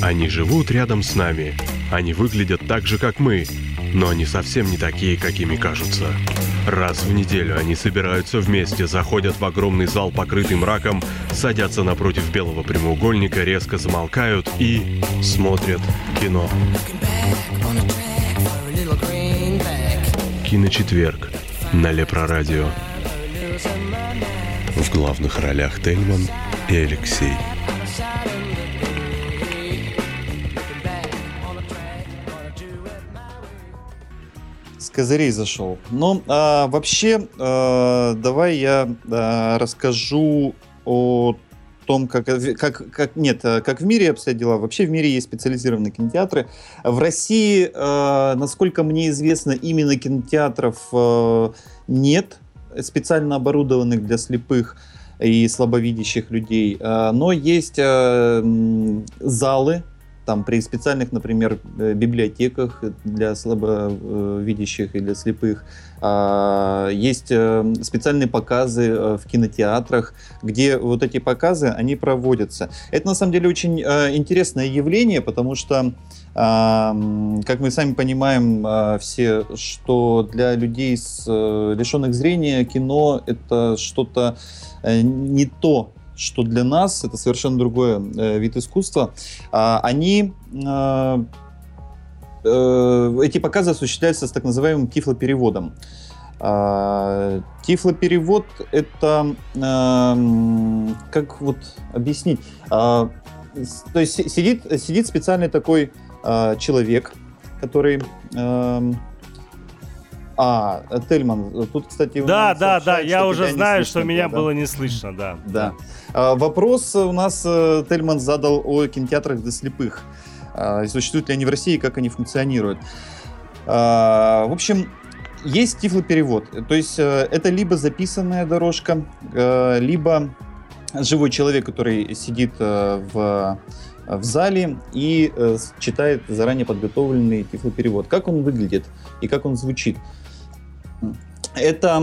Они живут рядом с нами. Они выглядят так же, как мы. Но они совсем не такие, какими кажутся. Раз в неделю они собираются вместе, заходят в огромный зал, покрытый мраком, садятся напротив белого прямоугольника, резко замолкают и смотрят кино. Киночетверг на Лепрорадио. В главных ролях Тельман и Алексей. С козырей зашел. Но вообще, давай я расскажу о том, как в мире обстоят дела. Вообще в мире есть специализированные кинотеатры. В России, насколько мне известно, именно кинотеатров нет, специально оборудованных для слепых и слабовидящих людей. Но есть залы, там при специальных, например, библиотеках для слабовидящих и для слепых. Есть специальные показы в кинотеатрах, где вот эти показы, они проводятся. Это, на самом деле, очень интересное явление, потому что, как мы сами понимаем все, что для людей, лишенных зрения, кино — это что-то не то, что для нас, это совершенно другой вид искусства. Эти показы осуществляются с так называемым тифлопереводом. Тифлоперевод — это, как вот объяснить, то есть сидит специальный такой человек, который... Тельман, тут, кстати... Да, я уже знаю, что меня было не слышно, да. Вопрос у нас Тельман задал о кинотеатрах для слепых. Существуют ли они в России, как они функционируют. В общем, есть тифлоперевод. То есть это либо записанная дорожка, либо живой человек, который сидит в зале и читает заранее подготовленный тифлоперевод. Как он выглядит и как он звучит? Это,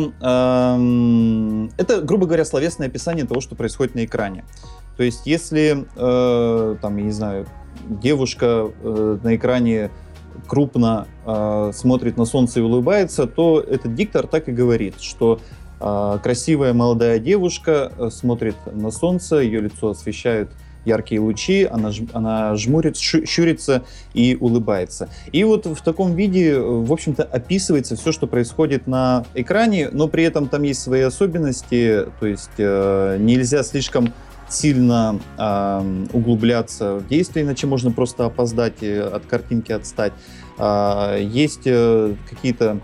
грубо говоря, словесное описание того, что происходит на экране. То есть, если, там, я не знаю, девушка на экране крупно смотрит на солнце и улыбается, то этот диктор так и говорит, что красивая молодая девушка смотрит на солнце, ее лицо освещают яркие лучи, она жмурит, щурится и улыбается. И вот в таком виде, в общем-то, описывается все, что происходит на экране, но при этом там есть свои особенности, то есть нельзя слишком сильно углубляться в действие, иначе можно просто опоздать, от картинки отстать. Есть какие-то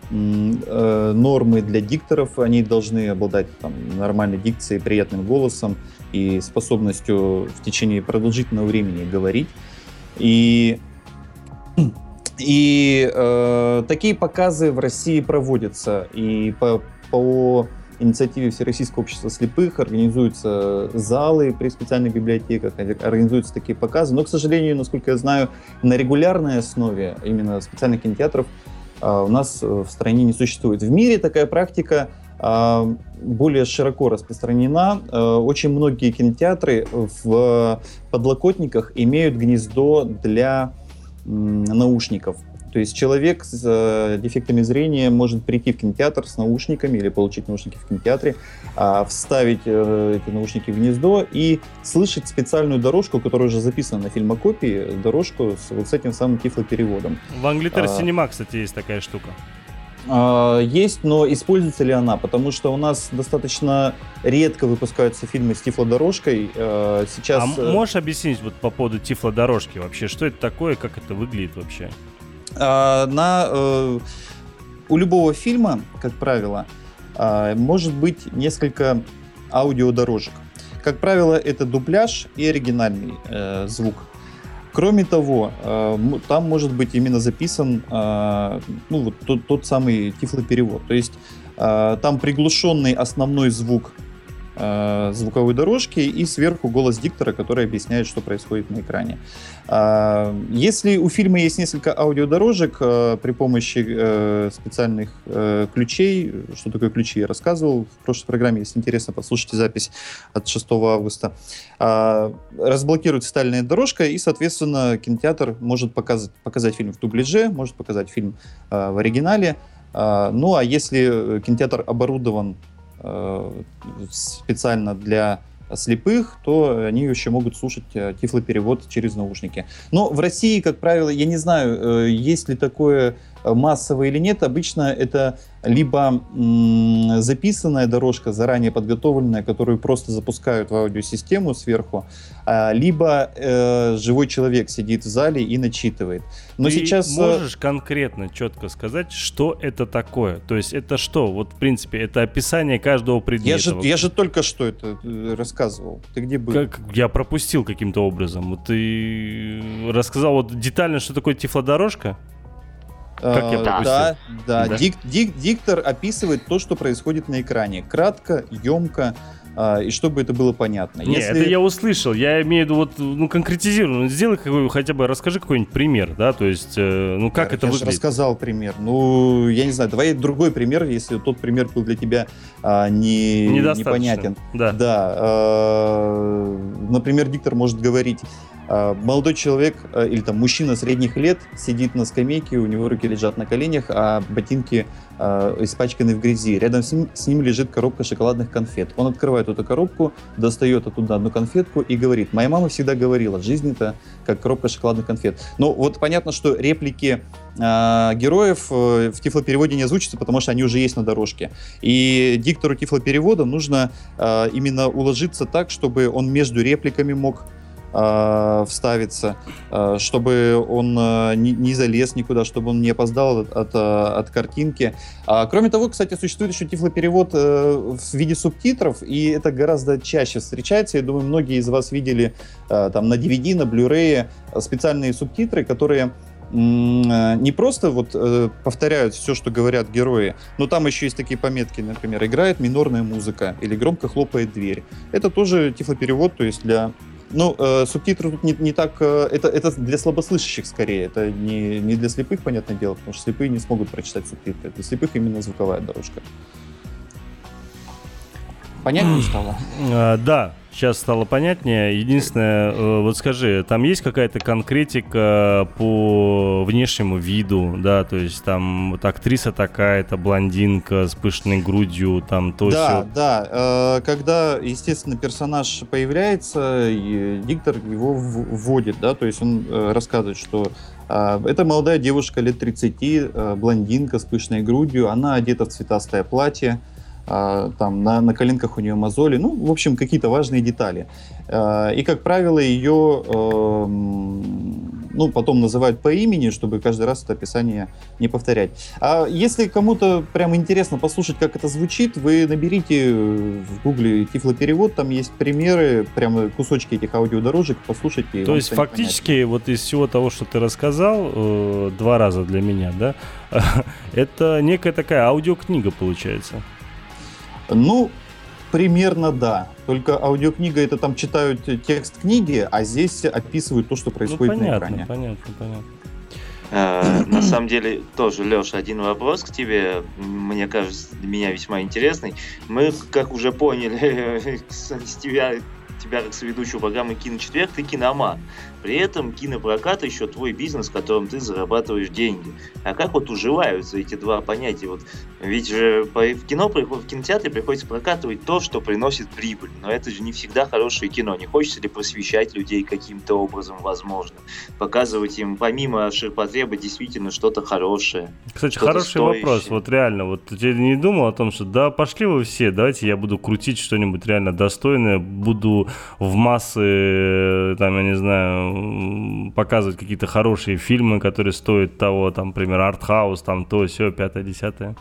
нормы для дикторов, они должны обладать там нормальной дикцией, приятным голосом и способностью в течение продолжительного времени говорить. И такие показы в России проводятся. И по инициативе Всероссийского общества слепых организуются залы при специальных библиотеках, организуются такие показы. Но, к сожалению, насколько я знаю, на регулярной основе именно специальных кинотеатров у нас в стране не существует. В мире такая практика более широко распространена. Очень многие кинотеатры в подлокотниках имеют гнездо для наушников. То есть человек с дефектами зрения может прийти в кинотеатр с наушниками или получить наушники в кинотеатре, вставить эти наушники в гнездо и слышать специальную дорожку, которая уже записана на фильмокопии, дорожку с этим самым тифлопереводом. В Angleterre Cinema, кстати, есть такая штука. Есть, но используется ли она? Потому что у нас достаточно редко выпускаются фильмы с тифлодорожкой. Сейчас... можешь объяснить вот по поводу тифлодорожки вообще? Что это такое, как это выглядит вообще? У любого фильма, как правило, может быть несколько аудиодорожек. Как правило, это дубляж и оригинальный звук. Кроме того, там может быть именно записан тот самый тифлоперевод. То есть там приглушенный основной звук звуковой дорожки и сверху голос диктора, который объясняет, что происходит на экране. Если у фильма есть несколько аудиодорожек при помощи специальных ключей, что такое ключи, я рассказывал в прошлой программе, если интересно, послушайте запись от 6 августа, разблокируется стальная дорожка, и, соответственно, кинотеатр может показать фильм в дубляже, может показать фильм в оригинале. Ну, а если кинотеатр оборудован специально для слепых, то они еще могут слушать тифлоперевод через наушники. Но в России, как правило, я не знаю, есть ли такое массово или нет. Обычно это либо записанная дорожка, заранее подготовленная, которую просто запускают в аудиосистему сверху, либо живой человек сидит в зале и начитывает. Но Ты сейчас можешь конкретно, четко сказать, что это такое? То есть это что? Вот, в принципе, это описание каждого предмета. Я же только что это рассказывал. Ты где был? Я пропустил каким-то образом. Вот ты рассказал вот детально, что такое тифлодорожка? Как я пропустил? Да. Диктор описывает то, что происходит на экране. Кратко, емко, и чтобы это было понятно. Нет, это я услышал. Я имею в виду, вот, конкретизирую. Сделай хотя бы, расскажи какой-нибудь пример, да, то есть, как это выглядит. Я же рассказал пример. Я не знаю, давай другой пример, если тот пример был для тебя непонятен. Да. Например, диктор может говорить: молодой человек или там мужчина средних лет сидит на скамейке, у него руки лежат на коленях, а ботинки испачканы в грязи. Рядом с ним лежит коробка шоколадных конфет. Он открывает эту коробку, достает оттуда одну конфетку и говорит: моя мама всегда говорила, жизнь это как коробка шоколадных конфет. Но вот понятно, что реплики героев в тифлопереводе не озвучатся, потому что они уже есть на дорожке. И диктору тифлоперевода нужно именно уложиться так, чтобы он между репликами мог вставиться, чтобы он не залез никуда, чтобы он не опоздал от картинки. Кроме того, кстати, существует еще тифлоперевод в виде субтитров, и это гораздо чаще встречается. Я думаю, многие из вас видели там на DVD, на Blu-ray специальные субтитры, которые не просто повторяют все, что говорят герои, но там еще есть такие пометки, например, играет минорная музыка или громко хлопает дверь. Это тоже тифлоперевод, то есть для субтитры тут не так... Это для слабослышащих скорее. Это не для слепых, понятное дело, потому что слепые не смогут прочитать субтитры. Для слепых именно звуковая дорожка. Понятнее стало? Да, сейчас стало понятнее. Единственное, вот скажи, там есть какая-то конкретика по внешнему виду, да, то есть там вот актриса такая-то, блондинка с пышной грудью, там то всё. Да, когда, естественно, персонаж появляется, и диктор его вводит, да, то есть он рассказывает, что это молодая девушка лет 30, блондинка с пышной грудью, она одета в цветастое платье, там на коленках у нее мозоли, в общем, какие-то важные детали. И, как правило, ее потом называют по имени, чтобы каждый раз это описание не повторять. А если кому-то прям интересно послушать, как это звучит, вы наберите в гугле тифлоперевод, там есть примеры, прямо кусочки этих аудиодорожек, послушайте. То есть фактически вот из всего того, что ты рассказал, 2 раза для меня, да, это некая такая аудиокнига получается. Примерно да. Только аудиокнига — это там читают текст книги, а здесь описывают то, что происходит на экране. Понятно. На самом деле, тоже, Лёш, один вопрос к тебе, мне кажется, для меня весьма интересный. Мы, как уже поняли, с тебя как соведущего программы «Киночетверг», ты киноман. При этом кинопрокат еще твой бизнес, которым ты зарабатываешь деньги. А как вот уживаются эти два понятия? Ведь же в кинотеатре приходится прокатывать то, что приносит прибыль. Но это же не всегда хорошее кино. Не хочется ли просвещать людей каким-то образом, возможно? Показывать им, помимо ширпотреба, действительно что-то хорошее. Кстати, хороший вопрос. Вот реально, ты не думал о том, что да, пошли вы все, давайте я буду крутить что-нибудь реально достойное, буду в массы, там, я не знаю, показывать какие-то хорошие фильмы, которые стоят того, там, например, артхаус, там, то, сё, 5-10.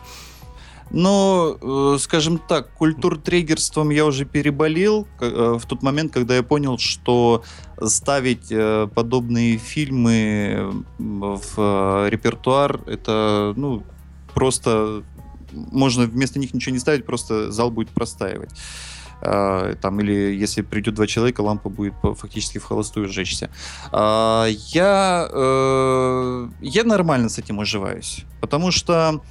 Скажем так, культуртрегерством я уже переболел в тот момент, когда я понял, что ставить подобные фильмы в репертуар, это, просто можно вместо них ничего не ставить, просто зал будет простаивать. там, или если придет 2 человека, лампа будет фактически в холостую сжечься. Я нормально с этим уживаюсь, потому что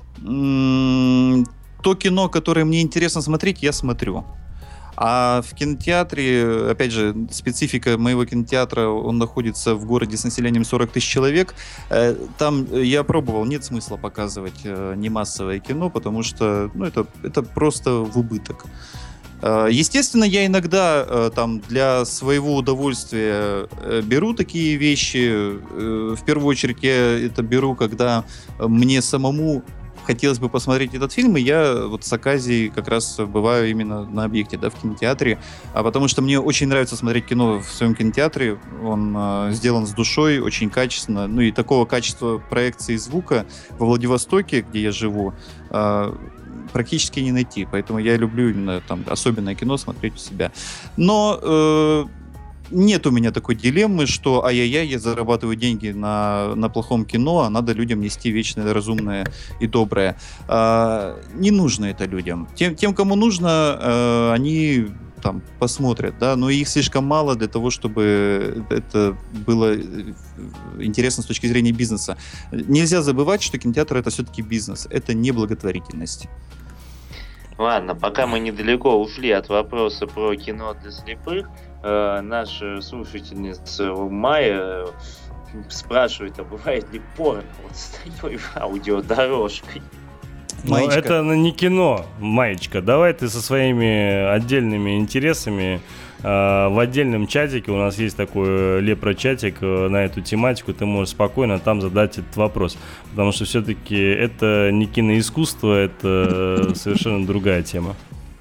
то кино, которое мне интересно смотреть, я смотрю. А в кинотеатре, опять же, специфика моего кинотеатра, он находится в городе с населением 40 тысяч человек. Там я пробовал, нет смысла показывать немассовое кино, потому что это просто в убыток. Естественно, я иногда там для своего удовольствия беру такие вещи. В первую очередь я это беру, когда мне самому хотелось бы посмотреть этот фильм, и я вот с оказией как раз бываю именно на объекте, да, в кинотеатре, потому что мне очень нравится смотреть кино в своем кинотеатре, он сделан с душой, очень качественно, и такого качества проекции звука во Владивостоке, где я живу, практически не найти, поэтому я люблю именно там особенное кино смотреть у себя. Но нет у меня такой дилеммы, что ай-яй-яй, я зарабатываю деньги на плохом кино, а надо людям нести вечное, разумное и доброе. Не нужно это людям. Тем, кому нужно, они там посмотрят, да, но их слишком мало для того, чтобы это было интересно с точки зрения бизнеса. Нельзя забывать, что кинотеатр — это все-таки бизнес, это не благотворительность. Ладно, пока мы недалеко ушли от вопроса про кино для слепых, наша слушательница Майя спрашивает, а бывает ли порно вот с такой аудиодорожкой? Ну, это не кино, Маечка. Давай ты со своими отдельными интересами в отдельном чатике, у нас есть такой лепро-чатик на эту тематику, ты можешь спокойно там задать этот вопрос. Потому что все-таки это не киноискусство, это совершенно другая тема.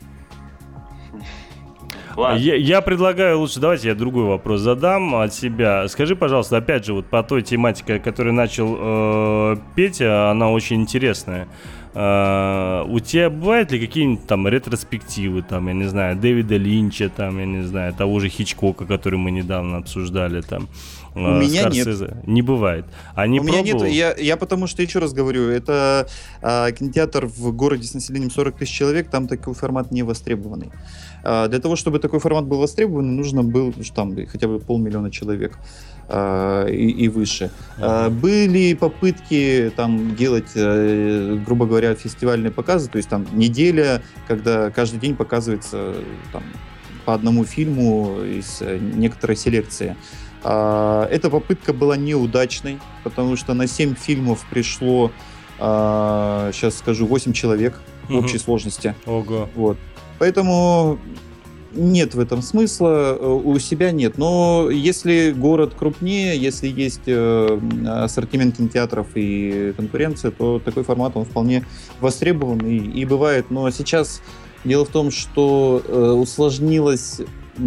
Я предлагаю лучше, давайте я другой вопрос задам от себя. Скажи, пожалуйста, опять же, вот по той тематике, которую начал Петя, она очень интересная. У тебя бывают ли какие-нибудь там ретроспективы, там, я не знаю, Дэвида Линча, там, я не знаю, того же Хичкока, который мы недавно обсуждали, там, у меня Скорсезе? Нет. Не бывает. А не у пробовал? Меня нет, я потому что, еще раз говорю, это кинотеатр в городе с населением 40 тысяч человек, там такой формат не востребованный. Для того, чтобы такой формат был востребован, нужно было там хотя бы 500 000 человек и выше. Были попытки там делать, грубо говоря, фестивальные показы, то есть там неделя, когда каждый день показывается там, по одному фильму из некоторой селекции. Эта попытка была неудачной, потому что на 7 фильмов пришло, сейчас скажу, 8 человек в общей сложности. Ого. Вот. Поэтому нет в этом смысла, у себя нет. Но если город крупнее, если есть ассортимент кинотеатров и конкуренция, то такой формат, он вполне востребован и бывает. Но сейчас дело в том, что усложнился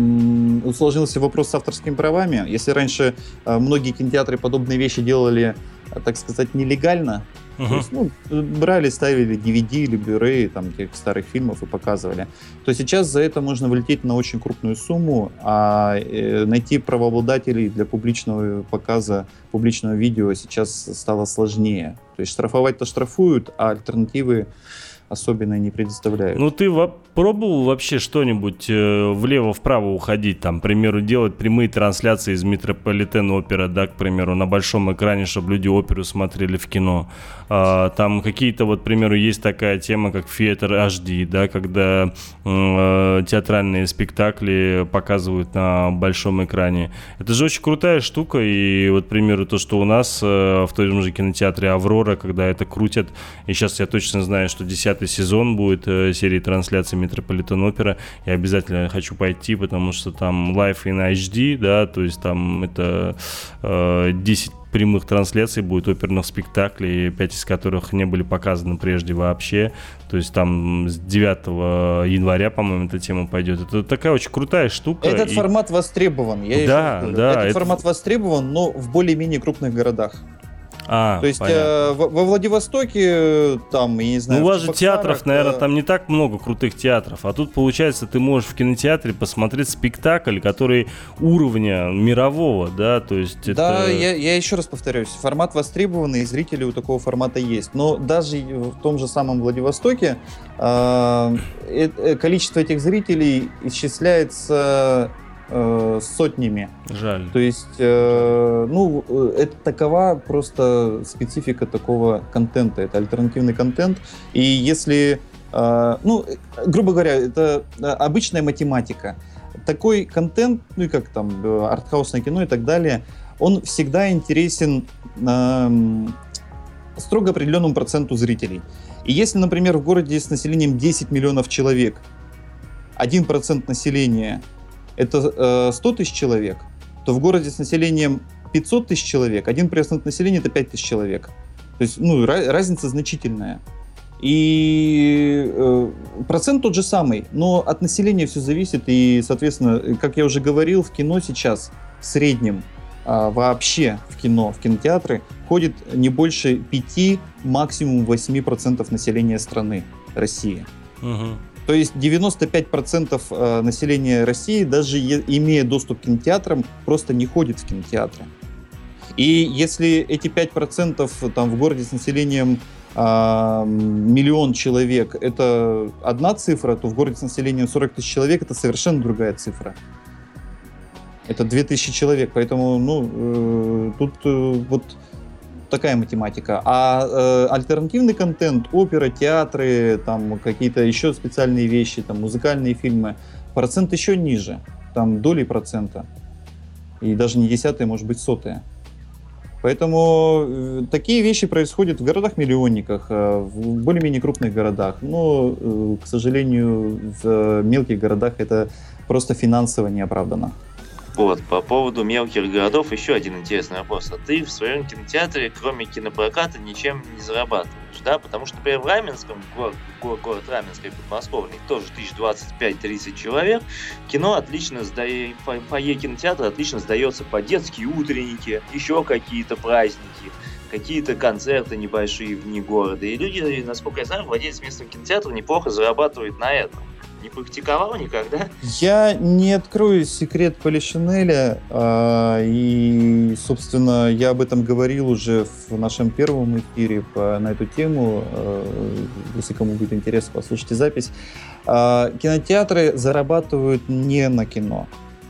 вопрос с авторскими правами. Если раньше многие кинотеатры подобные вещи делали, так сказать, нелегально, то есть, брали, ставили DVD или Blu-ray там, тех старых фильмов и показывали, то сейчас за это можно вылететь на очень крупную сумму, а найти правообладателей для публичного показа, публичного видео сейчас стало сложнее. То есть штрафовать-то штрафуют, а альтернативы особенно не предоставляют. Ну, ты пробовал вообще что-нибудь влево-вправо уходить, там, к примеру, делать прямые трансляции из Метрополитен-опера, да, к примеру, на большом экране, чтобы люди оперу смотрели в кино. Там какие-то, вот, к примеру, есть такая тема, как Theater HD, да, когда театральные спектакли показывают на большом экране. Это же очень крутая штука, и вот, к примеру, то, что у нас в том же кинотеатре «Аврора», когда это крутят, и сейчас я точно знаю, что 10-й сезон будет серии трансляций Метрополитен-опера. Я обязательно хочу пойти, потому что там Live in HD, да, то есть там это 10 прямых трансляций будет оперных спектаклей, 5 из которых не были показаны прежде вообще. То есть там с 9 января, по-моему, эта тема пойдет. Это такая очень крутая штука. Этот формат востребован. Да. Этот формат востребован, но в более-менее крупных городах. То есть во Владивостоке, там, я не знаю... Ну, у вас же театров, наверное, там не так много крутых театров. А тут, получается, ты можешь в кинотеатре посмотреть спектакль, который уровня мирового, да? То есть Да, это... я еще раз повторяюсь. Формат востребованный, и зрители у такого формата есть. Но даже в том же самом Владивостоке количество этих зрителей исчисляется сотнями. Жаль. То есть, это такова просто специфика такого контента. Это альтернативный контент. И если, грубо говоря, это обычная математика. Такой контент, ну и как там артхаусное кино и так далее, он всегда интересен строго определенному проценту зрителей. И если, например, в городе с населением 10 миллионов человек, 1% населения это 100 тысяч человек, то в городе с населением 500 тысяч человек 1% населения это 5 тысяч человек. То есть разница значительная. И процент тот же самый, но от населения все зависит. И, соответственно, как я уже говорил, в кино сейчас в среднем вообще в кинотеатры ходит не больше 5, максимум 8% населения страны России. Угу. То есть 95% населения России, даже имея доступ к кинотеатрам, просто не ходит в кинотеатры. И если эти 5% там, в городе с населением миллион человек — это одна цифра, то в городе с населением 40 тысяч человек — это совершенно другая цифра. Это 2000 человек, поэтому тут вот такая математика. А альтернативный контент, опера, театры, там какие-то еще специальные вещи, там музыкальные фильмы, процент еще ниже, там доли процента. И даже не десятые, может быть, сотые. Поэтому такие вещи происходят в городах-миллионниках, в более-менее крупных городах. Но, к сожалению, в мелких городах это просто финансово неоправданно. Вот, по поводу мелких городов еще один интересный вопрос. А ты в своем кинотеатре, кроме кинопроката, ничем не зарабатываешь, да? Потому что, например, в Раменском, город Раменский, подмосковный, тоже 1025-30 человек, кино отлично фойе кинотеатра отлично сдается по детские утренники, еще какие-то праздники, какие-то концерты небольшие вне города. И люди, насколько я знаю, владелец местного кинотеатра неплохо зарабатывает на этом. Не практиковал никогда? Я не открою секрет Полишинеля, и, собственно, я об этом говорил уже в нашем первом эфире на эту тему. Если кому будет интересно, послушайте запись. Кинотеатры зарабатывают не на кино,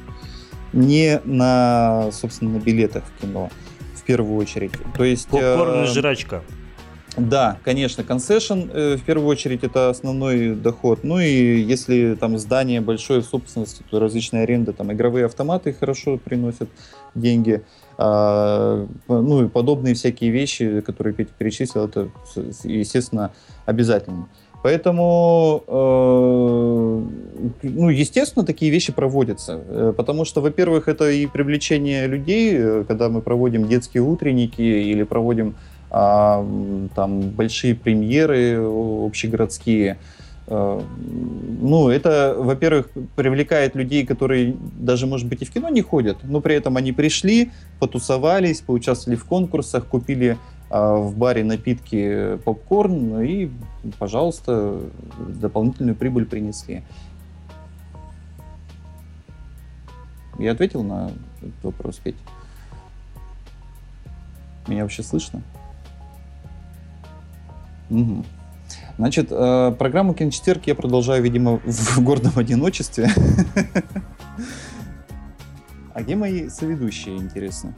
не на, собственно, на билетах в кино, в первую очередь. То есть попкорн и жрачка. Да, конечно, концессион в первую очередь это основной доход. Ну и если там здание большое в собственности, то различные аренды, там игровые автоматы хорошо приносят деньги. Ну и подобные всякие вещи, которые Петя перечислил, это, естественно, обязательно. Поэтому, естественно, такие вещи проводятся. Потому что, во-первых, это и привлечение людей, когда мы проводим детские утренники или проводим там большие премьеры общегородские. Это, во-первых, привлекает людей, которые даже, может быть, и в кино не ходят, но при этом они пришли, потусовались, поучаствовали в конкурсах, купили в баре напитки, попкорн, и, пожалуйста, дополнительную прибыль принесли. Я ответил на этот вопрос, Петя? Меня вообще слышно? Угу. Значит, программу «Киночетверг» я продолжаю, видимо, в гордом одиночестве. А где мои соведущие, интересно?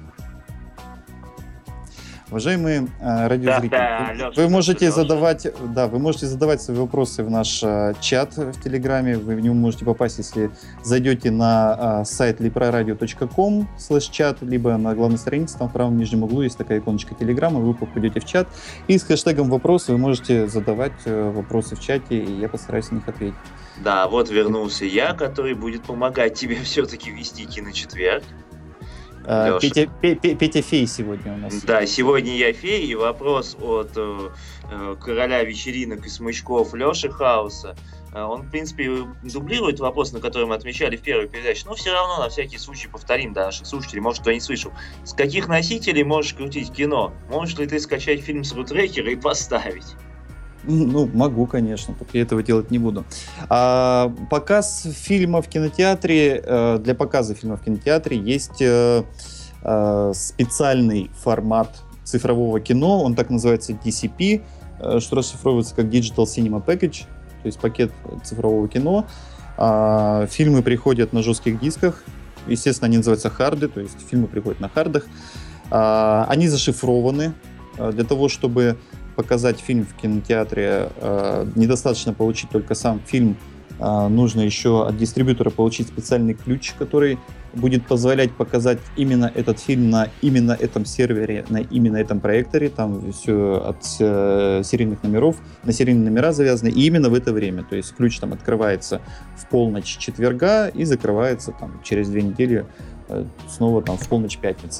Уважаемые радиозрители, вы можете задавать свои вопросы в наш чат в Телеграме. Вы в него можете попасть, если зайдете на сайт leproradio.com/чат, либо на главной странице, там в правом нижнем углу есть такая иконочка Телеграма, вы попадете в чат. И с хэштегом «Вопросы» вы можете задавать вопросы в чате, и я постараюсь на них ответить. Да, вот вернулся я, который будет помогать тебе все-таки вести «Киночетверг». Петя фей сегодня у нас. Да, сегодня я фей, и вопрос от короля вечеринок и смычков Лёши Хауса. он, в принципе, дублирует вопрос, на который мы отмечали в первой передаче, но все равно на всякий случай повторим для наших слушателей, может, кто не слышал. С каких носителей можешь крутить кино? Можешь ли ты скачать фильм с рутрекера и поставить? Ну, могу, конечно, только я этого делать не буду. Показ фильма в кинотеатре, для показа фильма в кинотеатре есть специальный формат цифрового кино, он так называется DCP, что расшифровывается как Digital Cinema Package, то есть пакет цифрового кино. Фильмы приходят на жестких дисках, естественно, они называются харды, то есть фильмы приходят на хардах. Они зашифрованы. Для того, чтобы показать фильм в кинотеатре, недостаточно получить только сам фильм, нужно еще от дистрибьютора получить специальный ключ, который будет позволять показать именно этот фильм на именно этом сервере, на именно этом проекторе. Там все от серийных номеров, на серийные номера завязаны, и именно в это время. То есть ключ там открывается в полночь четверга и закрывается там через 2 недели снова там в полночь пятницы.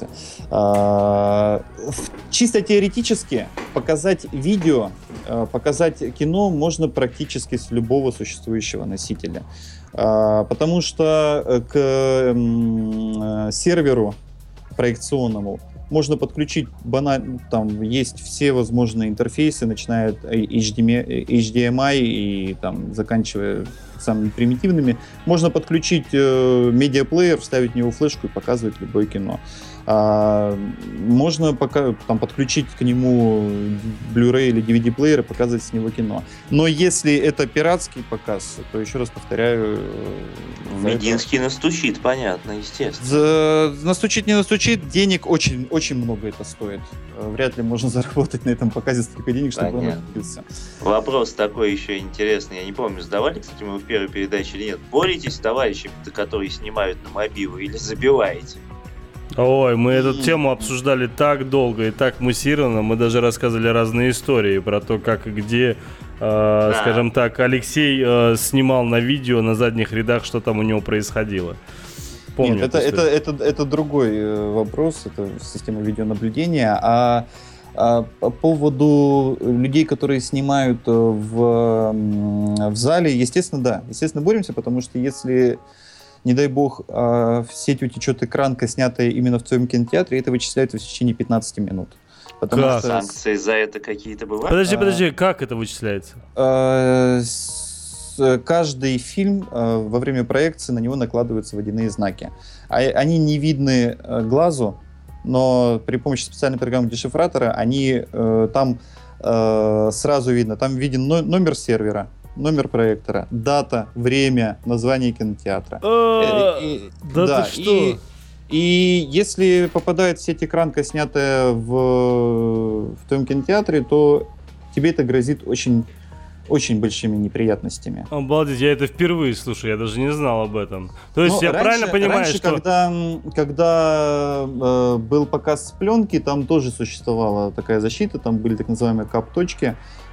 Чисто теоретически показать видео, показать кино можно практически с любого существующего носителя. Потому что к серверу проекционному можно подключить банально, там есть все возможные интерфейсы, начиная от HDMI и там заканчивая самыми примитивными. Можно подключить медиаплеер, вставить в него флешку и показывать любое кино. Можно там подключить к нему Blu-ray или DVD-плеер и показывать с него кино. Но если это пиратский показ, то, еще раз повторяю... Мединский настучит, понятно, естественно. Настучит, не настучит, денег очень, очень много это стоит. Вряд ли можно заработать на этом показе столько денег, чтобы он открылся. Вопрос такой еще интересный. Я не помню, задавали, кстати, мы в первой передаче или нет. Боретесь с товарищами, которые снимают на мобилы, или забиваете? Ой, мы эту тему обсуждали так долго и так муссированно. Мы даже рассказывали разные истории про то, как и где, скажем так, Алексей снимал на видео на задних рядах, что там у него происходило. Помню. Нет, это другой вопрос, это система видеонаблюдения. А по поводу людей, которые снимают в зале, естественно, да. Естественно, боремся, потому что если... Не дай бог, в сеть утечет экранка, снятая именно в твоем кинотеатре, это вычисляется в течение 15 минут. Потому что санкции за это какие-то бывают? Подожди, как это вычисляется? Каждый фильм во время проекции на него накладываются водяные знаки. Они не видны глазу, но при помощи специальной программы дешифратора они там сразу видно. Там виден номер сервера, номер проектора, дата, время, название кинотеатра. Да ты что? И если попадает в сеть экранка, снятая в твоем кинотеатре, то тебе это грозит очень, очень большими неприятностями. Обалдеть, я это впервые слушаю, я даже не знал об этом. То есть я правильно понимаю, что... Когда был показ с пленки, там тоже существовала такая защита, там были так называемые кап-точки.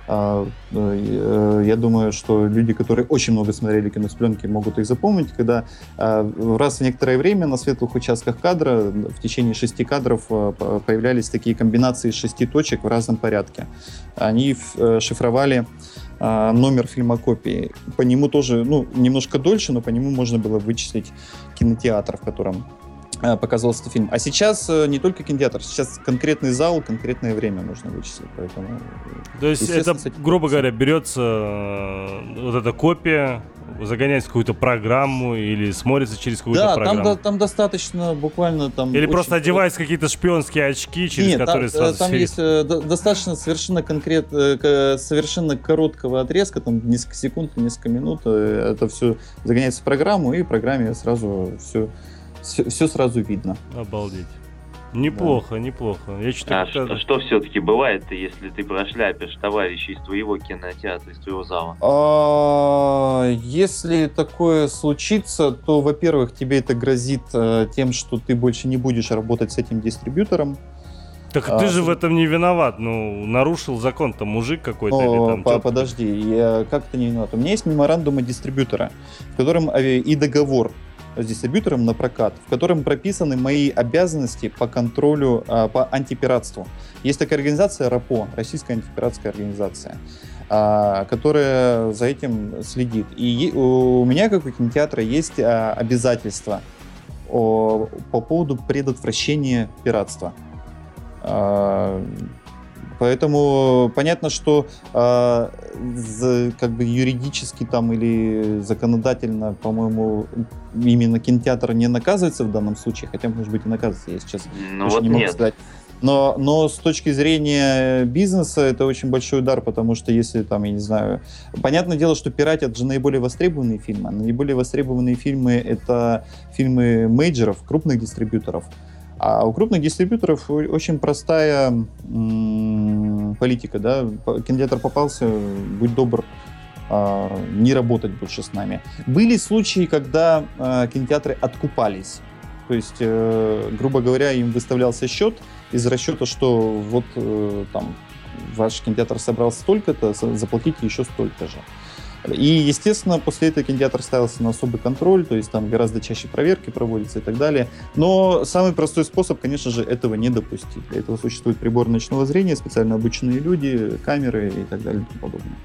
Я думаю, что люди, которые очень много смотрели кино с пленки, могут их запомнить, когда раз в некоторое время на светлых участках кадра в течение 6 кадров появлялись такие комбинации 6 точек в разном порядке. Они шифровали номер фильмокопии. По нему тоже, немножко дольше, но по нему можно было вычислить кинотеатр, в котором показывался этот фильм. А сейчас не только кинотеатр, сейчас конкретный зал, конкретное время нужно вычислить. Поэтому, то есть это, грубо говоря, берется вот эта копия, загоняется в какую-то программу или смотрится через какую-то программу? Да, там достаточно буквально там... Или просто одеваются какие-то шпионские очки, через которые сразу... Там есть достаточно совершенно совершенно короткого отрезка, там несколько секунд, несколько минут, это все загоняется в программу, и в программе сразу все сразу видно. Обалдеть. Неплохо, неплохо. Я что все-таки бывает, если ты прошляпишь товарищей из твоего кинотеатра, из твоего зала? Если такое случится, то, во-первых, тебе это грозит тем, что ты больше не будешь работать с этим дистрибьютором. Так ты же в этом не виноват. Нарушил закон-то мужик какой-то или там... Подожди, как это не виноват? У меня есть меморандум дистрибьютора, в котором и договор с дистрибьютором на прокат, в котором прописаны мои обязанности по контролю, по антипиратству. Есть такая организация РАПО, Российская антипиратская организация. которая за этим следит. И у меня, как у кинотеатра, есть обязательства по поводу предотвращения пиратства. Поэтому понятно, что как бы юридически там или законодательно, по-моему, именно кинотеатр не наказывается в данном случае, хотя, может быть, и наказывается, я сейчас вот не могу сказать. Но с точки зрения бизнеса это очень большой удар, потому что если там, я не знаю... Понятное дело, что пиратят же наиболее востребованные фильмы. Наиболее востребованные фильмы — это фильмы мейджеров, крупных дистрибьюторов. А у крупных дистрибьюторов очень простая политика, да. Кинотеатр попался, будь добр, не работать больше с нами. Были случаи, когда кинотеатры откупались. То есть, грубо говоря, им выставлялся счет из расчета, что вот там ваш кинотеатр собрал столько-то, заплатите еще столько же. И, естественно, после этого кинотеатр ставился на особый контроль, то есть там гораздо чаще проверки проводятся и так далее. Но самый простой способ, конечно же, этого не допустить. Для этого существует прибор ночного зрения, специально обученные люди, камеры и так далее и тому подобное.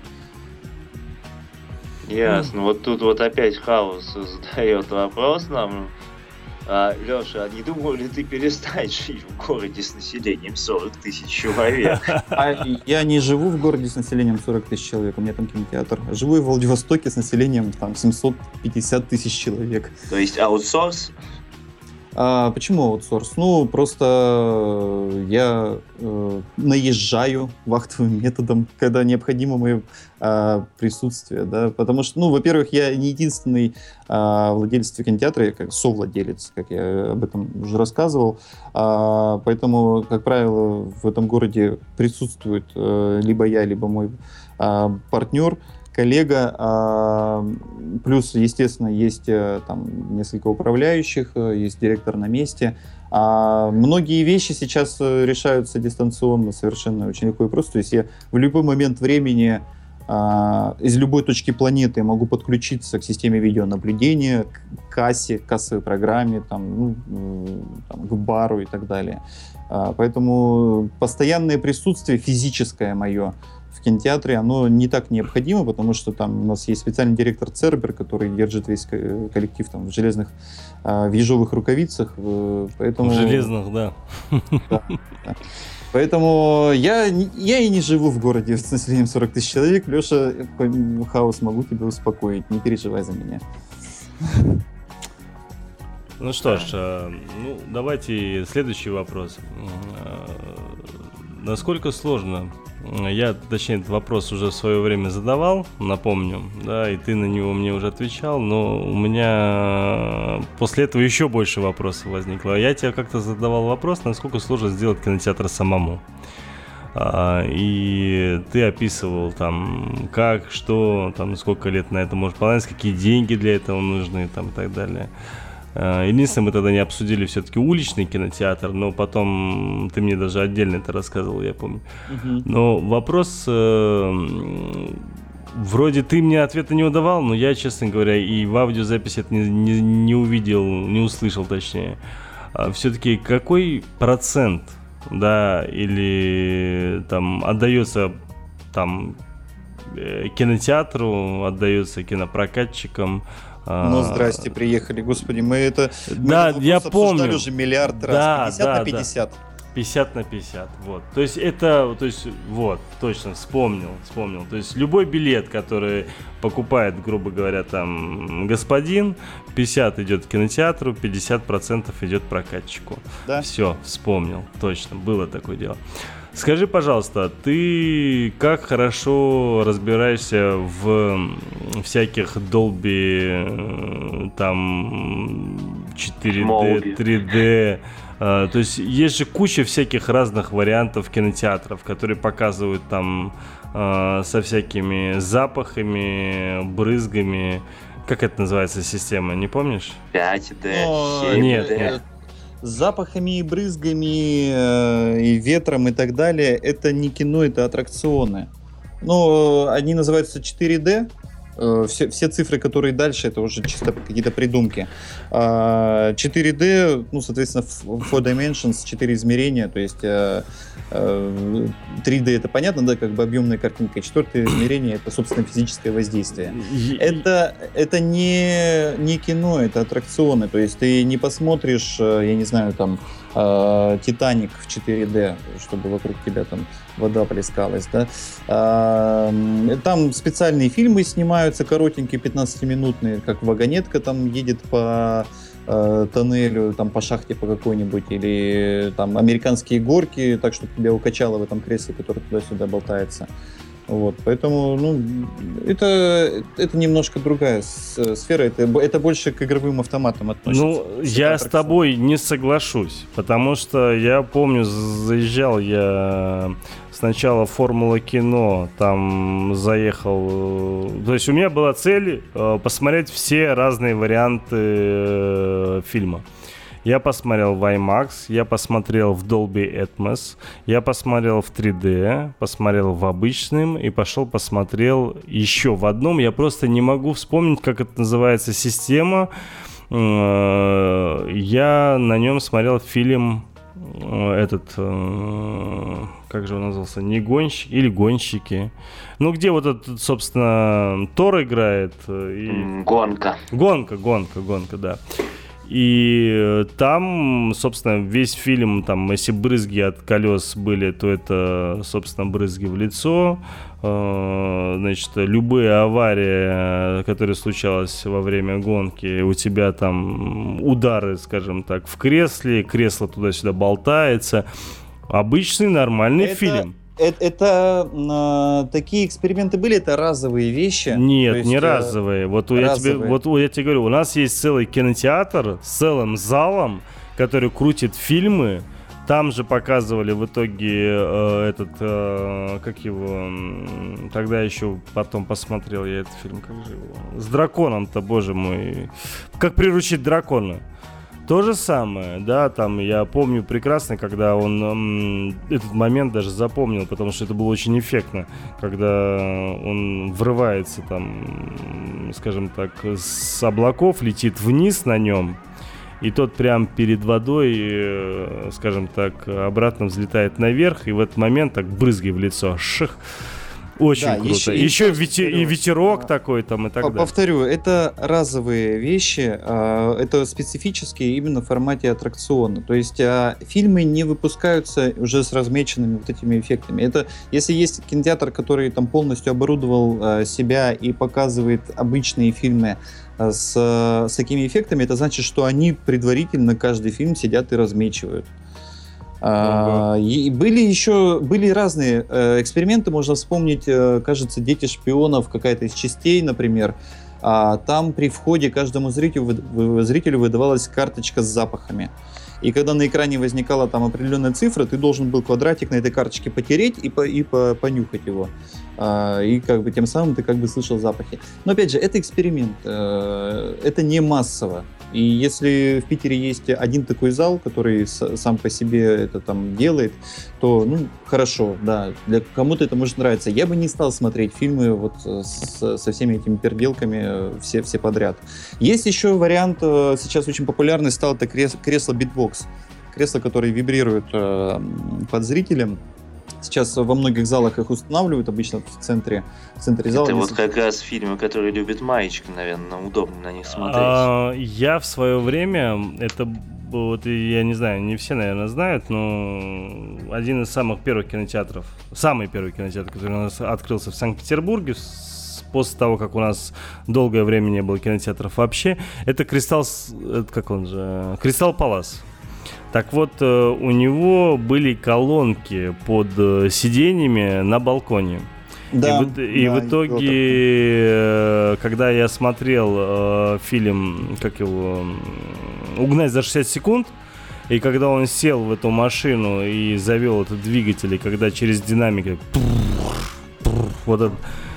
Ясно. Вот тут вот опять Хаос задает вопрос нам. Леша, а не думал ли ты перестать жить в городе с населением 40 тысяч человек? Я не живу в городе с населением 40 тысяч человек, у меня там кинотеатр. Живу в Владивостоке с населением там 750 тысяч человек. То есть аутсорс? Почему аутсорс? Ну, просто я наезжаю вахтовым методом, когда необходимо мое присутствие, да, потому что, ну, во-первых, я не единственный владелец кинотеатра, я как совладелец, как я об этом уже рассказывал, поэтому, как правило, в этом городе присутствует либо я, либо мой партнер, коллега, плюс, естественно, есть там несколько управляющих, есть директор на месте. Многие вещи сейчас решаются дистанционно, совершенно очень легко и просто. То есть я в любой момент времени из любой точки планеты могу подключиться к системе видеонаблюдения, к кассе, к кассовой программе, там, к бару и так далее. Поэтому постоянное присутствие физическое мое в кинотеатре, оно не так необходимо, потому что там у нас есть специальный директор Цербер, который держит весь коллектив там в железных, в ежовых рукавицах. Поэтому... В железных, да. Да. Поэтому я и не живу в городе с населением 40 тысяч человек. Леша, Хаос, могу тебя успокоить, не переживай за меня. Ну что ж, давайте следующий вопрос. Насколько сложно? Точнее, этот вопрос уже в свое время задавал, напомню, да, и ты на него мне уже отвечал, но у меня после этого еще больше вопросов возникло. Я тебе как-то задавал вопрос, насколько сложно сделать кинотеатр самому. И ты описывал там, как, что, там, сколько лет на это может понадобиться, какие деньги для этого нужны, там, и так далее. Единственное, мы тогда не обсудили все-таки уличный кинотеатр, но потом ты мне даже отдельно это рассказывал, я помню. Но вопрос, вроде ты мне ответа не удавал, но я, честно говоря, и в аудиозаписи это не увидел, не услышал точнее. Все-таки какой процент, да, или там отдается там кинотеатру, отдается кинопрокатчикам? Ну, здрасте, приехали, господи, мы это... Да, мы я помню. обсуждали уже миллиард раз, 50 на 50. Да. 50 на 50, вот. То есть, вот, точно, вспомнил. То есть, любой билет, который покупает, грубо говоря, там, господин, 50 идет кинотеатру, 50% идет прокатчику. Да. Все, вспомнил, точно, было такое дело. Скажи, пожалуйста, ты как хорошо разбираешься в всяких Dolby, там, 4D, 3D? То есть есть же куча всяких разных вариантов кинотеатров, которые показывают там со всякими запахами, брызгами. Как это называется система, не помнишь? 5D, 7D. Нет. С запахами и брызгами и ветром и так далее, это не кино, это аттракционы. Ну, они называются 4D, Все цифры, которые дальше, это уже чисто какие-то придумки. 4D, ну, соответственно, 4 dimensions, 4 измерения, то есть 3D это понятно, да, как бы объемная картинка, и 4 измерение это, собственно, физическое воздействие. Это не кино, это аттракционы, то есть ты не посмотришь, я не знаю, там, Титаник в 4D, чтобы вокруг тебя там вода плескалась, да. Там специальные фильмы снимаются, коротенькие, 15-минутные, как вагонетка там едет по тоннелю, там по шахте по какой-нибудь, или там американские горки, так, чтобы тебя укачало в этом кресле, который туда-сюда болтается. Вот, поэтому, ну, это немножко другая сфера, это больше к игровым автоматам относится. Ну, я с тобой не соглашусь, потому что я помню, заезжал я сначала в Формула кино, там заехал, то есть у меня была цель посмотреть все разные варианты фильма. Я посмотрел в IMAX, я посмотрел в Dolby Atmos, я посмотрел в 3D, посмотрел в обычном и пошел посмотрел еще в одном. Я просто не могу вспомнить, как это называется система. Я на нем смотрел фильм этот, как же он назывался, не гонщик или гонщики. Ну, где вот этот, собственно, Тор играет. И... Гонка, да. И там, собственно, весь фильм, там, если брызги от колес были, то это, собственно, брызги в лицо. Значит, любые аварии, которые случались во время гонки, у тебя там удары, скажем так, в кресле, кресло туда-сюда болтается. Обычный нормальный фильм. Это такие эксперименты были, это разовые вещи? Нет, есть, не разовые. Я тебе говорю, у нас есть целый кинотеатр с целым залом, который крутит фильмы. Там же показывали в итоге как его, тогда еще потом посмотрел я этот фильм, как же его, с драконом-то, боже мой, как приручить дракона. То же самое, да, там я помню прекрасно, когда он этот момент даже запомнил, потому что это было очень эффектно, когда он врывается там, скажем так, с облаков, летит вниз на нем, и тот прям перед водой, скажем так, обратно взлетает наверх, и в этот момент так брызги в лицо, ших. Очень да, круто. Еще и ветерок такой там и так далее. Повторю, это разовые вещи, это специфические именно в формате аттракциона. То есть фильмы не выпускаются уже с размеченными вот этими эффектами. Это если есть кинотеатр, который там полностью оборудовал себя и показывает обычные фильмы с такими эффектами, это значит, что они предварительно каждый фильм сидят и размечивают. И были разные эксперименты, можно вспомнить, кажется, «Дети шпионов», какая-то из частей, например. Там при входе каждому зрителю выдавалась карточка с запахами. И когда на экране возникала там определенная цифра, ты должен был квадратик на этой карточке потереть и понюхать его. И как бы тем самым ты как бы слышал запахи. Но опять же, это эксперимент, это не массово. И если в Питере есть один такой зал, который сам по себе это там делает, то, ну, хорошо, да, для кому-то это может нравиться. Я бы не стал смотреть фильмы вот со всеми этими переделками все подряд. Есть еще вариант, сейчас очень популярный стал, это кресло битбокс. Кресло, которое вибрирует под зрителем. Сейчас во многих залах их устанавливают, обычно в центре зала. Это вот как раз фильмы, которые любят маечки, наверное, удобно на них смотреть. Я в свое время, это вот, я не знаю, не все, наверное, знают, но один из самых первых кинотеатров, самый первый кинотеатр, который у нас открылся в Санкт-Петербурге, после того, как у нас долгое время не было кинотеатров вообще, это Кристалл Палас. Так вот, у него были колонки под сиденьями на балконе. Да, и в итоге, когда я смотрел фильм, как его, «Угнать за 60 секунд», и когда он сел в эту машину и завел этот двигатель, и когда через динамик вот этот,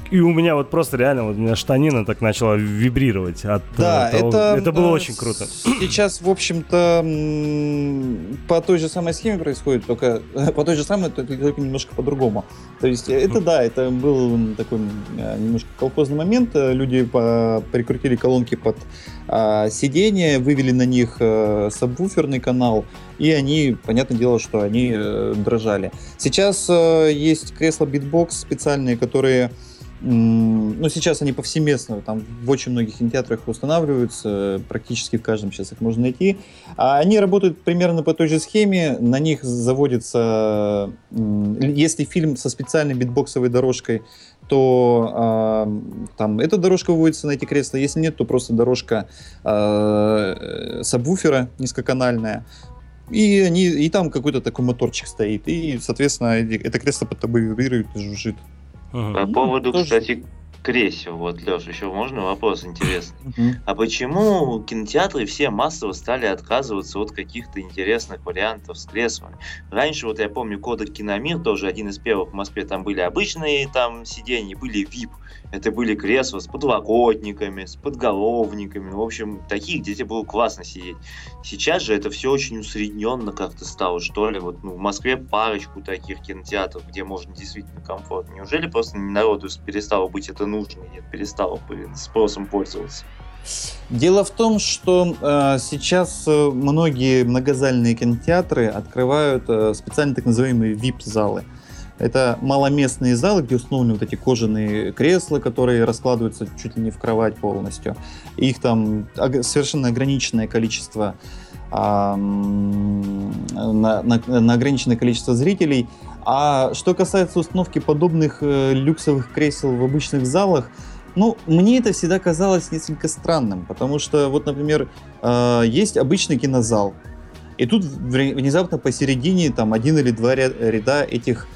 И у меня вот просто реально, вот у меня штанина так начала вибрировать от того. Это было очень круто. Сейчас, в общем-то, по той же самой схеме происходит, только по той же самой, только немножко по-другому. То есть это был такой немножко колхозный момент. Люди прикрутили колонки под сиденье, вывели на них сабвуферный канал, и они, понятное дело, что они дрожали. Сейчас есть кресла битбокс специальные, которые, сейчас они повсеместно, там в очень многих кинотеатрах устанавливаются, практически в каждом сейчас их можно найти. Они работают примерно по той же схеме, на них заводится, если фильм со специальной битбоксовой дорожкой, то там эта дорожка выводится на эти кресла, если нет, то просто дорожка сабвуфера низкоканальная. И там какой-то такой моторчик стоит. И, соответственно, это кресло под тобой вибрирует и жужжит. По поводу, кстати, кресел. Вот, Леш, еще можно вопрос интересный. А почему кинотеатры все массово стали отказываться от каких-то интересных вариантов с креслами? Раньше, вот я помню, Кодек Киномир, тоже один из первых в Москве, там были обычные там сиденья, были VIP. Это были кресла с подлокотниками, с подголовниками. В общем, такие, где тебе было классно сидеть. Сейчас же это все очень усредненно как-то стало, что ли. Вот, в Москве парочку таких кинотеатров, где можно действительно комфортно. Неужели просто народу перестало быть это нужно, и перестало спросом пользоваться? Дело в том, что сейчас многие многозальные кинотеатры открывают специально так называемые VIP-залы. Это маломестные залы, где установлены вот эти кожаные кресла, которые раскладываются чуть ли не в кровать полностью. Их там совершенно ограниченное количество, на ограниченное количество зрителей. А что касается установки подобных люксовых кресел в обычных залах, мне это всегда казалось несколько странным, потому что, вот, например, есть обычный кинозал, и тут внезапно посередине там один или два ряда этих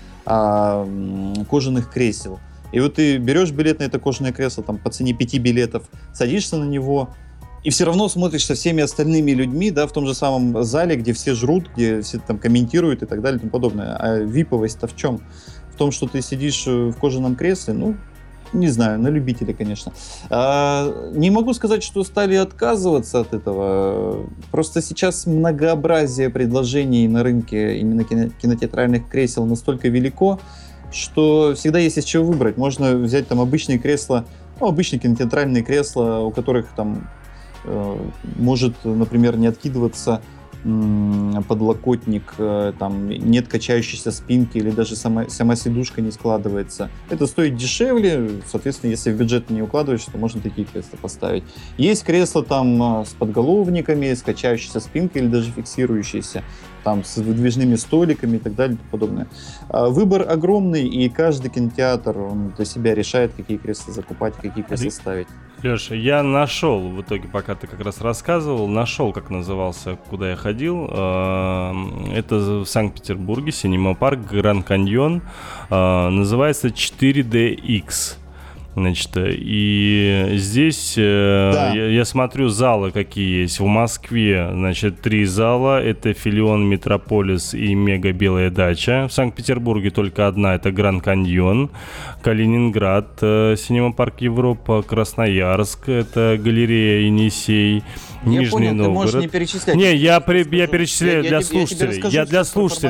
кожаных кресел. И вот ты берешь билет на это кожаное кресло там, по цене 5 билетов, садишься на него, и все равно смотришь со всеми остальными людьми, да, в том же самом зале, где все жрут, где все там комментируют и так далее и тому подобное. А виповость-то в чем? В том, что ты сидишь в кожаном кресле, не знаю, на любителя, конечно. Не могу сказать, что стали отказываться от этого. Просто сейчас многообразие предложений на рынке именно кинотеатральных кресел настолько велико, что всегда есть из чего выбрать. Можно взять там обычные кресла, обычные кинотеатральные кресла, у которых там может, например, не откидываться подлокотник, там нет качающейся спинки или даже сама сидушка не складывается. Это стоит дешевле, соответственно, если в бюджет не укладываешься, то можно такие кресла поставить. Есть кресла там с подголовниками, с качающейся спинкой или даже фиксирующиеся, там с выдвижными столиками и так далее и тому подобное. Выбор огромный, и каждый кинотеатр он для себя решает, какие кресла закупать, какие кресла ставить. Леша, я нашел, в итоге, пока ты как раз рассказывал, как назывался, куда я ходил. Это в Санкт-Петербурге, Cinema Park, Гранд Каньон. Называется 4DX. Значит, и здесь я смотрю залы, какие есть. В Москве, 3 зала. Это Филион, Метрополис и Мега Белая дача. В Санкт-Петербурге только одна, это Гранд Каньон. Калининград, Cinema Park Европа. Красноярск, это галерея Енисей. Нижний Новгород. Ты можешь не перечислять. Не, я перечисляю для слушателей. Я для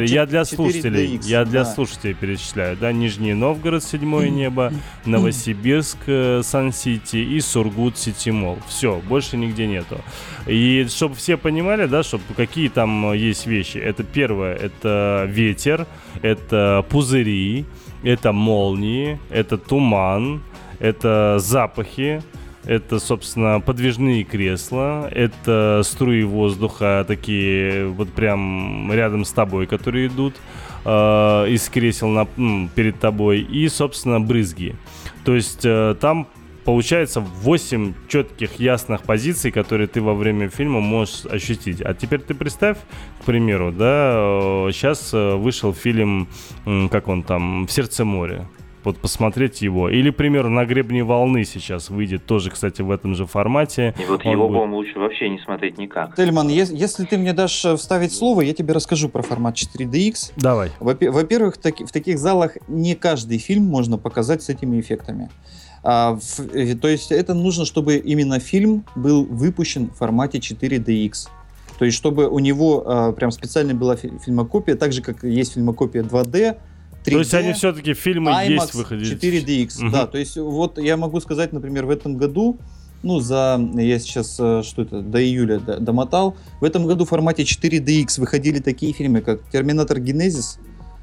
слушателей перечисляю. Да, Нижний Новгород, Седьмое небо, Новосибирск, Сан-Сити и Сургут Сити Молл. Все, больше нигде нету. И чтобы все понимали, да, чтобы какие там есть вещи. Это первое, это ветер, это пузыри, это молнии, это туман, это запахи. Это, собственно, подвижные кресла, это струи воздуха, такие вот прям рядом с тобой, которые идут из кресел перед тобой, и, собственно, брызги. То есть там получается 8 четких, ясных позиций, которые ты во время фильма можешь ощутить. А теперь ты представь, к примеру, да, сейчас вышел фильм, как он там, «В сердце моря». вот посмотреть его. Или, к примеру, «На гребне волны» сейчас выйдет, тоже, кстати, в этом же формате. И вот его, по-моему, лучше вообще не смотреть никак. Тельман, если ты мне дашь вставить слово, я тебе расскажу про формат 4DX. Давай. Во-первых, в таких залах не каждый фильм можно показать с этими эффектами. То есть это нужно, чтобы именно фильм был выпущен в формате 4DX. То есть чтобы у него прям специально была фильмокопия, так же, как есть фильмокопия 2D, 3D, то есть они все-таки фильмы IMAX, есть выходят. 4DX, да. То есть вот я могу сказать, например, в этом году, я сейчас до июля домотал, в этом году в формате 4DX выходили такие фильмы, как «Терминатор Генезис»,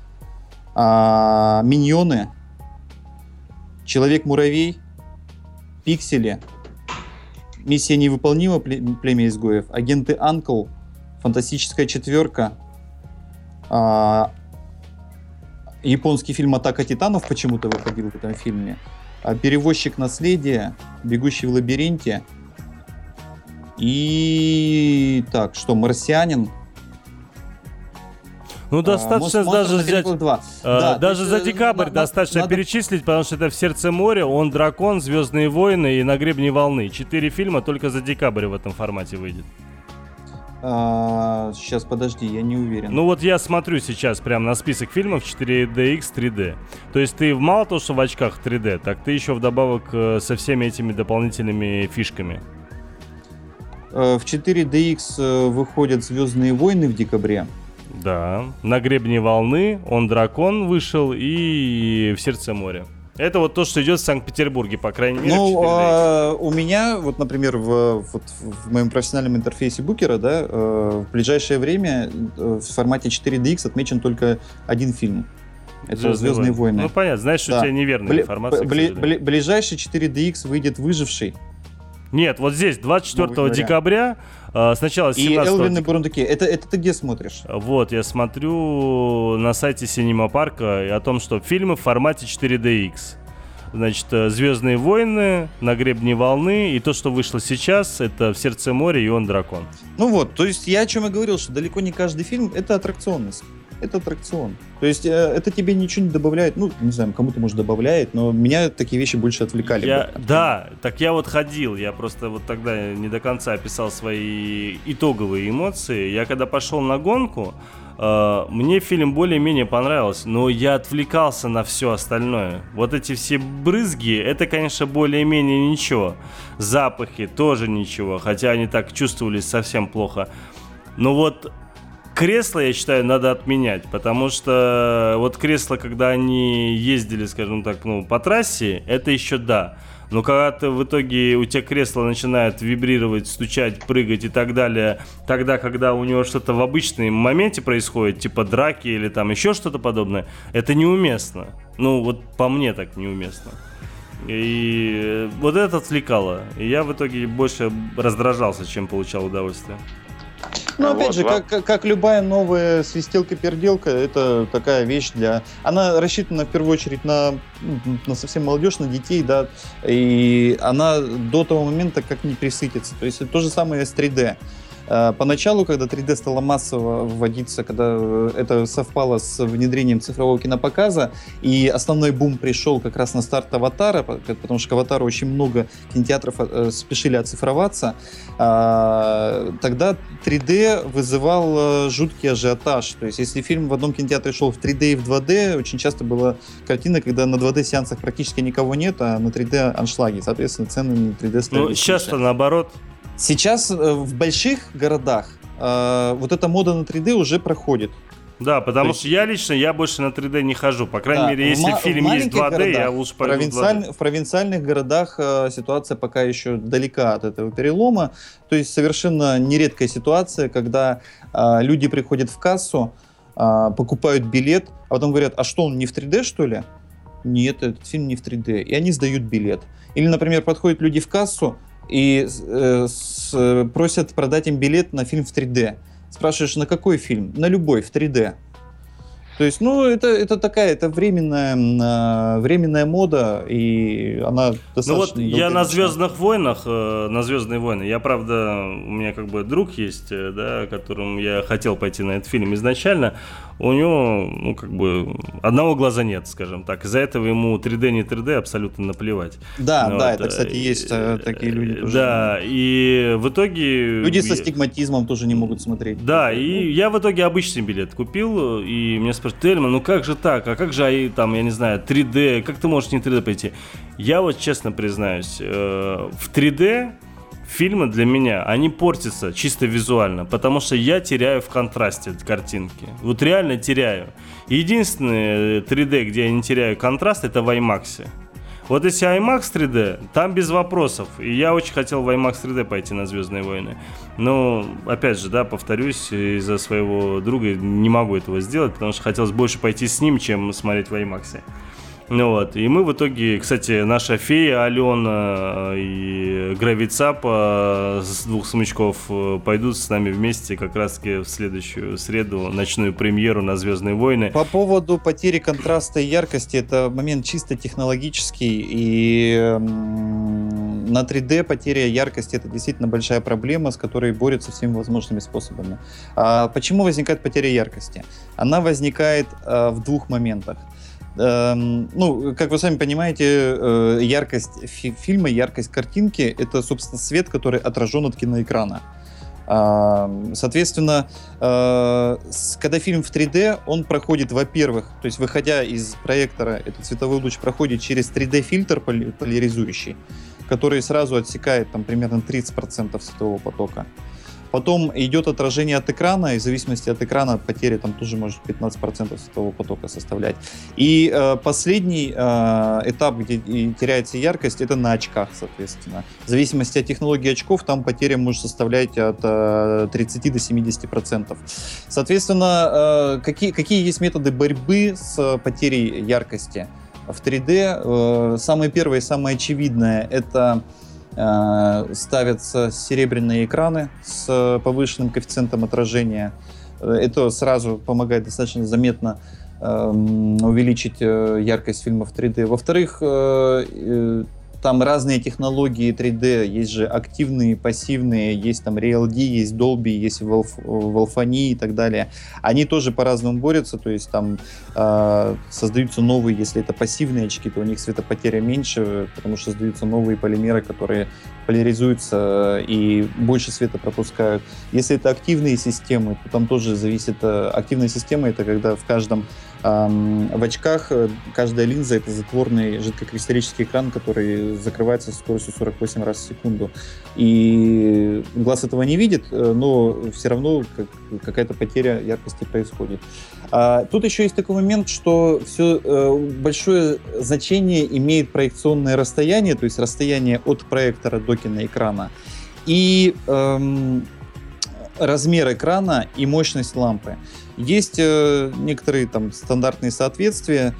«Миньоны», «Человек-муравей», «Пиксели», «Миссия невыполнима. Племя изгоев», «Агенты Анкл», «Фантастическая четверка», японский фильм «Атака титанов» почему-то выходил в этом фильме, «Перевозчик наследия», «Бегущий в лабиринте» и «Марсианин». Ну, достаточно даже взять... 2. Даже за декабрь достаточно перечислить, потому что это «В сердце моря», «Он дракон», «Звездные войны» и «На гребне волны». 4 фильма только за декабрь в этом формате выйдет. Сейчас, подожди, я не уверен. Ну вот я смотрю сейчас прям на список фильмов 4DX, 3D. То есть ты мало того, что в очках 3D, так ты еще вдобавок со всеми этими дополнительными фишками. В 4DX выходят «Звездные войны» в декабре. Да, «На гребне волны», «Он дракон» вышел и «В сердце моря». Это вот то, что идет в Санкт-Петербурге, по крайней мере. У меня, вот, например, в моем профессиональном интерфейсе букера, в ближайшее время в формате 4DX отмечен только один фильм. Это «Звездные войны». Ну, понятно, знаешь, что у тебя неверная информация. Ближайший 4DX выйдет «Выживший». Нет, вот здесь, 24 декабря, сначала 17 и Элвин и Бурундуки. Это ты где смотришь? Вот, я смотрю на сайте Cinema Park о том, что фильмы в формате 4DX. Значит, «Звездные войны», «На гребне волны» и то, что вышло сейчас, это «В сердце моря» и «Он дракон». Ну вот, то есть я о чем и говорил, что далеко не каждый фильм — это аттракционность. Это аттракцион. То есть это тебе ничего не добавляет. Ну, не знаю, кому-то, может, добавляет, но меня такие вещи больше отвлекали. Да, так я вот ходил, я просто вот тогда не до конца описал свои итоговые эмоции. Я когда пошел на гонку, мне фильм более-менее понравился, но я отвлекался на все остальное. Вот эти все брызги, это, конечно, более-менее ничего. Запахи тоже ничего, хотя они так чувствовались совсем плохо. Но вот кресла, я считаю, надо отменять, потому что вот кресла, когда они ездили, скажем так, по трассе, это еще да. Но когда ты в итоге, у тебя кресло начинает вибрировать, стучать, прыгать и так далее, тогда, когда у него что-то в обычном моменте происходит, типа драки или там еще что-то подобное, это неуместно. Ну, вот по мне так неуместно. И вот это отвлекало. И я в итоге больше раздражался, чем получал удовольствие. Ну, опять же, как любая новая свистелка-перделка, это такая вещь Она рассчитана в первую очередь на совсем молодежь, на детей, да, и она до того момента как не присытится. То есть это то же самое с 3D. Поначалу, когда 3D стало массово вводиться, когда это совпало с внедрением цифрового кинопоказа, и основной бум пришел как раз на старт «Аватара», потому что к «Аватару» очень много кинотеатров спешили оцифроваться, тогда 3D вызывал жуткий ажиотаж. То есть если фильм в одном кинотеатре шел в 3D и в 2D, очень часто была картина, когда на 2D-сеансах практически никого нет, а на 3D аншлаги. Соответственно, цены на 3D стали выше. Сейчас-то наоборот. Сейчас в больших городах вот эта мода на 3D уже проходит. Да, потому что я больше на 3D не хожу. По крайней мере, если фильм есть 2D, городах, я лучше пойду в 2D. В провинциальных городах ситуация пока еще далека от этого перелома. То есть совершенно нередкая ситуация, когда люди приходят в кассу, покупают билет, а потом говорят, а что, он не в 3D, что ли? Нет, этот фильм не в 3D. И они сдают билет. Или, например, подходят люди в кассу, и просят продать им билет на фильм в 3D. Спрашиваешь, на какой фильм? На любой, в 3D. То есть, ну, это такая, это временная мода, и она достаточно... Ну вот я на «Звездных войнах», на «Звездные войны», я, правда, у меня как бы друг есть, да, которому я хотел пойти на этот фильм изначально, у него, ну, как бы, одного глаза нет, скажем так, из-за этого ему 3D, не 3D абсолютно наплевать. Да, ну, да, это, кстати, есть такие люди тоже. Да, и в итоге... Люди со стигматизмом тоже не могут смотреть. Да, и я в итоге обычный билет купил, и меня спрашивают: Тельман, ну как же так, а как же, там, я не знаю, 3D, как ты можешь не 3D пойти? Я вот честно признаюсь, в 3D фильмы для меня, они портятся чисто визуально, потому что я теряю в контрасте картинки, вот реально теряю. Единственное 3D, где я не теряю контраст, это в IMAX. Вот если IMAX 3D, там без вопросов. И я очень хотел в IMAX 3D пойти на «Звездные войны». Но, опять же, да, повторюсь, из-за своего друга не могу этого сделать, потому что хотелось больше пойти с ним, чем смотреть в IMAX. Ну вот, и мы в итоге, кстати, наша фея Алена и Гравицапа с двух смычков пойдут с нами вместе как раз-таки в следующую среду, ночную премьеру на «Звездные войны». По поводу потери контраста и яркости, это момент чисто технологический, и на 3D потеря яркости — это действительно большая проблема, с которой борются всеми возможными способами. Почему возникает потеря яркости? Она возникает в двух моментах. Ну, как вы сами понимаете, яркость фильма, яркость картинки — это, собственно, свет, который отражен от киноэкрана. Соответственно, когда фильм в 3D, он проходит, во-первых, то есть выходя из проектора, этот цветовой луч проходит через 3D-фильтр поляризующий, который сразу отсекает там примерно 30% светового потока. Потом идет отражение от экрана, и в зависимости от экрана потеря там тоже может 15% светового потока составлять. И последний этап, где теряется яркость, это на очках, соответственно. В зависимости от технологии очков, там потеря может составлять от 30 до 70%. Соответственно, какие есть методы борьбы с потерей яркости в 3D? Самое первое и самое очевидное — это ставятся серебряные экраны с повышенным коэффициентом отражения. Это сразу помогает достаточно заметно увеличить яркость фильма в 3D. Во-вторых, там разные технологии 3D, есть же активные, пассивные, есть там RealD, есть Dolby, есть Волфони и так далее. Они тоже по-разному борются, то есть там создаются новые, если это пассивные очки, то у них светопотеря меньше, потому что создаются новые полимеры, которые поляризуются и больше света пропускают. Если это активные системы, то там тоже зависит. Активная система — это когда в очках каждая линза — это затворный жидкокристаллический экран, который закрывается со скоростью 48 раз в секунду. И глаз этого не видит, но все равно какая-то потеря яркости происходит. Тут еще есть такой момент, что большое значение имеет проекционное расстояние, то есть расстояние от проектора до киноэкрана, и размер экрана и мощность лампы. Есть некоторые там стандартные соответствия.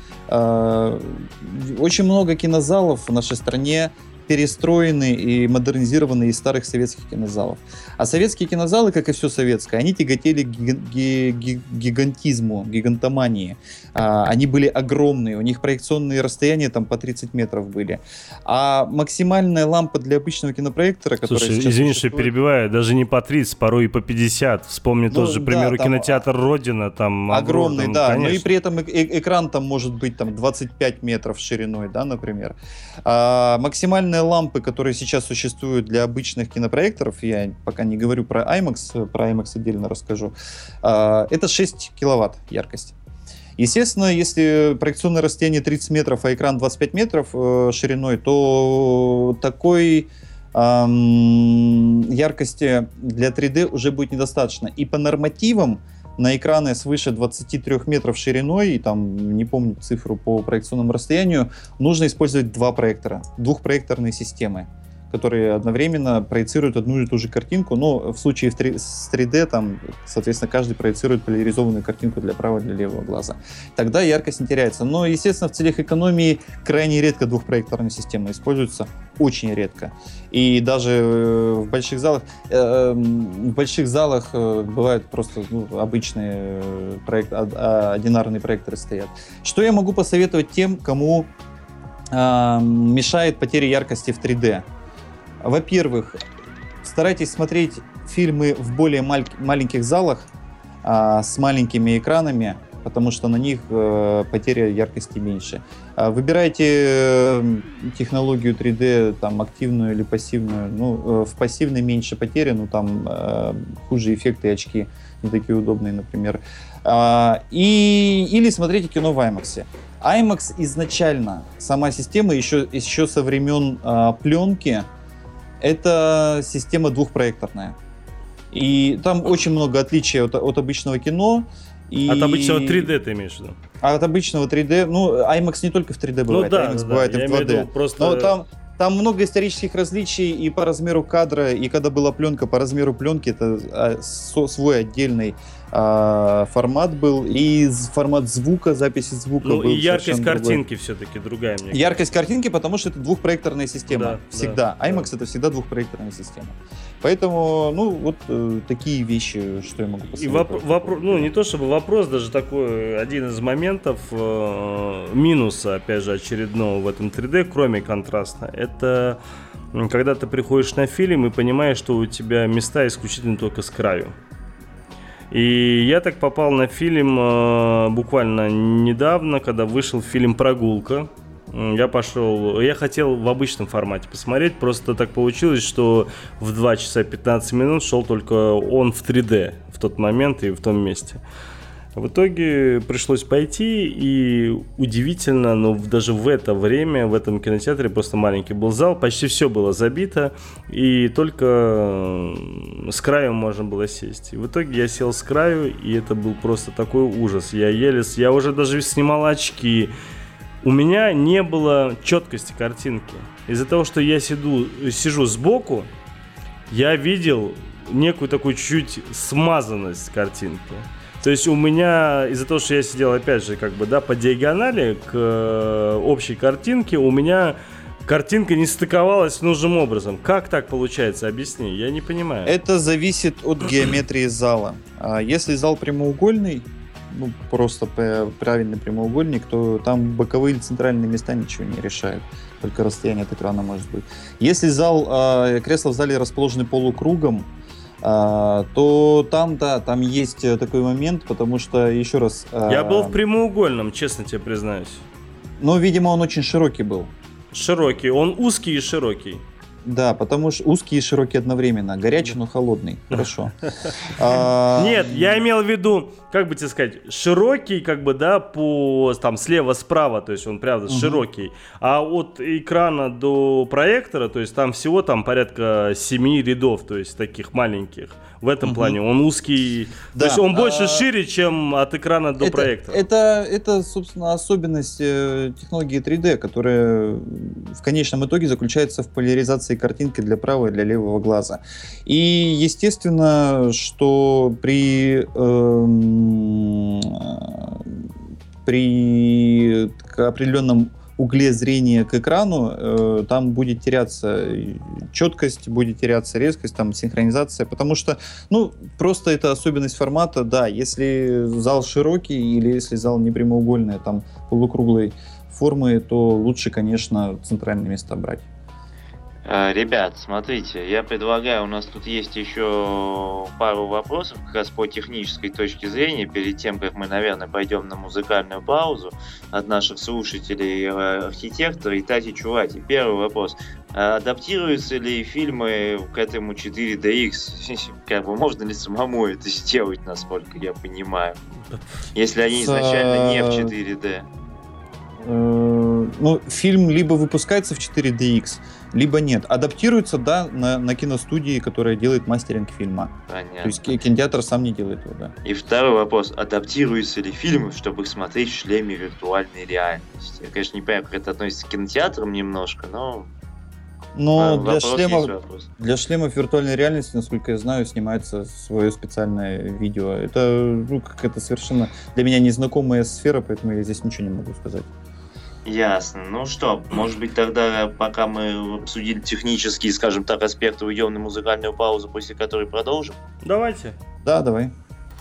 Очень много кинозалов в нашей стране перестроены и модернизированы из старых советских кинозалов. А советские кинозалы, как и все советское, они тяготели к гигантизму, гигантомании. Они были огромные, у них проекционные расстояния там по 30 метров были. А максимальная лампа для обычного кинопроектора, которая Слушай, извини, что перебиваю, даже не по 30, порой и по 50. Вспомни тоже, к примеру, кинотеатр «Родина». Там огромный, там, да. конечно. Но и при этом экран там может быть там 25 метров шириной, да, например. Максимальная лампы, которые сейчас существуют для обычных кинопроекторов, я пока не говорю про IMAX отдельно расскажу, это 6 киловатт яркость. Естественно, если проекционное расстояние 30 метров, а экран 25 метров шириной, то такой яркости для 3D уже будет недостаточно. И по нормативам на экраны свыше 23 метров шириной, и там, не помню цифру по проекционному расстоянию, нужно использовать два проектора, двухпроекторные системы, которые одновременно проецируют одну и ту же картинку, но в случае с 3D, там, соответственно, каждый проецирует поляризованную картинку для правого и для левого глаза. Тогда яркость не теряется. Но, естественно, в целях экономии крайне редко двухпроекторная система используется, очень редко. И даже в больших залах бывают просто обычные одинарные проекторы стоят. Что я могу посоветовать тем, кому мешает потеря яркости в 3D? Во-первых, старайтесь смотреть фильмы в более маленьких залах с маленькими экранами, потому что на них потеря яркости меньше. Выбирайте технологию 3D, там, активную или пассивную. В пассивной меньше потери, там хуже эффекты и очки не такие удобные, например. Или смотрите кино в IMAX. IMAX изначально, сама система еще со времен пленки, это система двухпроекторная. И там очень много отличий от обычного кино. От обычного 3D ты имеешь в виду? От обычного 3D. IMAX не только в 3D бывает, IMAX бывает и в 2D. Но там много исторических различий и по размеру кадра, и когда была пленка, по размеру пленки, это свой отдельный формат был, и формат звука, записи звука был. И яркость картинки все-таки другая, мне кажется. Яркость картинки, потому что это двухпроекторная система. Да, всегда. Да, IMAX это всегда двухпроекторная система. Поэтому, такие вещи, что я могу посоветовать. Не то чтобы вопрос, даже такой один из моментов минуса, опять же, очередного в этом 3D, кроме контраста, это когда ты приходишь на фильм и понимаешь, что у тебя места исключительно только с краю. И я так попал на фильм буквально недавно, когда вышел фильм «Прогулка». Я хотел в обычном формате посмотреть, просто так получилось, что в 2 часа 15 минут шел только он в 3D в тот момент и в том месте. В итоге пришлось пойти, и удивительно, но даже в это время, в этом кинотеатре просто маленький был зал, почти все было забито, и только с краю можно было сесть. И в итоге я сел с краю, и это был просто такой ужас. Я уже даже снимал очки. У меня не было четкости картинки. Из-за того, что я сижу сбоку, я видел некую такую чуть-чуть смазанность картинки. То есть у меня, из-за того, что я сидел, опять же, по диагонали к общей картинке, у меня картинка не стыковалась нужным образом. Как так получается? Объясни, я не понимаю. Это зависит от геометрии зала. Если зал прямоугольный, просто правильный прямоугольник, то там боковые или центральные места ничего не решают. Только расстояние от экрана может быть. Если кресла в зале расположены полукругом, то там есть такой момент, потому что, еще раз... Я был в прямоугольном, честно тебе признаюсь. Видимо, он очень широкий был. Широкий, он узкий и широкий. Да, потому что узкий и широкий одновременно. Горячий, но холодный. Хорошо. Нет, я имел в виду, как бы тебе сказать, широкий, слева-справа, то есть он, правда, широкий. А от экрана до проектора, то есть там всего порядка 7 рядов, то есть таких маленьких. В этом плане он узкий, да. То есть он больше шире, чем от экрана до проектора. Это, собственно, особенность технологии 3D, которая в конечном итоге заключается в поляризации картинки для правого и для левого глаза. И естественно, что при определенном угле зрения к экрану там будет теряться четкость, будет теряться резкость, синхронизация, потому что, просто это особенность формата, да, если зал широкий или если зал не прямоугольный, полукруглой формы, то лучше, конечно, центральные места брать. Ребят, смотрите, я предлагаю, у нас тут есть еще пару вопросов как раз по технической точке зрения, перед тем, как мы, наверное, пойдем на музыкальную паузу от наших слушателей архитектора и Тати Чувати. Первый вопрос. Адаптируются ли фильмы к этому 4DX? Можно ли самому это сделать, насколько я понимаю? Если они изначально не в 4D. Фильм либо выпускается в 4DX, либо нет. Адаптируется, да, на киностудии, которая делает мастеринг фильма. Понятно. То есть кинотеатр сам не делает его, да. И второй вопрос. Адаптируются ли фильмы, чтобы их смотреть в шлеме виртуальной реальности? Я, конечно, не понимаю, как это относится к кинотеатрам немножко, но... Но Вопрос. для шлемов виртуальной реальности, насколько я знаю, снимается свое специальное видео. Это, какая-то совершенно для меня незнакомая сфера, поэтому я здесь ничего не могу сказать. Ясно. Ну что, может быть, тогда, пока мы обсудили технические, скажем так, аспекты, уйдем на музыкальную паузу, после которой продолжим? Давайте. Да, давай.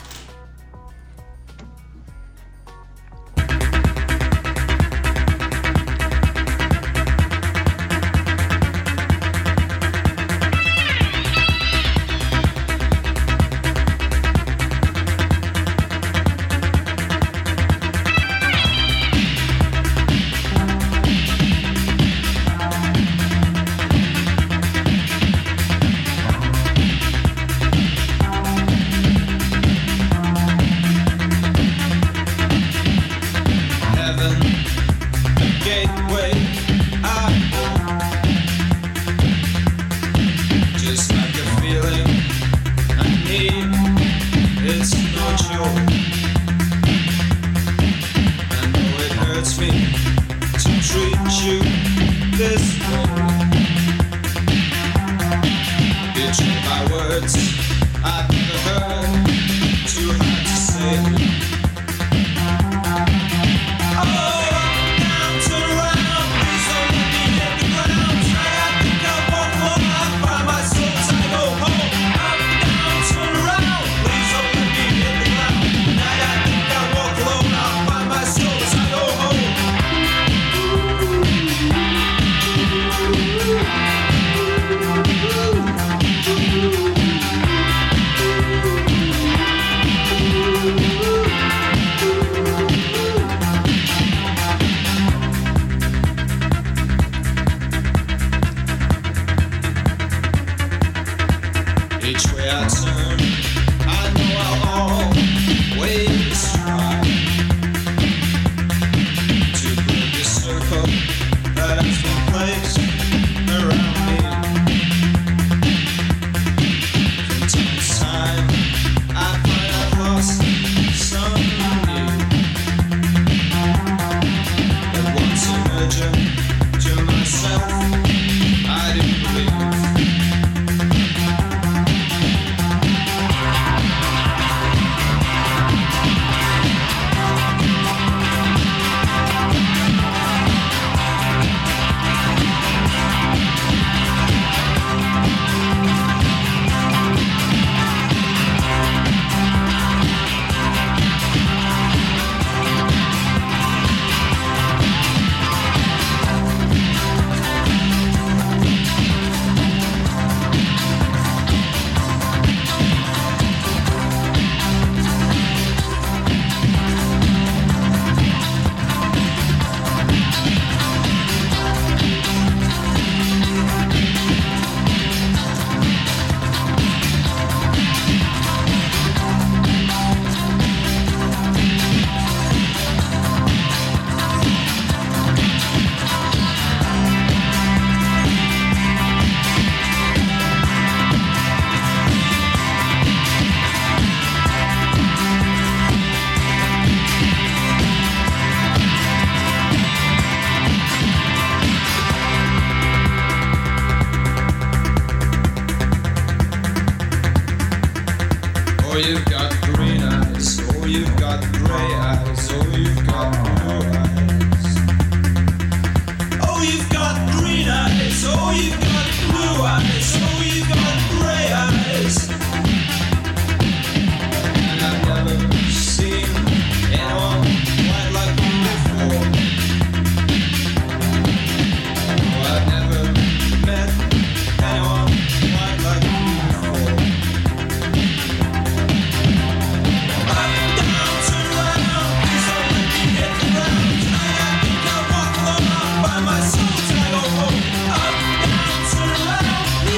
Oh, you've got green eyes. Oh, you've got gray eyes. Oh, you've got blue eyes. Oh, you've got green eyes. Oh, you've got blue eyes. Oh, you've got gray eyes. And I've never seen anyone quite like you before. Oh, I've never met anyone quite like you before. My soul, I go home. Up, down, turn around.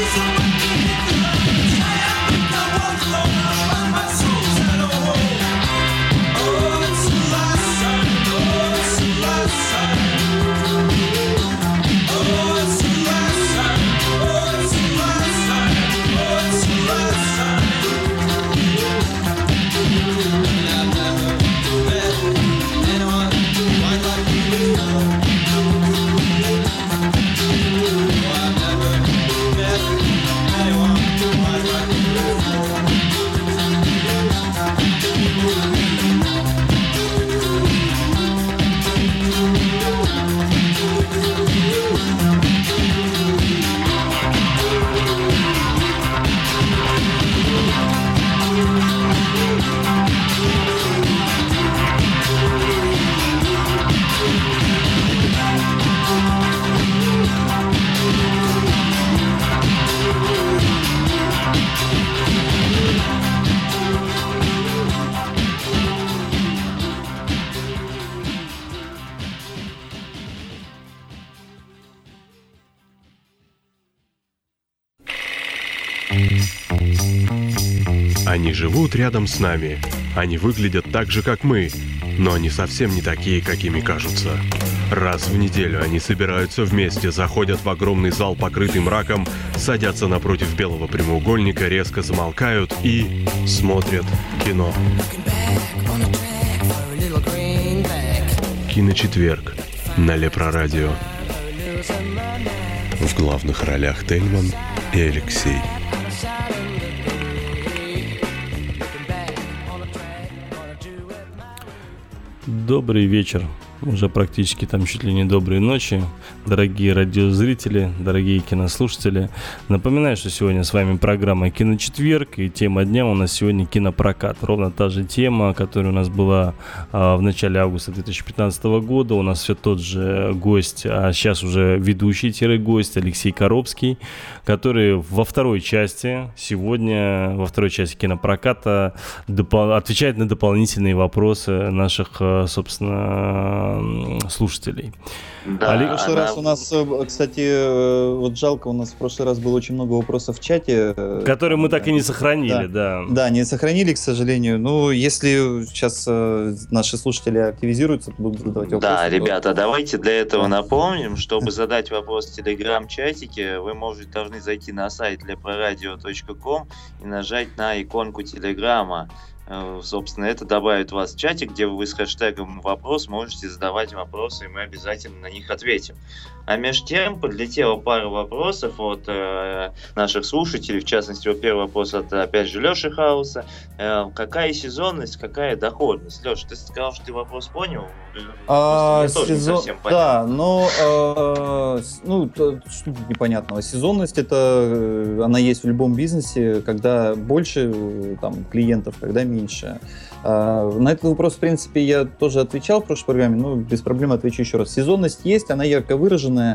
Они живут рядом с нами. Они выглядят так же, как мы, но они совсем не такие, какими кажутся. Раз в неделю они собираются вместе, заходят в огромный зал, покрытый мраком, садятся напротив белого прямоугольника, резко замолкают и смотрят кино. Киночетверг на Лепрорадио. В главных ролях Тельман и Алексей. Добрый вечер, уже практически там чуть ли не доброй ночи, дорогие радиозрители, дорогие кинослушатели. Напоминаю, что сегодня с вами программа «Киночетверг», и тема дня у нас сегодня кинопрокат. Ровно та же тема, которая у нас была в начале августа 2015 года. У нас все тот же гость, а сейчас уже ведущий-гость Алексей Коробский, который во второй части, сегодня во второй части кинопроката отвечает на дополнительные вопросы наших, собственно, слушателей. Да, в прошлый раз у нас, кстати, вот жалко, у нас в прошлый раз было очень много вопросов в чате. Которые мы так и не сохранили, да. Да, не сохранили, к сожалению. Ну, если сейчас наши слушатели активизируются, будут задавать вопросы. Да, ребята, давайте для этого напомним, чтобы задать вопрос в телеграм-чатике, вы должны зайти на сайт leproradio.com и нажать на иконку телеграма. Собственно, это добавит вас в чатик, где вы с хэштегом «вопрос» можете задавать вопросы, и мы обязательно на них ответим. А между тем подлетела пара вопросов от наших слушателей, в частности, вот первый вопрос от, опять же, Леши Хауса. Какая сезонность, какая доходность? Леша, ты сказал, что ты вопрос понял? Мне тоже не совсем понятно. Да, но что тут непонятного? Сезонность, она есть в любом бизнесе, когда больше там клиентов, когда меньше. На этот вопрос, в принципе, я тоже отвечал в прошлой программе, но без проблем отвечу еще раз. Сезонность есть, она ярко выраженная.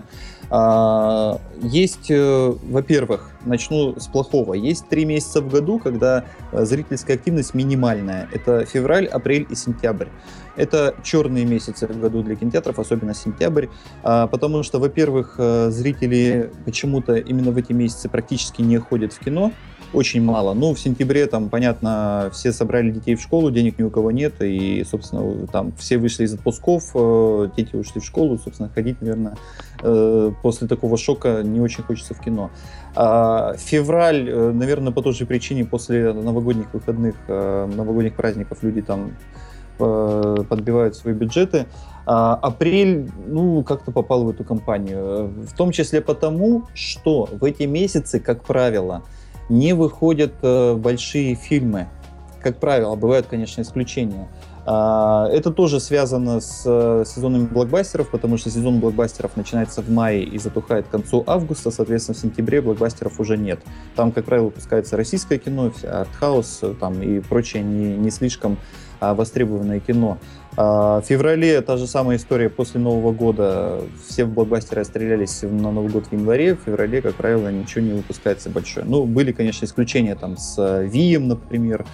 Есть, во-первых, начну с плохого. Есть 3 месяца в году, когда зрительская активность минимальная. Это февраль, апрель и сентябрь. Это черные месяцы в году для кинотеатров, особенно сентябрь, потому что, во-первых, зрители почему-то именно в эти месяцы практически не ходят в кино. Очень мало. Ну, в сентябре, там, понятно, все собрали детей в школу, денег ни у кого нет, и, собственно, там все вышли из отпусков, дети ушли в школу, собственно, ходить, наверное, после такого шока не очень хочется в кино. Февраль, наверное, по той же причине, после новогодних выходных, новогодних праздников люди там подбивают свои бюджеты. Апрель, как-то попал в эту компанию. В том числе потому, что в эти месяцы, как правило, не выходят большие фильмы. Как правило, бывают, конечно, исключения. Это тоже связано с сезоном блокбастеров, потому что сезон блокбастеров начинается в мае и затухает к концу августа, соответственно, в сентябре блокбастеров уже нет. Там, как правило, выпускается российское кино, артхаус там, и прочее не слишком востребованное кино. В феврале та же самая история. После Нового года все блокбастеры отстрелялись на Новый год в январе. В феврале, как правило, ничего не выпускается большое. Ну, были, конечно, исключения там с Вием, например.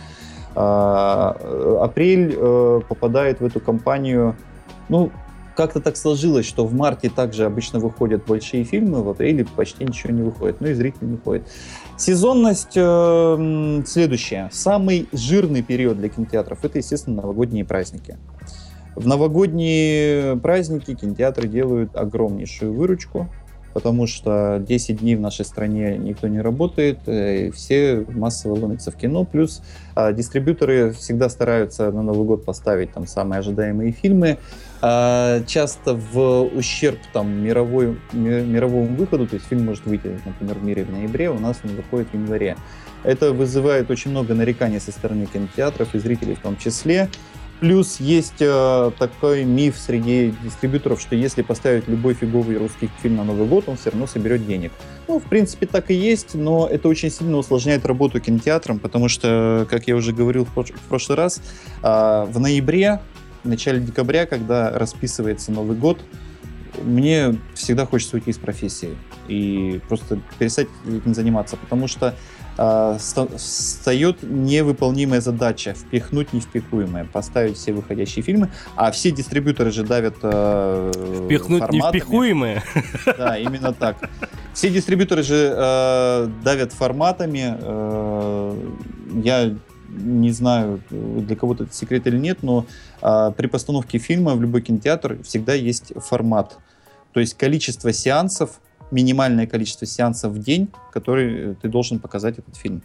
Апрель попадает в эту компанию. Как-то так сложилось, что в марте также обычно выходят большие фильмы, в апреле почти ничего не выходит, и зритель не ходит. Сезонность следующая. Самый жирный период для кинотеатров – это, естественно, новогодние праздники. В новогодние праздники кинотеатры делают огромнейшую выручку, потому что 10 дней в нашей стране никто не работает, и все массово ломятся в кино. Плюс дистрибьюторы всегда стараются на Новый год поставить там самые ожидаемые фильмы. Часто в ущерб там мировому выходу, то есть фильм может выйти, например, в мире в ноябре, у нас он выходит в январе. Это вызывает очень много нареканий со стороны кинотеатров и зрителей в том числе. Плюс есть такой миф среди дистрибьюторов, что если поставить любой фиговый русский фильм на Новый год, он все равно соберет денег. В принципе, так и есть, но это очень сильно усложняет работу кинотеатрам, потому что, как я уже говорил в прошлый раз, в ноябре, в начале декабря, когда расписывается Новый год, мне всегда хочется уйти из профессии и просто перестать этим заниматься, потому что встает невыполнимая задача впихнуть невпихуемое, поставить все выходящие фильмы, а все дистрибьюторы же давят впихнуть форматами. Невпихуемое? Да, именно так. Все дистрибьюторы же давят форматами. Я не знаю, для кого-то это секрет или нет, но при постановке фильма в любой кинотеатр всегда есть формат. То есть количество сеансов, минимальное количество сеансов в день, который ты должен показать этот фильм.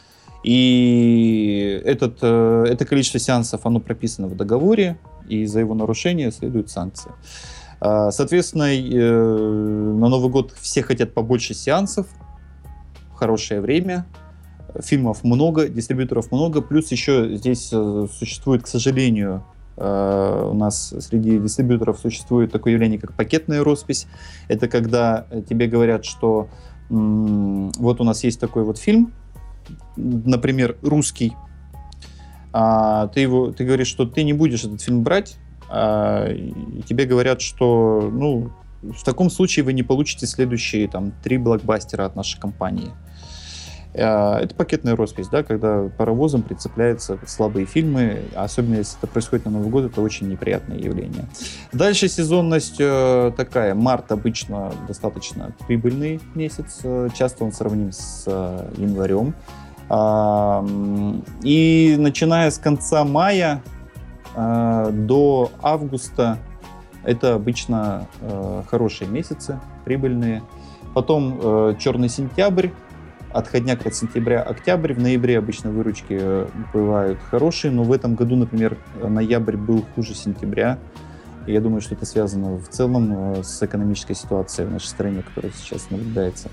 И это количество сеансов, оно прописано в договоре, и за его нарушение следует санкции. Соответственно, на Новый год все хотят побольше сеансов, хорошее время, фильмов много, дистрибьюторов много, плюс еще здесь существует, к сожалению, у нас среди дистрибьюторов существует такое явление, как пакетная роспись. Это когда тебе говорят, что вот у нас есть такой вот фильм, например, русский, ты говоришь, что ты не будешь этот фильм брать, и тебе говорят, что в таком случае вы не получите следующие 3 блокбастера от нашей компании. Это пакетная роспись, да, когда паровозом прицепляются слабые фильмы, особенно если это происходит на Новый год, это очень неприятное явление. Дальше сезонность такая. Март обычно достаточно прибыльный месяц, часто он сравним с январем. И начиная с конца мая до августа это обычно хорошие месяцы, прибыльные. Потом черный сентябрь, отходняк от сентября, октябрь. В ноябре обычно выручки бывают хорошие, но в этом году, например, ноябрь был хуже сентября. И я думаю, что это связано в целом с экономической ситуацией в нашей стране, которая сейчас наблюдается.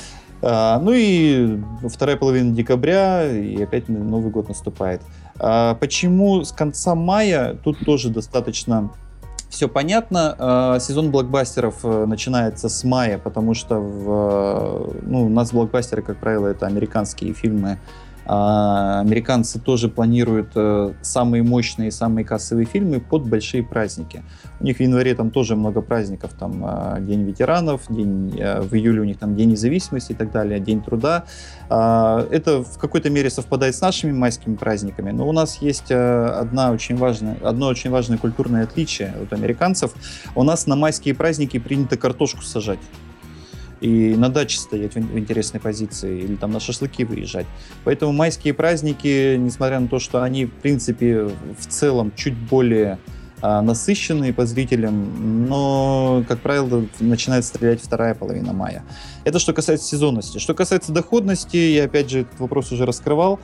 И вторая половина декабря, и опять Новый год наступает. Почему с конца мая? Тут тоже достаточно все понятно. Сезон блокбастеров начинается с мая, потому что у нас блокбастеры, как правило, это американские фильмы. Американцы тоже планируют самые мощные, самые кассовые фильмы под большие праздники. У них в январе там тоже много праздников, там День ветеранов, в июле у них там День независимости и так далее, День труда. Это в какой-то мере совпадает с нашими майскими праздниками, но у нас есть одно очень важное культурное отличие от американцев. У нас на майские праздники принято картошку сажать и на даче стоять в интересной позиции, или там на шашлыки выезжать. Поэтому майские праздники, несмотря на то, что они, в принципе, в целом чуть более насыщенные по зрителям, но, как правило, начинает стрелять вторая половина мая. Это что касается сезонности. Что касается доходности, я опять же этот вопрос уже раскрывал,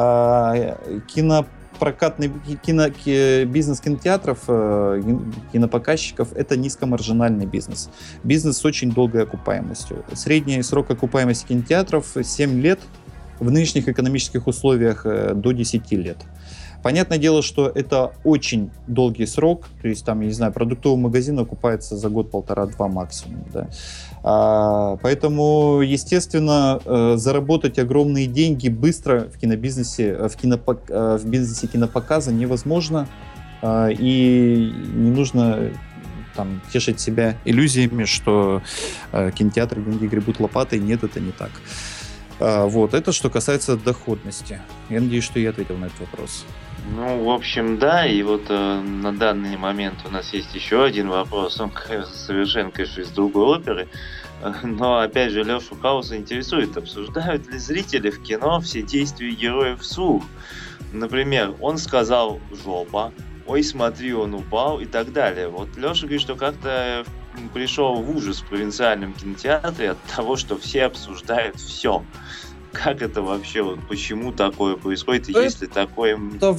бизнес кинотеатров, кинопоказчиков — это низкомаржинальный бизнес. Бизнес с очень долгой окупаемостью. Средний срок окупаемости кинотеатров 7 лет, в нынешних экономических условиях до 10 лет. Понятное дело, что это очень долгий срок, то есть там, я не знаю, продуктовый магазин окупается за год, 1,5-2 максимум, да. Поэтому, естественно, заработать огромные деньги быстро в кинобизнесе, в бизнесе кинопоказа невозможно, и не нужно там тешить себя иллюзиями, что кинотеатры деньги гребут лопатой. Нет, это не так. Вот, это что касается доходности. Я надеюсь, что я ответил на этот вопрос. В общем, да, и вот на данный момент у нас есть еще один вопрос, он совершенно, конечно, из другой оперы, но, опять же, Лешу Хауса интересует, обсуждают ли зрители в кино все действия героев вслух. Например, он сказал «жопа», «ой, смотри, он упал» и так далее. Вот Леша говорит, что как-то пришел в ужас в провинциальном кинотеатре от того, что все обсуждают все. Как это вообще, почему такое происходит, и если такое... Это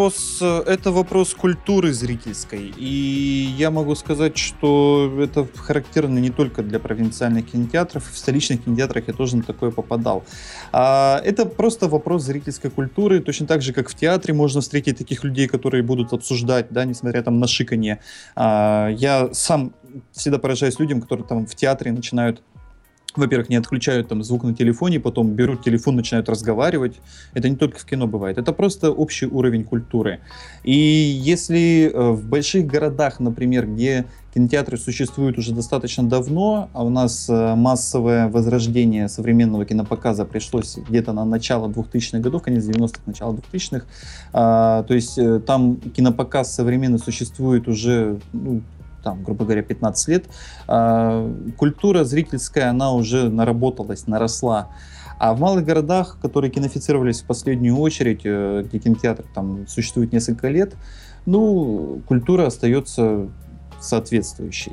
вопрос культуры зрительской, и я могу сказать, что это характерно не только для провинциальных кинотеатров, в столичных кинотеатрах я тоже на такое попадал. Это просто вопрос зрительской культуры, точно так же, как в театре можно встретить таких людей, которые будут обсуждать, да, несмотря там на шиканье. Я сам всегда поражаюсь людям, которые там в театре начинают, во-первых, не отключают там звук на телефоне, потом берут телефон, начинают разговаривать. Это не только в кино бывает. Это просто общий уровень культуры. И если в больших городах, например, где кинотеатры существуют уже достаточно давно, а у нас массовое возрождение современного кинопоказа пришлось где-то на начало 2000-х годов, конец 90-х, начало 2000-х, то есть там кинопоказ современный существует уже, там, грубо говоря, 15 лет, культура зрительская, она уже наработалась, наросла. А в малых городах, которые кинофицировались в последнюю очередь, где кинотеатр там существует несколько лет, ну, культура остается соответствующей.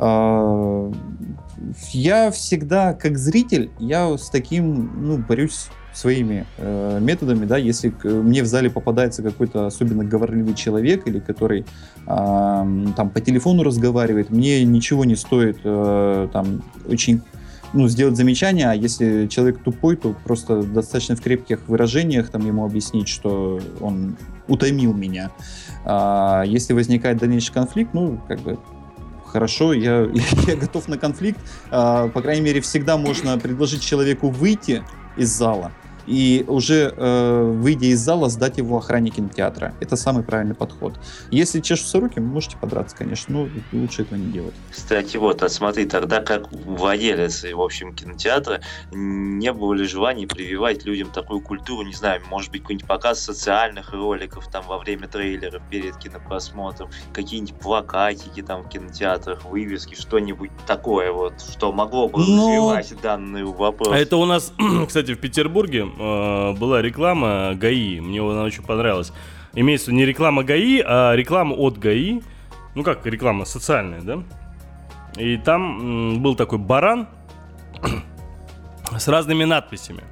Я всегда, как зритель, я с таким, ну, борюсь своими методами, да, если мне в зале попадается какой-то особенно говорливый человек или который там по телефону разговаривает, мне ничего не стоит там очень, ну, сделать замечание, а если человек тупой, то просто достаточно в крепких выражениях там ему объяснить, что он утомил меня. Если возникает дальнейший конфликт, ну, как бы, хорошо, я готов на конфликт. По крайней мере, всегда можно предложить человеку выйти из зала и уже, выйдя из зала, сдать его охране кинотеатра. Это самый правильный подход. Если чешутся руки, можете подраться, конечно, но лучше этого не делать. Кстати, вот, смотри, тогда как владелец, в общем, кинотеатра, не было ли желания прививать людям такую культуру, не знаю, может быть, какой-нибудь показ социальных роликов там во время трейлеров, перед кинопросмотром, какие-нибудь плакатики там в кинотеатрах, вывески, что-нибудь такое вот, что могло бы развивать данный вопрос. А это у нас, кстати, в Петербурге была реклама ГАИ, мне она очень понравилась. Имеется в виду не реклама ГАИ, а реклама от ГАИ. Ну как реклама социальная, да? И там был такой баран с разными надписями.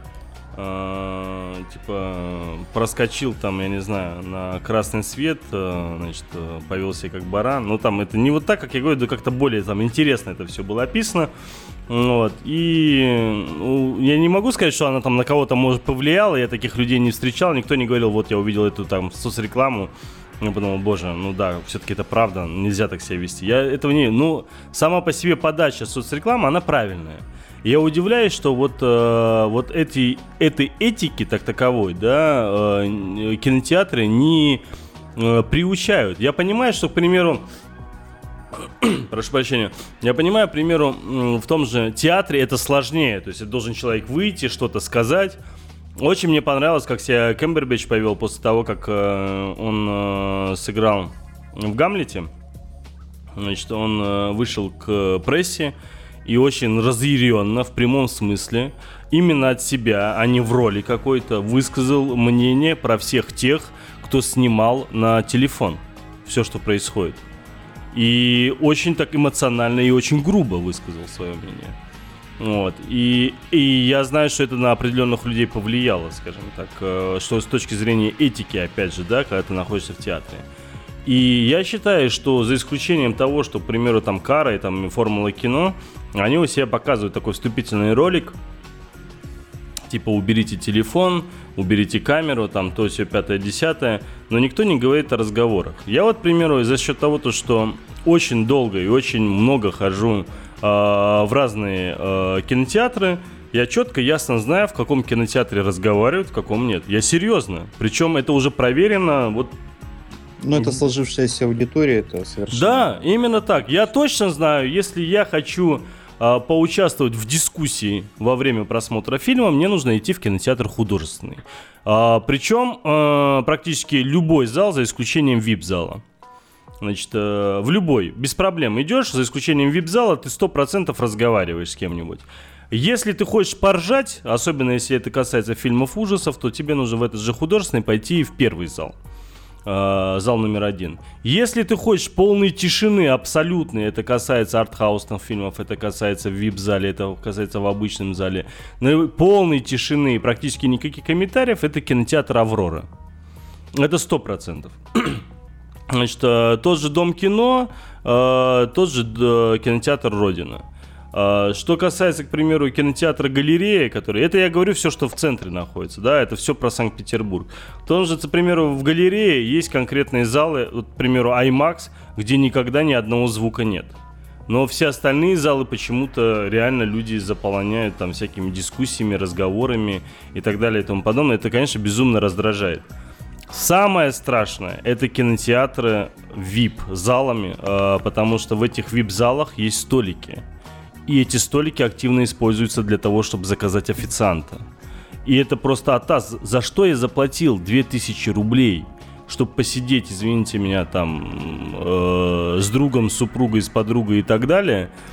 Типа проскочил там, я не знаю, на красный свет, значит, повел себя как баран. Ну там это не вот так, как я говорю, да как-то более там интересно это все было описано. Вот. И я не могу сказать, что она там на кого-то, может, повлияла. Я таких людей не встречал. Никто не говорил, вот я увидел эту там соцрекламу. Я подумал, боже, ну да, все-таки это правда. Нельзя так себя вести. Я этого не... Ну, сама по себе подача соцрекламы, она правильная. И я удивляюсь, что вот этой этики, так таковой, да, кинотеатры не приучают. Я понимаю, что, к примеру, прошу прощения. Я понимаю, к примеру, в том же театре это сложнее. То есть должен человек выйти, что-то сказать. Очень мне понравилось, как себя Кэмбербэтч повел после того, как он сыграл в «Гамлете». Значит, он вышел к прессе и очень разъяренно, в прямом смысле, именно от себя, а не в роли какой-то, высказал мнение про всех тех, кто снимал на телефон все, что происходит. И очень так эмоционально и очень грубо высказал свое мнение. Вот. И я знаю, что это на определенных людей повлияло, скажем так, что с точки зрения этики, опять же, да, когда ты находишься в театре. И я считаю, что за исключением того, что, к примеру, там Кара и там Формула кино, они у себя показывают такой вступительный ролик, типа уберите телефон, уберите камеру, там то все 5-10, но никто не говорит о разговорах. Я вот, к примеру, за счет того, что очень долго и очень много хожу в разные кинотеатры, я четко, ясно знаю, в каком кинотеатре разговаривают, в каком нет. Я серьезно. Причем это уже проверено. Вот. Ну, это сложившаяся аудитория, это совершенно... Да, именно так. Я точно знаю, если я хочу поучаствовать в дискуссии во время просмотра фильма, мне нужно идти в кинотеатр художественный. Причем практически любой зал, за исключением VIP-зала. Значит, в любой, без проблем идешь, за исключением VIP-зала, ты 100% разговариваешь с кем-нибудь. Если ты хочешь поржать, особенно если это касается фильмов ужасов, то тебе нужно в этот же художественный пойти в первый зал. Зал номер 1. Если ты хочешь полной тишины абсолютной, это касается артхаусных фильмов, это касается в VIP-зале, это касается в обычном зале, но полной тишины и практически никаких комментариев, это кинотеатр «Аврора». Это 100%. Значит, тот же Дом кино, тот же кинотеатр «Родина». Что касается, к примеру, кинотеатра «Галерея», который... Это я говорю все, что в центре находится, да, это все про Санкт-Петербург. В том же, к примеру, в «Галерее» есть конкретные залы, вот, к примеру, IMAX, где никогда ни одного звука нет. Но все остальные залы почему-то реально люди заполоняют там всякими дискуссиями, разговорами и так далее и тому подобное. Это, конечно, безумно раздражает. Самое страшное – это кинотеатры VIP-залами, потому что в этих VIP-залах есть столики. И эти столики активно используются для того, чтобы заказать официанта. И это просто атас. За что я заплатил 2000 рублей, чтобы посидеть, извините меня, там, с другом, с супругой, с подругой и так далее.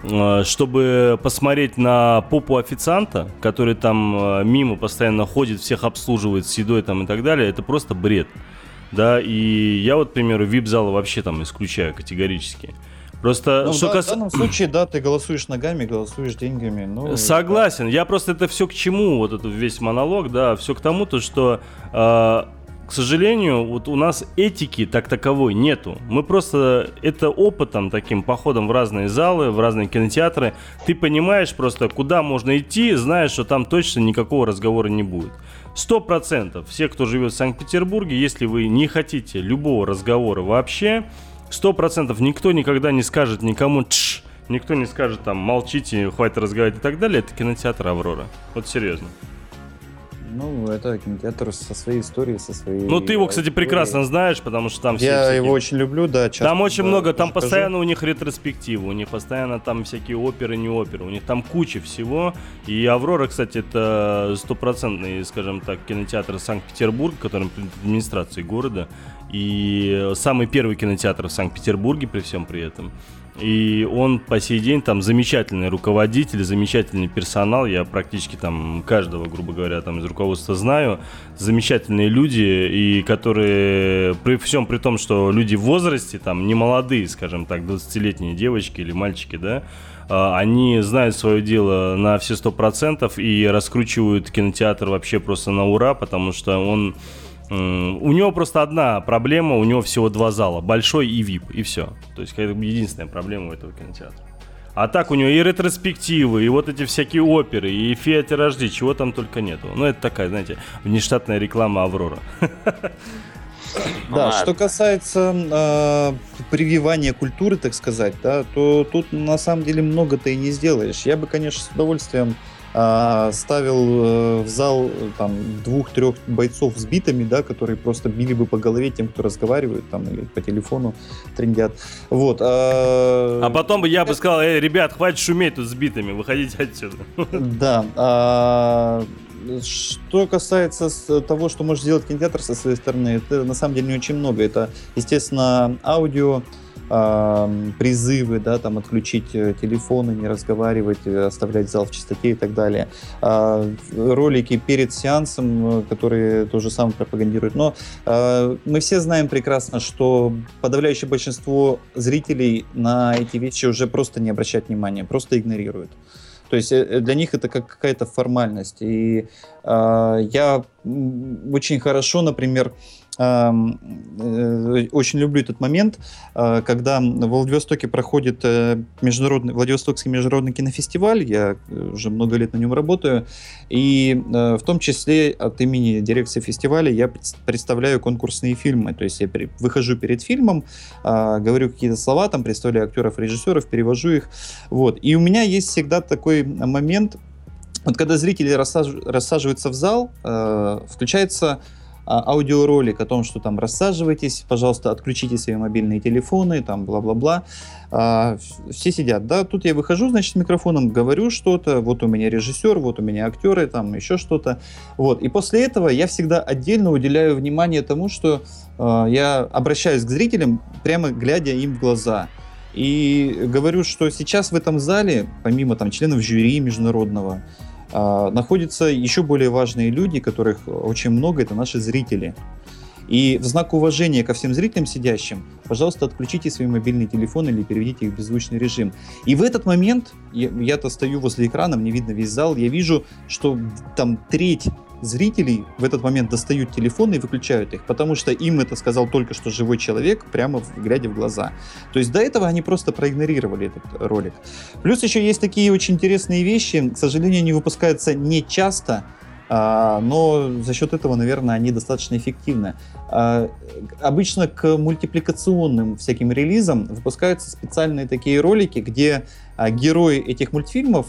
чтобы посмотреть на попу официанта, который там мимо постоянно ходит, всех обслуживает с едой там и так далее, это просто бред. Да, и я вот, к примеру, вип-залы вообще там исключаю категорически. Просто, в данном случае, да, ты голосуешь ногами, голосуешь деньгами. Ну, согласен. Я просто это все к чему, вот этот весь монолог, да, все к тому, то, что, к сожалению, вот у нас этики так таковой нету. Мы просто, это опытом, таким походом в разные залы, в разные кинотеатры, ты понимаешь просто, куда можно идти, знаешь, что там точно никакого разговора не будет. 100% все, кто живет в Санкт-Петербурге, если вы не хотите любого разговора вообще, 100% никто никогда не скажет никому «тш», никто не скажет там «молчите, хватит разговаривать» и так далее. Это кинотеатр «Аврора». Вот серьезно. Ну, это кинотеатр со своей историей, со своей... Ну, ты его, кстати, прекрасно знаешь, потому что там все Я всякие... его очень люблю, да. Часто, там очень много, там хожу. постоянно у них ретроспективы, у них постоянно там всякие оперы, не оперы, у них там куча всего. И «Аврора», кстати, это стопроцентный, скажем так, кинотеатр Санкт-Петербурга, который при администрации города. И самый первый кинотеатр в Санкт-Петербурге при всем при этом. И он по сей день там замечательный руководитель, замечательный персонал. Я практически там каждого, грубо говоря, там из руководства знаю. Замечательные люди, и которые при всем при том, что люди в возрасте, там не молодые, скажем так, 20-летние девочки или мальчики, да, они знают свое дело на все 100% и раскручивают кинотеатр вообще просто на ура, потому что он... У него просто одна проблема, у него всего 2 зала, большой и VIP, и все. То есть это единственная проблема у этого кинотеатра. А так у него и ретроспективы, и вот эти всякие оперы, и фиаты рожди, чего там только нету. Ну это такая, знаете, внештатная реклама «Аврора». Да, что касается прививания культуры, так сказать, да, то тут на самом деле много ты и не сделаешь. Я бы, конечно, с удовольствием ставил в зал там 2-3 бойцов с битами, да, которые просто били бы по голове тем, кто разговаривает там или по телефону трындят. Вот. А потом бы я бы сказал: ребят, хватит шуметь тут с битами, выходите отсюда. Да. Что касается того, что может сделать кинотеатр со своей стороны, это на самом деле не очень много. Это, естественно, аудио, призывы, да, там отключить телефоны, не разговаривать, оставлять зал в чистоте и так далее. Ролики перед сеансом, которые то же самое пропагандируют. Но мы все знаем прекрасно, что подавляющее большинство зрителей на эти вещи уже просто не обращают внимания, просто игнорируют. То есть для них это как какая-то формальность. И я очень хорошо, например, очень люблю этот момент, когда в Владивостоке проходит Владивостокский международный кинофестиваль, я уже много лет на нем работаю, и в том числе от имени дирекции фестиваля я представляю конкурсные фильмы, то есть я выхожу перед фильмом, говорю какие-то слова, там представляю актеров, режиссеров, перевожу их, вот, и у меня есть всегда такой момент, вот когда зрители рассаживаются в зал, включается аудиоролик о том, что там рассаживайтесь, пожалуйста, отключите свои мобильные телефоны, там бла-бла-бла. Все сидят, да, тут я выхожу, значит, с микрофоном, говорю что-то, вот у меня режиссер, вот у меня актеры, там еще что-то. Вот, и после этого я всегда отдельно уделяю внимание тому, что я обращаюсь к зрителям, прямо глядя им в глаза. И говорю, что сейчас в этом зале, помимо там членов жюри международного, находятся еще более важные люди, которых очень много, это наши зрители. И в знак уважения ко всем зрителям сидящим, пожалуйста, отключите свои мобильные телефоны или переведите их в беззвучный режим. И в этот момент, я-то стою возле экрана, мне видно весь зал, я вижу, что там треть зрителей в этот момент достают телефоны и выключают их, потому что им это сказал только что живой человек, прямо глядя в глаза. То есть до этого они просто проигнорировали этот ролик. Плюс еще есть такие очень интересные вещи, к сожалению, они выпускаются не часто, но за счет этого, наверное, они достаточно эффективны. Обычно к мультипликационным всяким релизам выпускаются специальные такие ролики, где герои этих мультфильмов,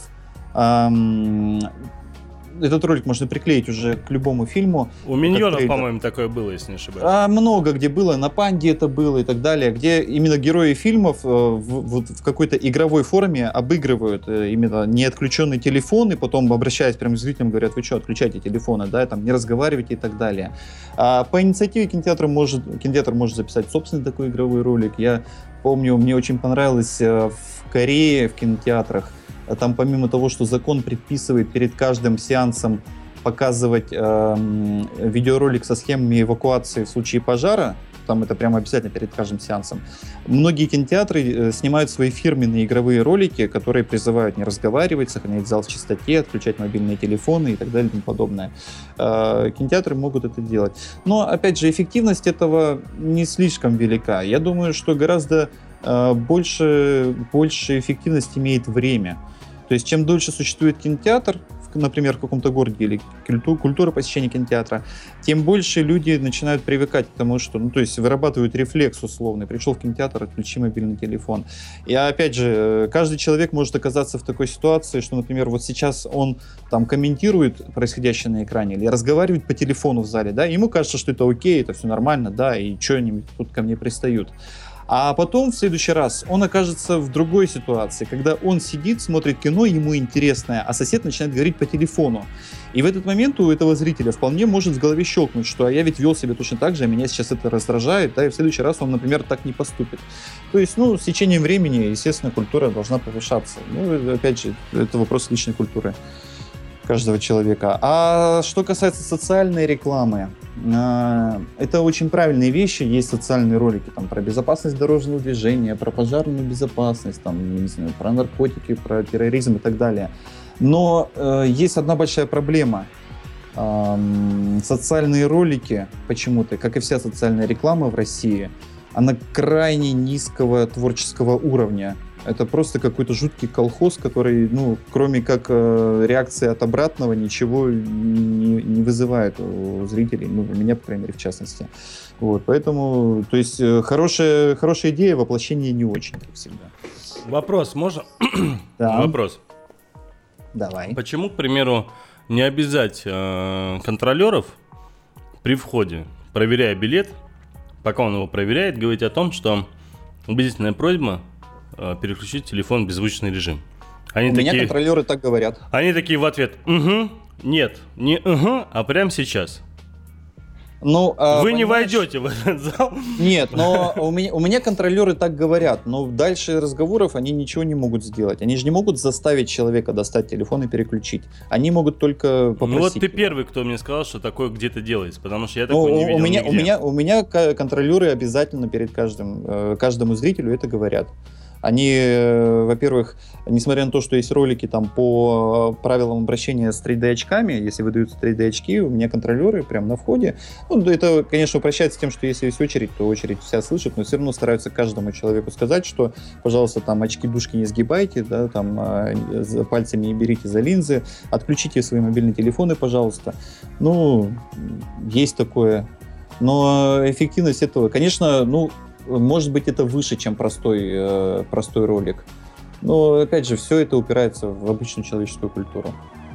этот ролик можно приклеить уже к любому фильму. У «Миньонов», по-моему, такое было, если не ошибаюсь. Много где было, на «Панде» это было и так далее, где именно герои фильмов в какой-то игровой форме обыгрывают именно неотключенный телефон, и потом, обращаясь прямо к зрителям, говорят: вы что, отключайте телефоны, да, там, не разговаривайте и так далее. По инициативе кинотеатр может записать собственный такой игровой ролик. Я помню, мне очень понравилось в Корее, в кинотеатрах, там помимо того, что закон предписывает перед каждым сеансом показывать видеоролик со схемами эвакуации в случае пожара, там это прямо обязательно перед каждым сеансом, многие кинотеатры снимают свои фирменные игровые ролики, которые призывают не разговаривать, сохранять зал в чистоте, отключать мобильные телефоны и так далее и тому подобное. Кинотеатры могут это делать. Но, опять же, эффективность этого не слишком велика. Я думаю, что гораздо больше эффективность имеет время. То есть, чем дольше существует кинотеатр, например, в каком-то городе, или культура посещения кинотеатра, тем больше люди начинают привыкать к тому, что, то есть вырабатывают рефлекс условный. Пришел в кинотеатр, отключи мобильный телефон. И опять же, каждый человек может оказаться в такой ситуации, что, например, вот сейчас он там комментирует происходящее на экране или разговаривает по телефону в зале, да, ему кажется, что это окей, это все нормально, да, и что они тут ко мне пристают. А потом, в следующий раз, он окажется в другой ситуации, когда он сидит, смотрит кино, ему интересное, а сосед начинает говорить по телефону. И в этот момент у этого зрителя вполне может в голове щелкнуть, что я ведь вел себя точно так же, а меня сейчас это раздражает, да, и в следующий раз он, например, так не поступит. То есть, с течением времени, естественно, культура должна повышаться. Опять же, это вопрос личной культуры каждого человека. А что касается социальной рекламы, это очень правильные вещи. Есть социальные ролики там, про безопасность дорожного движения, про пожарную безопасность, там, не знаю, про наркотики, про терроризм и так далее. Но есть одна большая проблема. Социальные ролики почему-то, как и вся социальная реклама в России, она крайне низкого творческого уровня. Это просто какой-то жуткий колхоз, который, кроме как реакции от обратного, ничего не вызывает у зрителей, у меня, по крайней мере, в частности. Вот, поэтому, то есть, хорошая идея, воплощение не очень, как всегда. Вопрос можно? Да. Вопрос. Давай. Почему, к примеру, не обязать контролеров при входе, проверяя билет, пока он его проверяет, говорить о том, что убедительная просьба переключить телефон в беззвучный режим. Меня контролеры так говорят. Они такие в ответ: угу, нет, не угу, а прямо сейчас. Вы не войдете в этот зал. Нет, но у меня контролеры так говорят, но дальше разговоров они ничего не могут сделать. Они же не могут заставить человека достать телефон и переключить. Они могут только попросить. Вот ты первый, кто мне сказал, что такое где-то делается, потому что я такого не видел нигде. У меня контролеры обязательно перед каждому зрителю это говорят. Они, во-первых, несмотря на то, что есть ролики там по правилам обращения с 3D-очками, если выдаются 3D-очки, у меня контролеры прямо на входе. Это, конечно, упрощается тем, что если есть очередь, то очередь вся слышит, но все равно стараются каждому человеку сказать, что, пожалуйста, там очки-душки не сгибайте, да, там пальцами не берите за линзы, отключите свои мобильные телефоны, пожалуйста. Есть такое. Но эффективность этого, конечно, может быть, это выше, чем простой ролик. Но, опять же, все это упирается в обычную человеческую культуру.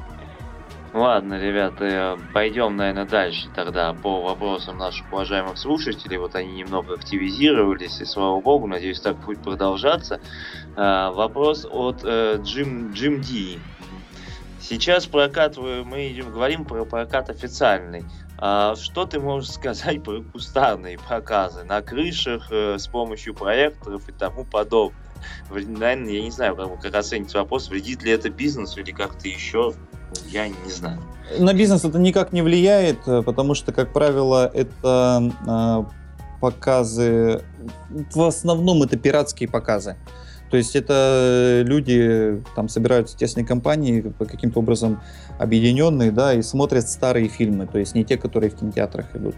Ладно, ребята, пойдем, наверное, дальше тогда по вопросам наших уважаемых слушателей. Вот они немного активизировались, и слава богу, надеюсь, так будет продолжаться. Вопрос от Джим Ди. Сейчас мы говорим про прокат официальный. Что ты можешь сказать про кустарные показы на крышах с помощью проекторов и тому подобное? Наверное, я не знаю, как оценить вопрос, вредит ли это бизнесу или как-то еще, я не знаю. На бизнес это никак не влияет, потому что, как правило, это показы, в основном это пиратские показы. То есть это люди там собираются в тесной компании, каким-то образом объединенные, да, и смотрят старые фильмы, то есть не те, которые в кинотеатрах идут.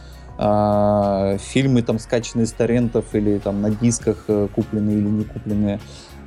Фильмы там скачанные с торрентов или там на дисках купленные или не купленные.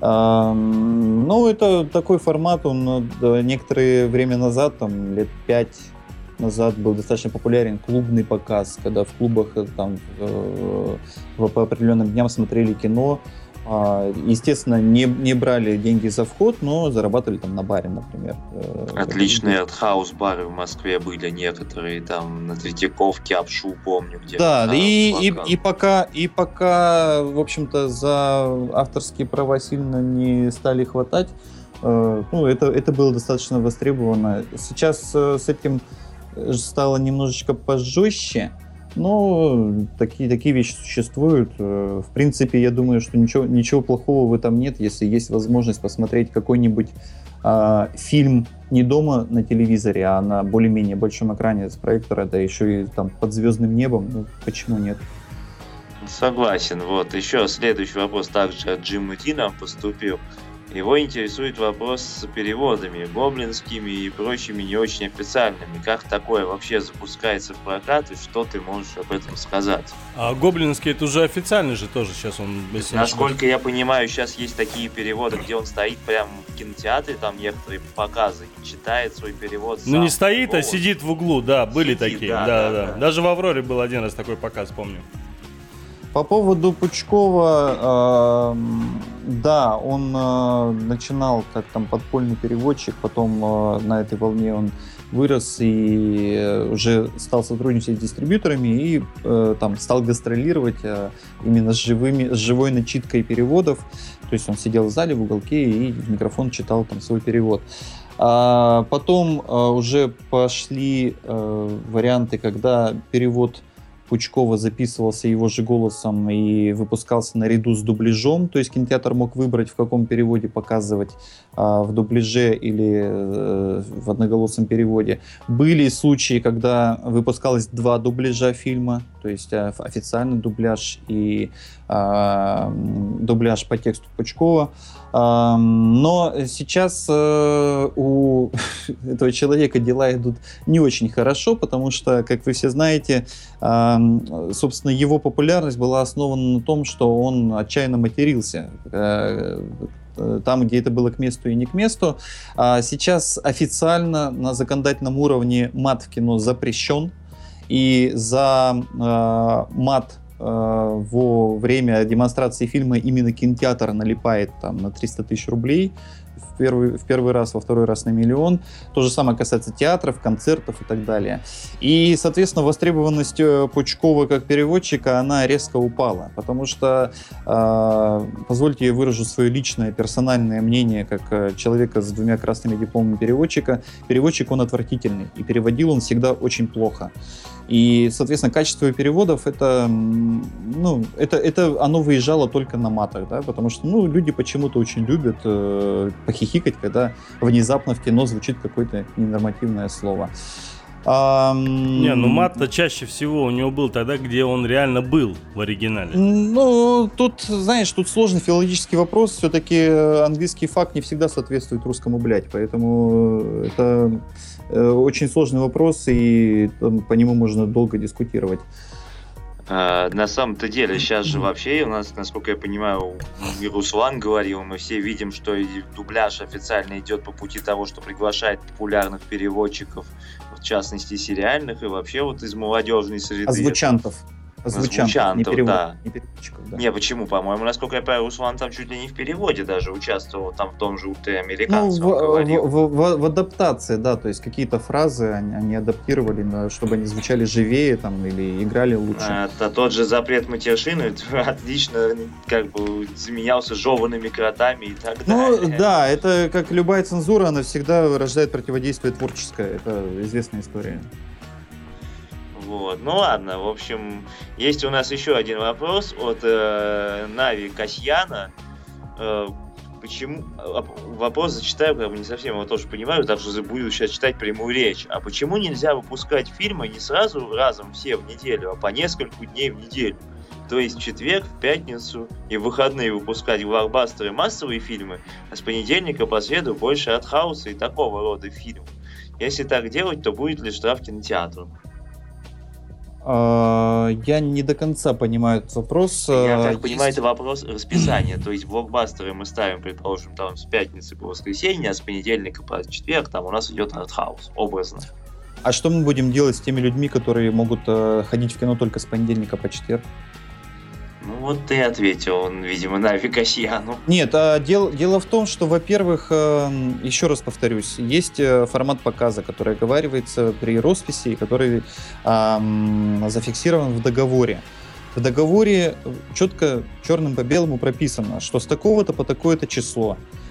Это такой формат, он некоторое время назад, там лет 5 назад был достаточно популярен клубный показ, когда в клубах там по определенным дням смотрели кино. Естественно, не брали деньги за вход, но зарабатывали там на баре, например. Отличные артхаус-бары в Москве были некоторые, там на Третьяковке, Апшу, помню, где. Да, и пока, в общем-то, за авторские права сильно не стали хватать, это было достаточно востребовано. Сейчас с этим стало немножечко пожестче. Но такие вещи существуют. В принципе, я думаю, что ничего плохого в этом нет, если есть возможность посмотреть какой-нибудь фильм не дома на телевизоре, а на более-менее большом экране с проектора, да еще и там под звездным небом, ну почему нет? Согласен. Вот еще следующий вопрос также от Джима Ти нам поступил. Его интересует вопрос с переводами, гоблинскими и прочими не очень официальными. Как такое вообще запускается в прокат и что ты можешь об этом сказать? А гоблинский это уже официальный же тоже сейчас он... Насколько я понимаю, сейчас есть такие переводы, где он стоит прямо в кинотеатре, там некоторые показы, и читает свой перевод сам. Ну не стоит, а сидит в углу, да, были Сидит, такие. да. Даже в «Авроре» был один раз такой показ, помню. По поводу Пучкова, да, он начинал как там подпольный переводчик, потом на этой волне он вырос и уже стал сотрудничать с дистрибьюторами и там стал гастролировать именно с живой начиткой переводов. То есть он сидел в зале в уголке и в микрофон читал там свой перевод. Потом уже пошли варианты, когда перевод Пучкова записывался его же голосом и выпускался наряду с дубляжом, то есть кинотеатр мог выбрать, в каком переводе показывать, в дубляже или в одноголосом переводе. Были случаи, когда выпускалось 2 дубляжа фильма, то есть официальный дубляж и дубляж по тексту Пучкова. Но сейчас у этого человека дела идут не очень хорошо, потому что, как вы все знаете, собственно, его популярность была основана на том, что он отчаянно матерился там, где это было к месту и не к месту. Сейчас официально на законодательном уровне мат в кино запрещен, и за мат во время демонстрации фильма именно кинотеатр налипает там на 300 тысяч рублей в первый раз, во второй раз на 1 миллион. То же самое касается театров, концертов и так далее. И, соответственно, востребованность Пучкова как переводчика, она резко упала, потому что, позвольте я выражу свое личное, персональное мнение, как человека с 2 красными дипломами переводчика. Переводчик, он отвратительный, и переводил он всегда очень плохо. И, соответственно, качество переводов это оно выезжало только на матах, да, потому что люди почему-то очень любят похихикать, когда внезапно в кино звучит какое-то ненормативное слово. Мат-то чаще всего у него был тогда, где он реально был в оригинале. Тут, знаешь, тут сложный филологический вопрос. Все-таки английский факт не всегда соответствует русскому блядь, поэтому это очень сложный вопрос, и по нему можно долго дискутировать. На самом-то деле, сейчас же вообще у нас, насколько я понимаю, и Руслан говорил, мы все видим, что дубляж официально идет по пути того, что приглашает популярных переводчиков, в частности сериальных, и вообще вот из молодежной среды. Озвучантов, не переводчиков, да. Не переводчиков, да. Не, почему? По-моему, насколько я понимаю, Руслан там чуть ли не в переводе даже участвовал, там в том же «Утре американцев» говорил. В адаптации, да, то есть какие-то фразы они адаптировали, чтобы они звучали живее там, или играли лучше. Это тот же запрет матершины отлично как бы заменялся жеванными кротами и так далее. Да, это как любая цензура, она всегда рождает противодействие творческое, это известная история. Вот. Ну ладно, в общем, есть у нас еще один вопрос от Нави Касьяна. Почему? Вопрос зачитаю, как бы не совсем его тоже понимаю, так что буду сейчас читать прямую речь. А почему нельзя выпускать фильмы не сразу разом все в неделю, а по нескольку дней в неделю? То есть в четверг, в пятницу и в выходные выпускать блокбастеры, массовые фильмы, а с понедельника по среду больше артхауса и такого рода фильмов. Если так делать, то будет ли штраф кинотеатру? Я не до конца понимаю этот вопрос. Я так понимаю, это вопрос расписания. То есть блокбастеры мы ставим, предположим, там с пятницы по воскресенье, а с понедельника по четверг там у нас идет артхаус, образно. А что мы будем делать с теми людьми, которые могут ходить в кино только с понедельника по четверг? Ну вот ты ответил, он, видимо, Нави Касьяну. Нет, дело в том, что, во-первых, еще раз повторюсь, есть формат показа, который оговаривается при росписи, и который зафиксирован в договоре. В договоре четко черным по белому прописано, что с такого-то по такое-то число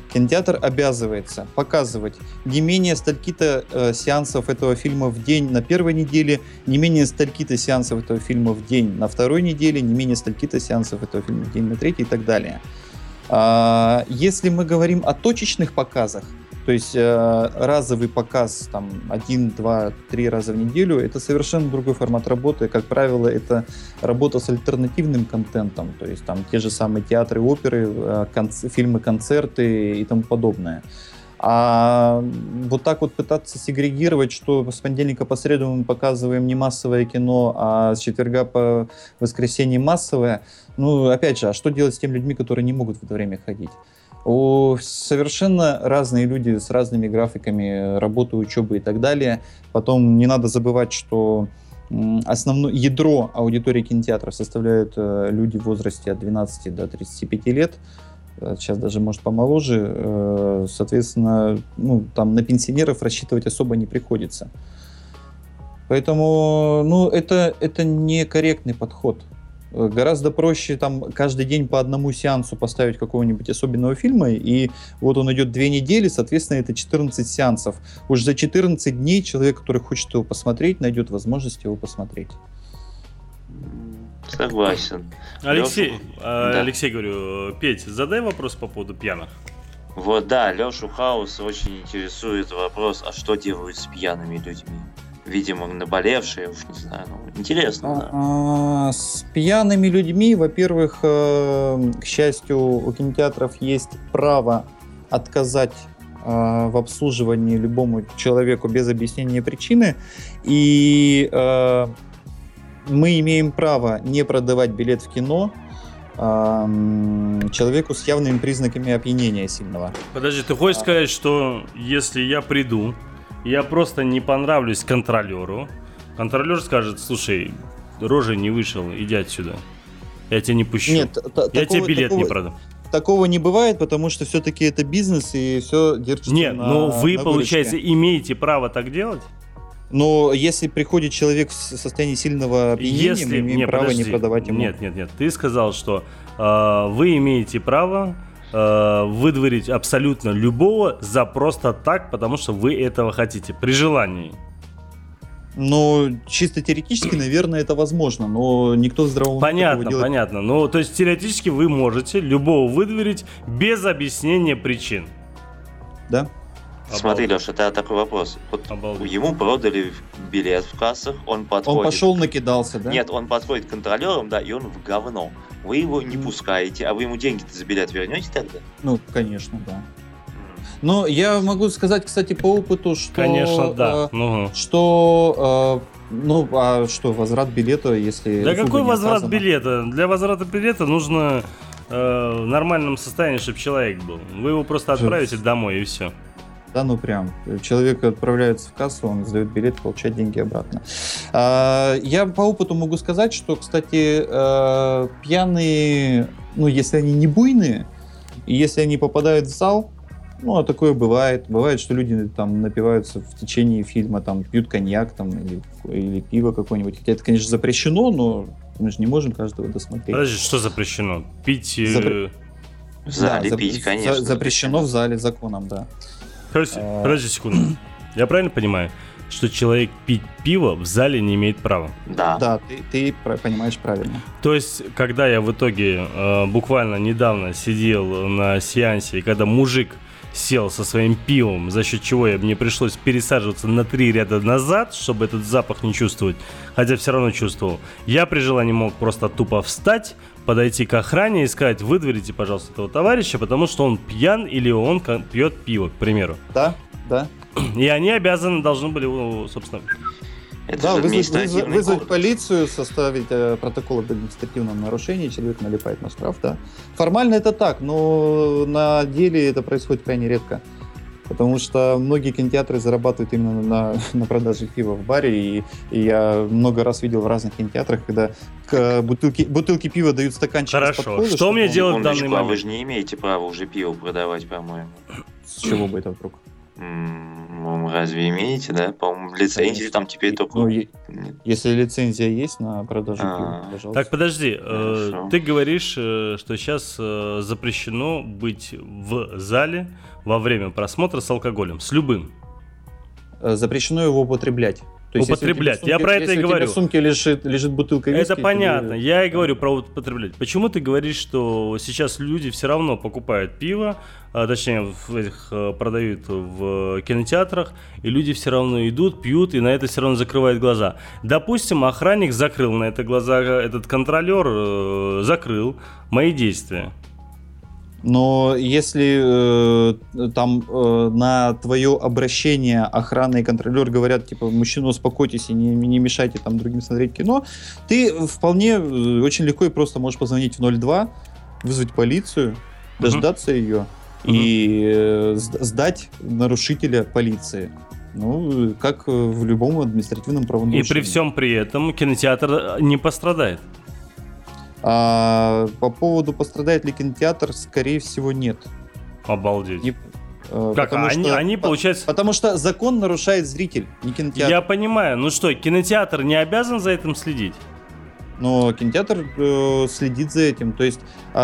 кинотеатр обязывается показывать не менее стольки-то сеансов этого фильма в день на первой неделе, не менее стольки-то сеансов этого фильма в день на второй неделе, не менее стольки-то сеансов этого фильма в день на третьей и так далее. Если мы говорим о точечных показах, то есть разовый показ там 1, 2, 3 раза в неделю, это совершенно другой формат работы. Как правило, это работа с альтернативным контентом, то есть там те же самые театры, оперы, фильмы, концерты и тому подобное. А вот так вот пытаться сегрегировать, что с понедельника по среду мы показываем не массовое кино, а с четверга по воскресенье массовое, ну, опять же, а что делать с теми людьми, которые не могут в это время ходить? Совершенно разные люди с разными графиками работы, учебы и так далее. Потом не надо забывать, что основное ядро аудитории кинотеатра составляют люди в возрасте от 12 до 35 лет. Сейчас даже, может, помоложе. Соответственно, ну, там на пенсионеров рассчитывать особо не приходится. Поэтому, ну, это некорректный подход. Гораздо проще там каждый день по одному сеансу поставить какого-нибудь особенного фильма, и вот он идет 2 недели, соответственно, это 14 сеансов. Уж за 14 дней человек, который хочет его посмотреть, найдет возможность его посмотреть. Согласен. Алексей, да. Алексей, говорю, Петь, задай вопрос по поводу пьяных. Вот, да, Лешу Хаус очень интересует вопрос, а что делают с пьяными людьми? Видимо, наболевшие, уж не знаю, ну, интересно, да. С пьяными людьми, во-первых, к счастью, у кинотеатров есть право отказать в обслуживании любому человеку без объяснения причины, и мы имеем право не продавать билет в кино человеку с явными признаками опьянения сильного. Подожди, ты хочешь сказать, что если я приду, я просто не понравлюсь контролеру, контролер скажет: слушай, рожей не вышел, иди отсюда, я тебя не пущу. Нет, я тебе билет не продам. Такого не бывает, потому что все-таки это бизнес и все держится на Нет, но вы, на получается, выручке. имеете право так делать? Но если приходит человек в состоянии сильного опьянения, мы имеем право не продавать ему. Нет, ты сказал, что вы имеете право выдворить абсолютно любого за просто так, потому что вы этого хотите, при желании. Ну, чисто теоретически, наверное, это возможно, но никто в здравом уме такого делать... Понятно. Ну, то есть теоретически вы можете любого выдворить без объяснения причин. Да. Смотри, Леша, это такой вопрос. Вот ему продали билет в кассах, он подходит... Он пошел, накидался, да? Нет, он подходит к контролерам, да, и он в говно. Вы его не пускаете, а вы ему деньги-то за билет вернете тогда? Ну, конечно, да. Но я могу сказать, кстати, по опыту, что... Конечно, да. Что... ну, а что, возврат билета, если... Да какой возврат оказано? билета? Для возврата билета нужно в нормальном состоянии, чтобы человек был. Вы его просто отправите домой, и все. Да, ну прям. Человек отправляется в кассу, он сдает билет, получает деньги обратно. Я по опыту могу сказать, что, кстати, пьяные, ну, если они не буйные, и если они попадают в зал, ну, а такое бывает. Бывает, что люди там напиваются в течение фильма, там, пьют коньяк там, или пиво какое-нибудь. Хотя это, конечно, запрещено, но мы же не можем каждого досмотреть. Подожди, что запрещено? Пить... В зале пить, конечно. Запрещено в зале законом, да. Подожди секунду. Я правильно понимаю, что человек пить пиво в зале не имеет права? Да. Да, ты понимаешь правильно. То есть, когда я в итоге буквально недавно сидел на сеансе, и когда мужик сел со своим пивом, за счет чего мне пришлось пересаживаться на 3 ряда назад, чтобы этот запах не чувствовать, хотя все равно чувствовал, я при желании мог просто тупо встать, подойти к охране и сказать: выдворите, пожалуйста, этого товарища, потому что он пьян или он пьет пиво, к примеру. Да, да. И они должны были, собственно... Это да, же административный вызвать кодекс. полицию, составить протокол об административном нарушении, человек налипает на штраф, да. Формально это так, но на деле это происходит крайне редко. Потому что многие кинотеатры зарабатывают именно на продаже пива в баре, и я много раз видел в разных кинотеатрах, когда к бутылке пива дают стаканчик. Хорошо, что мне делать в данный А момент? вы же не имеете права уже пиво продавать, по-моему. С чего бы это вдруг? По-моему, разве имеете, да? По-моему, лицензии там теперь только... Ну, Нет. если лицензия есть на продажу пива, пожалуйста. Так, подожди, Хорошо. ты говоришь, что сейчас запрещено быть в зале во время просмотра с алкоголем, с любым. Запрещено его употреблять. То есть, Употреблять. если у тебя в Я про это и если у тебя говорю. в сумке лежит бутылка виски... Это понятно, тебе- я и говорю про употреблять. Почему ты говоришь, что сейчас люди все равно покупают пиво, точнее, продают в кинотеатрах, и люди все равно идут, пьют, и на это все равно закрывают глаза. Допустим, охранник закрыл на это глаза, этот контролер закрыл мои действия. Но если на твое обращение охрана и контролер говорят, типа, мужчина, успокойтесь и не мешайте там другим смотреть кино, ты вполне очень легко и просто можешь позвонить в 02, вызвать полицию, дождаться ее и сдать нарушителя полиции. Ну, как в любом административном И правонарушении. при всем при этом кинотеатр не пострадает. По поводу пострадает ли кинотеатр, скорее всего, нет. Обалдеть. Как? Потому Они, получается... Потому что закон нарушает зритель, не кинотеатр. Я понимаю. Ну что, кинотеатр не обязан за этим следить? Но кинотеатр следит за этим. То есть,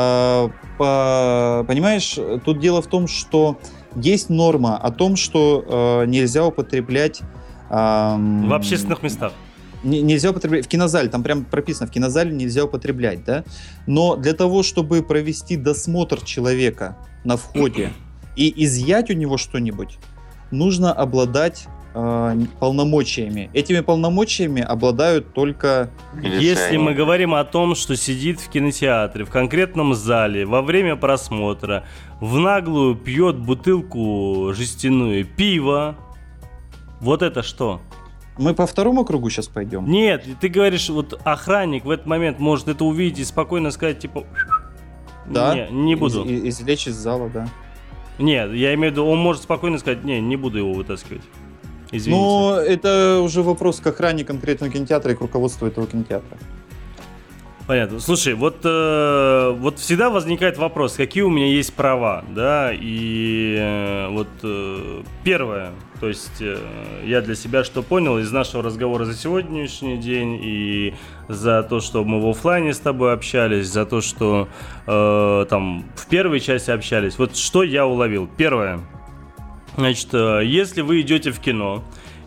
понимаешь, тут дело в том, что есть норма о том, что нельзя употреблять... В общественных местах. Нельзя употреблять в кинозале, там прям прописано, в кинозале нельзя употреблять, да? Но для того, чтобы провести досмотр человека на входе и изъять у него что-нибудь, нужно обладать полномочиями. Этими полномочиями обладают только... Если мы говорим о том, что сидит в кинотеатре, в конкретном зале, во время просмотра, в наглую пьет бутылку жестяную пива, вот это что? Мы по второму кругу сейчас пойдем? Нет, ты говоришь, вот охранник в этот момент может это увидеть и спокойно сказать, типа, Да. не буду. Извлечь из зала, да. Нет, я имею в виду, он может спокойно сказать, не буду его вытаскивать. Извините. Но это уже вопрос к охране конкретного кинотеатра и к руководству этого кинотеатра. Понятно. Слушай, вот всегда возникает вопрос, какие у меня есть права, да, и первое, то есть я для себя что понял из нашего разговора за сегодняшний день и за то, что мы в офлайне с тобой общались, за то, что там в первой части общались, вот что я уловил. Первое, значит, если вы идете в кино,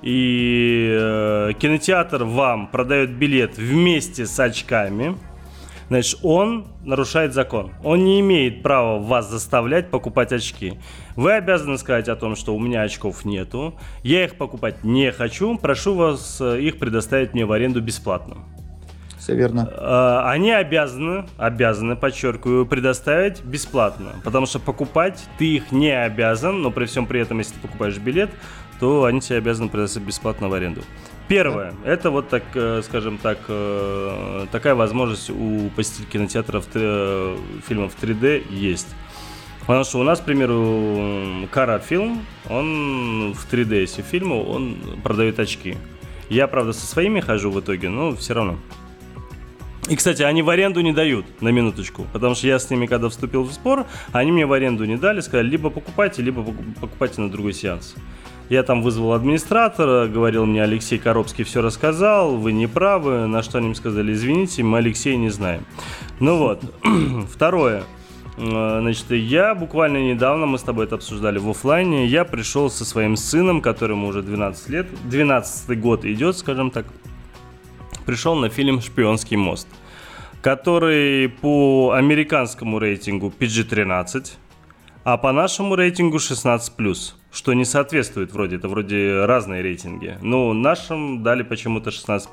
и кинотеатр вам продает билет вместе с очками, значит, он нарушает закон. Он не имеет права вас заставлять покупать очки. Вы обязаны сказать о том, что у меня очков нету, я их покупать не хочу, прошу вас их предоставить мне в аренду бесплатно. Все верно. Они обязаны, подчеркиваю, предоставить бесплатно, потому что покупать ты их не обязан, но при всем при этом, если ты покупаешь билет, то они тебе обязаны предоставить бесплатно в аренду. Первое, это вот так, скажем так, такая возможность у посетителей кинотеатров фильмов 3D есть. Потому что у нас, к примеру, Кара-фильм, он в 3D, если фильму, он продает очки. Я, правда, со своими хожу в итоге, но все равно. И, кстати, они в аренду не дают, на минуточку, потому что я с ними, когда вступил в спор, они мне в аренду не дали, сказали, либо покупайте на другой сеанс. Я там вызвал администратора, говорил мне, Алексей Коробский все рассказал, вы не правы, на что они мне сказали, извините, мы Алексея не знаем. Ну вот, второе. Значит, я буквально недавно, мы с тобой это обсуждали в офлайне, я пришел со своим сыном, которому уже 12 лет, 12-й год идет, скажем так, пришел на фильм «Шпионский мост», который по американскому рейтингу PG-13, а по нашему рейтингу 16+, что не соответствует вроде, это вроде разные рейтинги, но нашим дали почему-то 16+.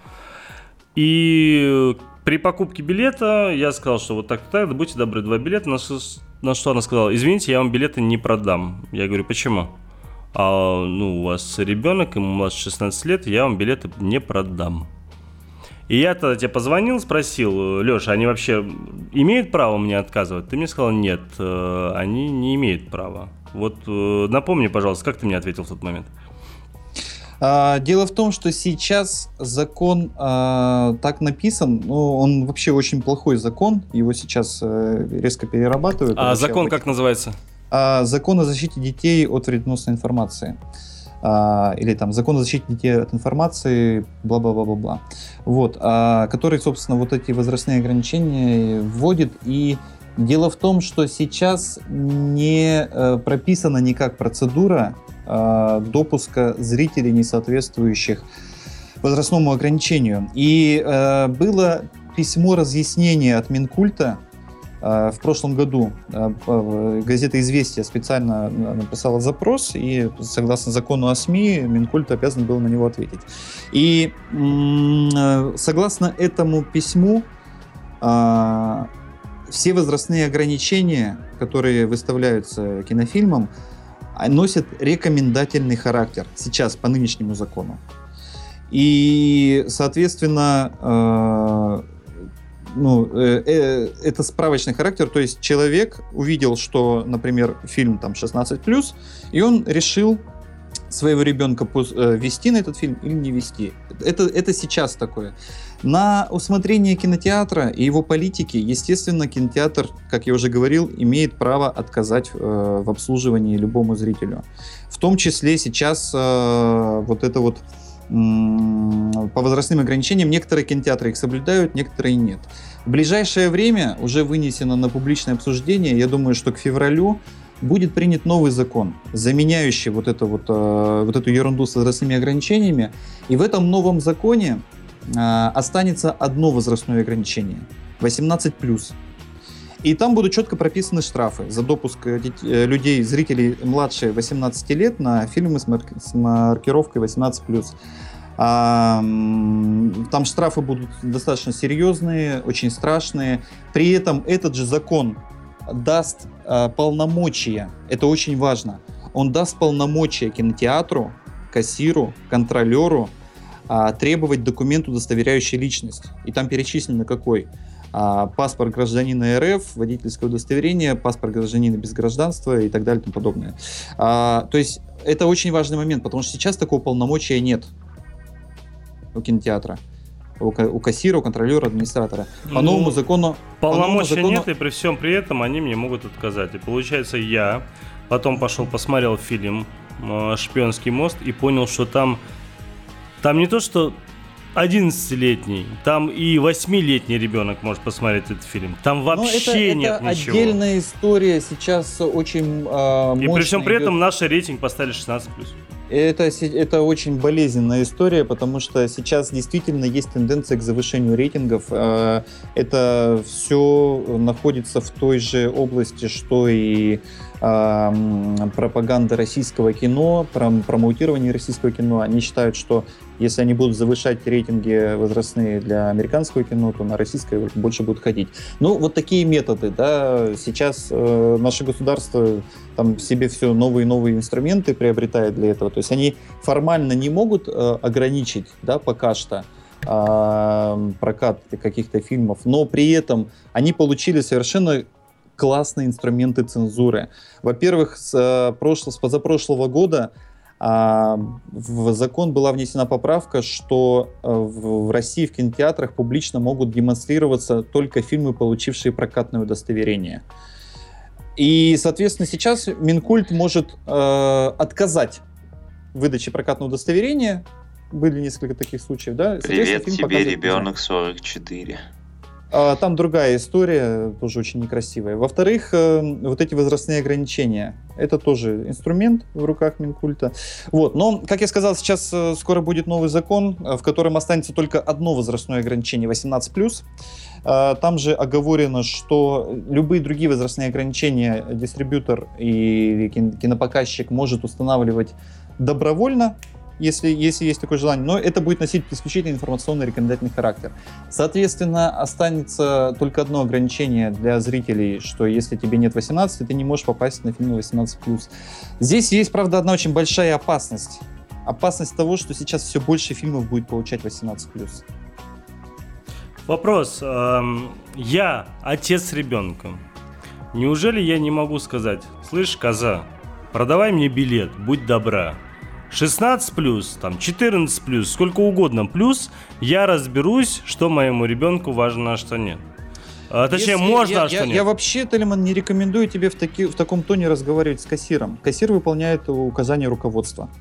И при покупке билета я сказал, что вот так, будьте добры, 2 билета, на что она сказала, извините, я вам билеты не продам. Я говорю, почему? У вас ребенок, ему младше 16 лет, я вам билеты не продам. И я тогда тебе позвонил, спросил, Леша, они вообще имеют право мне отказывать? Ты мне сказал, нет, они не имеют права. Вот напомни, пожалуйста, как ты мне ответил в тот момент? Дело в том, что сейчас закон так написан, он вообще очень плохой закон, его сейчас резко перерабатывают. А закон как называется? Закон о защите детей от вредоносной информации. или там закон о защите детей от информации, бла-бла-бла-бла-бла, вот, который, собственно, вот эти возрастные ограничения вводит. И дело в том, что сейчас не прописана никак процедура допуска зрителей, не соответствующих возрастному ограничению. И было письмо разъяснения от Минкульта в прошлом году. Газета «Известия» специально написала запрос, и согласно закону о СМИ Минкульт обязан был на него ответить. И согласно этому письму все возрастные ограничения, которые выставляются кинофильмам, носят рекомендательный характер сейчас по нынешнему закону. И, соответственно, это справочный характер, то есть человек увидел, что, например, фильм там 16+, и он решил своего ребенка вести на этот фильм или не вести. Это сейчас такое. На усмотрение кинотеатра и его политики, естественно, кинотеатр, как я уже говорил, имеет право отказать в обслуживании любому зрителю. В том числе сейчас вот это вот по возрастным ограничениям некоторые кинотеатры их соблюдают, некоторые нет. В ближайшее время уже вынесено на публичное обсуждение, я думаю, что к февралю будет принят новый закон, заменяющий вот эту ерунду с возрастными ограничениями. И в этом новом законе останется одно возрастное ограничение – 18+. И там будут четко прописаны штрафы за допуск людей, зрителей младше 18 лет на фильмы с маркировкой 18+. Там штрафы будут достаточно серьезные, очень страшные. При этом этот же закон даст полномочия, это очень важно, он даст полномочия кинотеатру, кассиру, контролеру требовать документ, удостоверяющий личность. И там перечислено какой. Паспорт гражданина РФ, водительское удостоверение, паспорт гражданина без гражданства и так далее и тому подобное. То есть это очень важный момент, потому что сейчас такого полномочия нет у кинотеатра, у кассира, у контролера, администратора. По новому закону... Полномочия нет, и при всем при этом они мне могут отказать. И получается, я потом пошел, посмотрел фильм «Шпионский мост» и понял, что там не то, что 11-летний, там и 8-летний ребенок может посмотреть этот фильм. Там вообще нет ничего. Это отдельная история, сейчас очень мощная. И при всем при этом наш рейтинг поставили 16+. Это очень болезненная история, потому что сейчас действительно есть тенденция к завышению рейтингов. Это все находится в той же области, что и пропаганда российского кино, промоутирование российского кино. Они считают, что если они будут завышать рейтинги возрастные для американского кино, то на российское больше будут ходить. Ну, вот такие методы, да. Сейчас наше государство там себе все новые и новые инструменты приобретает для этого. То есть они формально не могут ограничить, да, пока что прокат каких-то фильмов, но при этом они получили совершенно классные инструменты цензуры. Во-первых, с позапрошлого года в закон была внесена поправка, что в России в кинотеатрах публично могут демонстрироваться только фильмы, получившие прокатное удостоверение. И, соответственно, сейчас Минкульт может отказать в выдаче прокатного удостоверения. Были несколько таких случаев, да? Привет тебе, ребенок 44. Там другая история, тоже очень некрасивая. Во-вторых, вот эти возрастные ограничения. Это тоже инструмент в руках Минкульта. Вот. Но, как я сказал, сейчас скоро будет новый закон, в котором останется только одно возрастное ограничение, 18+. Там же оговорено, что любые другие возрастные ограничения дистрибьютор и кинопоказчик может устанавливать добровольно, если есть такое желание, но это будет носить исключительно информационный рекомендательный характер. Соответственно, останется только одно ограничение для зрителей, что если тебе нет 18, ты не можешь попасть на фильмы 18+. Здесь есть, правда, одна очень большая опасность. Опасность того, что сейчас все больше фильмов будет получать 18+. Вопрос. Я отец ребенка. Неужели я не могу сказать: слышь, коза, продавай мне билет, будь добра. 16+, там 14+, сколько угодно плюс, я разберусь, что моему ребенку важно, а что нет. Точнее, можно, а что нет. Я вообще, Талиман, не рекомендую тебе в таком тоне разговаривать с кассиром. Кассир выполняет указания руководства.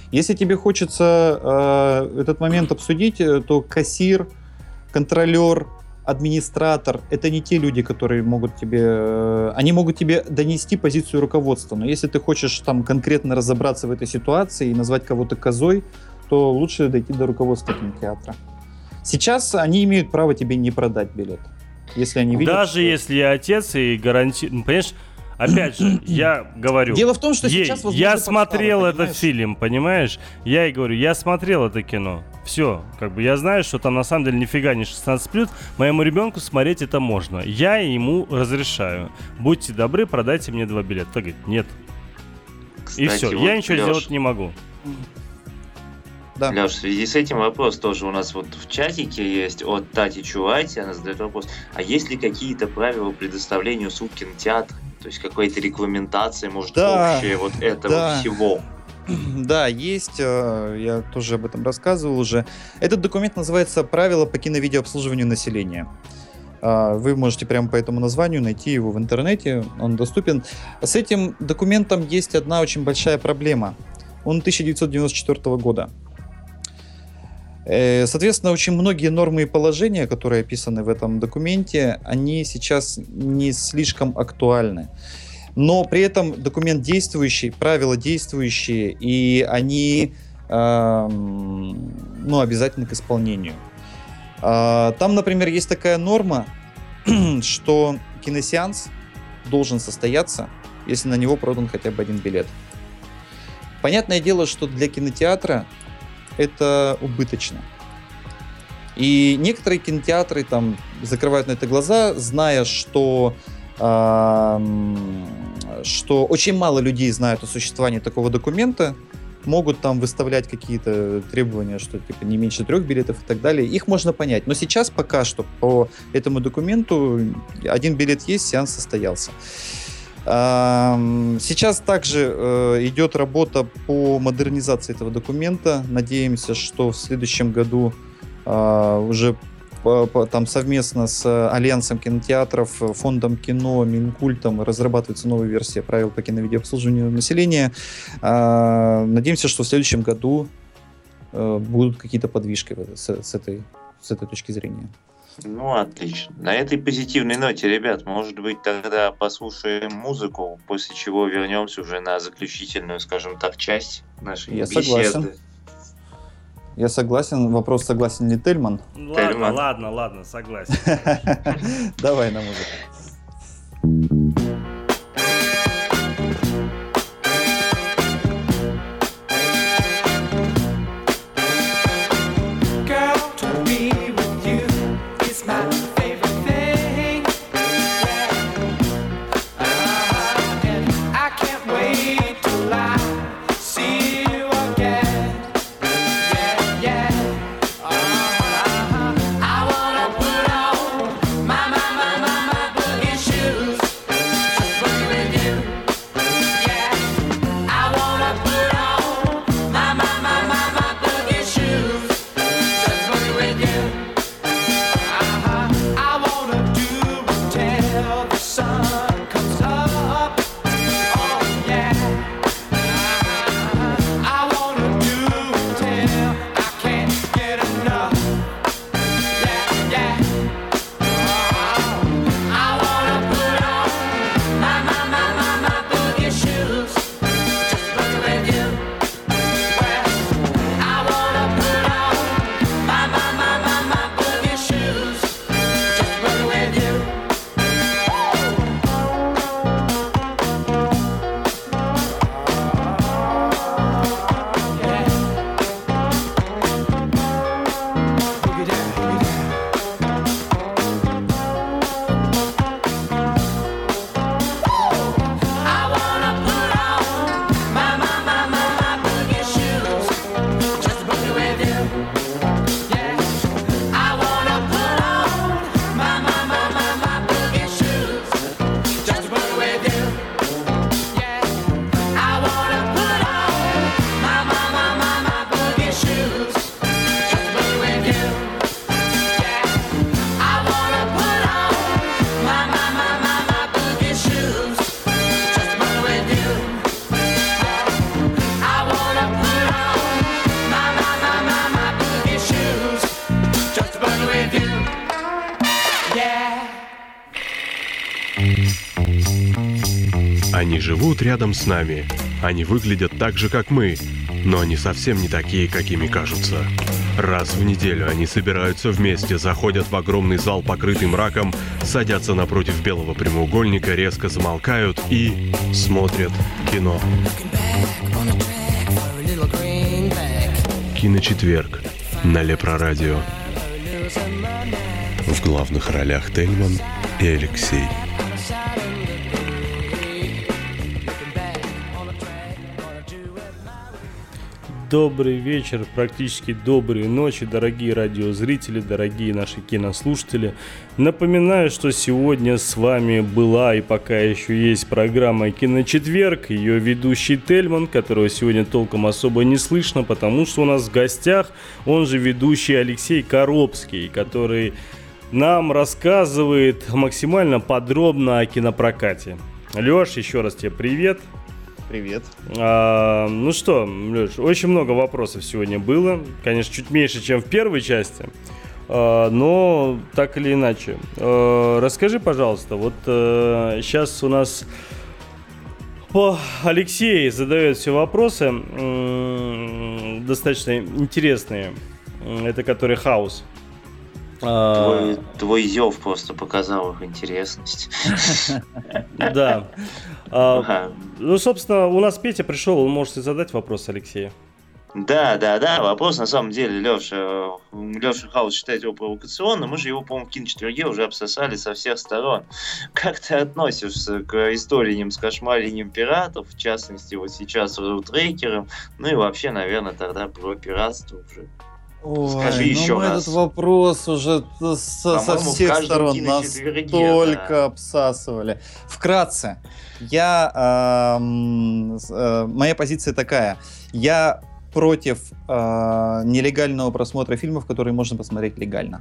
Если тебе хочется этот момент обсудить, то кассир, контролер, администратор — это не те люди, которые могут тебе... Они могут тебе донести позицию руководства, но если ты хочешь там конкретно разобраться в этой ситуации и назвать кого-то козой, то лучше дойти до руководства кинотеатра. Сейчас они имеют право тебе не продать билет, если они видят... Даже что... если я отец и гарантирую... Понимаешь, опять же, я говорю... Дело в том, что сейчас... Я смотрел подстава, этот понимаешь? фильм, понимаешь? Я и говорю, я смотрел это кино. Все, как бы я знаю, что там на самом деле нифига не 16+, моему ребенку смотреть это можно. Я ему разрешаю. Будьте добры, продайте мне 2 билета. Так говорит, нет. Кстати, И все, вот, я ничего Лёш, сделать не могу. Да. Лёш, в связи с этим вопрос тоже у нас вот в чатике есть от Тати Чувайти, она задает вопрос, а есть ли какие-то правила предоставления услуг кинотеатра? То есть какая-то регламентация, может, Да, общая вот этого да. всего? Да, есть, я тоже об этом рассказывал уже. Этот документ называется «Правила по киновидеообслуживанию населения». Вы можете прямо по этому названию найти его в интернете, он доступен. С этим документом есть одна очень большая проблема. Он 1994 года. Соответственно, очень многие нормы и положения, которые описаны в этом документе, они сейчас не слишком актуальны. Но при этом документ действующий, правила действующие, и они обязательны к исполнению. Там, например, есть такая норма, что киносеанс должен состояться, если на него продан хотя бы 1 билет. Понятное дело, что для кинотеатра это убыточно. И некоторые кинотеатры там закрывают на это глаза, зная, что очень мало людей знают о существовании такого документа, могут там выставлять какие-то требования, что типа не меньше 3 билетов и так далее. Их можно понять. Но сейчас пока что по этому документу 1 билет есть, сеанс состоялся. Сейчас также идет работа по модернизации этого документа. Надеемся, что в следующем году уже там совместно с Альянсом кинотеатров, Фондом кино, Минкультом разрабатывается новая версия правил по киновидеообслуживанию населения. Надеемся, что в следующем году будут какие-то подвижки с этой точки зрения. Ну, отлично. На этой позитивной ноте, ребят, может быть, тогда послушаем музыку, после чего вернемся уже на заключительную, скажем так, часть нашей беседы. Согласен. Я согласен. Вопрос, согласен ли Тельман? Ладно, согласен. Давай на музыку. I wanna put on my boogie shoes. Они живут рядом с нами. Они выглядят так же, как мы, но они совсем не такие, какими кажутся. Раз в неделю они собираются вместе, заходят в огромный зал, покрытый мраком, садятся напротив белого прямоугольника, резко замолкают и смотрят кино. Киночетверг на Лепрорадио. В главных ролях Тельман и Алексей. Добрый вечер, практически доброй ночи, дорогие радиозрители, дорогие наши кинослушатели. Напоминаю, что сегодня с вами была и пока еще есть программа «Киночетверг», ее ведущий Тельман, которого сегодня толком особо не слышно, потому что у нас в гостях он же ведущий Алексей Коробский, который нам рассказывает максимально подробно о кинопрокате. Лёш, еще раз тебе привет. Привет. Ну что, Лёш, очень много вопросов сегодня было. Конечно, чуть меньше, чем в первой части. Но так или иначе. Расскажи, пожалуйста, вот сейчас у нас Алексей задает все вопросы достаточно интересные. Это который хаос. Твой зев просто показал их интересность. Да. Ну, собственно, у нас Петя пришел, он может и задать вопрос Алексею. Да, вопрос на самом деле, Леша Хаус считает его провокационным, мы же его, по-моему, в киночетверге уже обсосали со всех сторон. Как ты относишься к историям с кошмарением пиратов, в частности, вот сейчас рутрекером, ну и вообще, наверное, тогда про пиратство уже? Ой, скажи еще раз. Этот вопрос уже со всех сторон настолько обсасывали. Вкратце, моя позиция такая. Я против нелегального просмотра фильмов, которые можно посмотреть легально.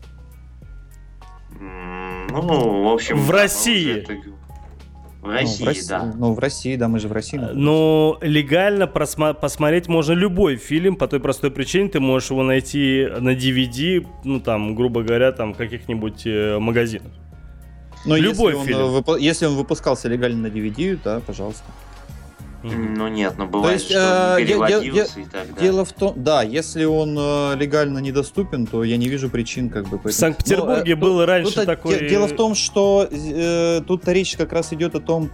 Ну, в общем... В России. В России, да. Ну, в России, да, мы же в России. Но легально посмотреть можно любой фильм, по той простой причине, ты можешь его найти на DVD, ну, там, грубо говоря, там, в каких-нибудь магазинах. Но любой фильм. Если он выпускался легально на DVD, да, пожалуйста. Ну нет, но бывает, что он переводился и так далее. Дело в том, да, если он легально недоступен, то я не вижу причин как бы... В Санкт-Петербурге было раньше такое... Дело в том, что тут речь как раз идет о том...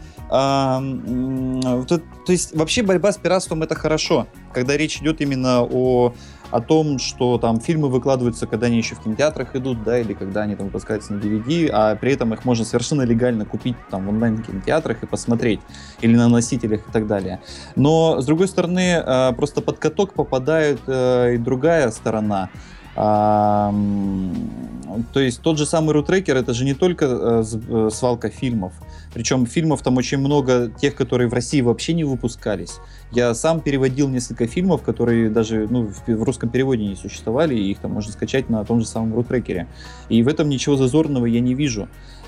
то есть вообще борьба с пиратством — это хорошо, когда речь идет именно о том, что там фильмы выкладываются, когда они еще в кинотеатрах идут, да, или когда они там выпускаются на DVD, а при этом их можно совершенно легально купить там в онлайн-кинотеатрах и посмотреть, или на носителях и так далее. Но, с другой стороны, просто под каток попадает и другая сторона. То есть тот же самый рутрекер — это же не только свалка фильмов. Причем фильмов там очень много, тех, которые в России вообще не выпускались. Я сам переводил несколько фильмов, которые даже в русском переводе не существовали, и их там можно скачать на том же самом рутрекере. И в этом ничего зазорного я не вижу.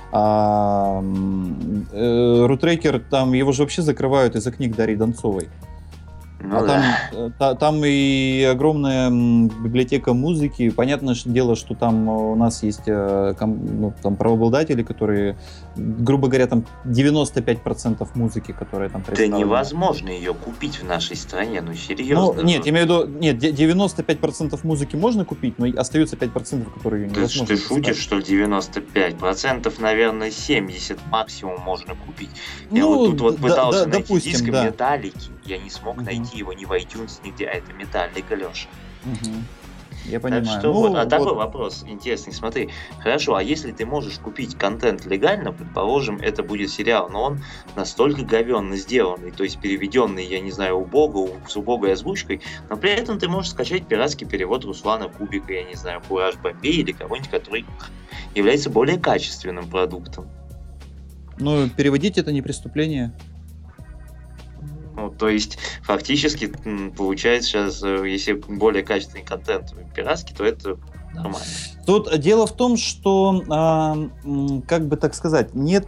Рутрекер, там его же вообще закрывают из-за книг Дарьи Донцовой. Там и огромная библиотека музыки. Понятное дело, что там у нас есть там правообладатели, которые, грубо говоря, там 95% музыки, которая там представлена. Да невозможно ее купить в нашей стране, серьезно. Нет, я имею в виду, 95% музыки можно купить, но остается 5%, которые невозможно. Ты шутишь, что ли, 95%, наверное, 70% максимум можно купить. Я вот тут пытался найти диск Металлики, я не смог найти его ни в iTunes, нигде, а это Металлика, Леша. Я понимаю. Так что такой вопрос интересный. Смотри, хорошо, а если ты можешь купить контент легально, предположим, это будет сериал, но он настолько говенно сделанный, то есть переведенный, я не знаю, с убогой озвучкой, но при этом ты можешь скачать пиратский перевод Руслана Кубика, я не знаю, Кураж Бомбей или кого-нибудь, который является более качественным продуктом. Переводить — это не преступление. То есть, фактически, получается сейчас, если более качественный контент пиратский, то это нормально. Тут дело в том, что, как бы так сказать, нет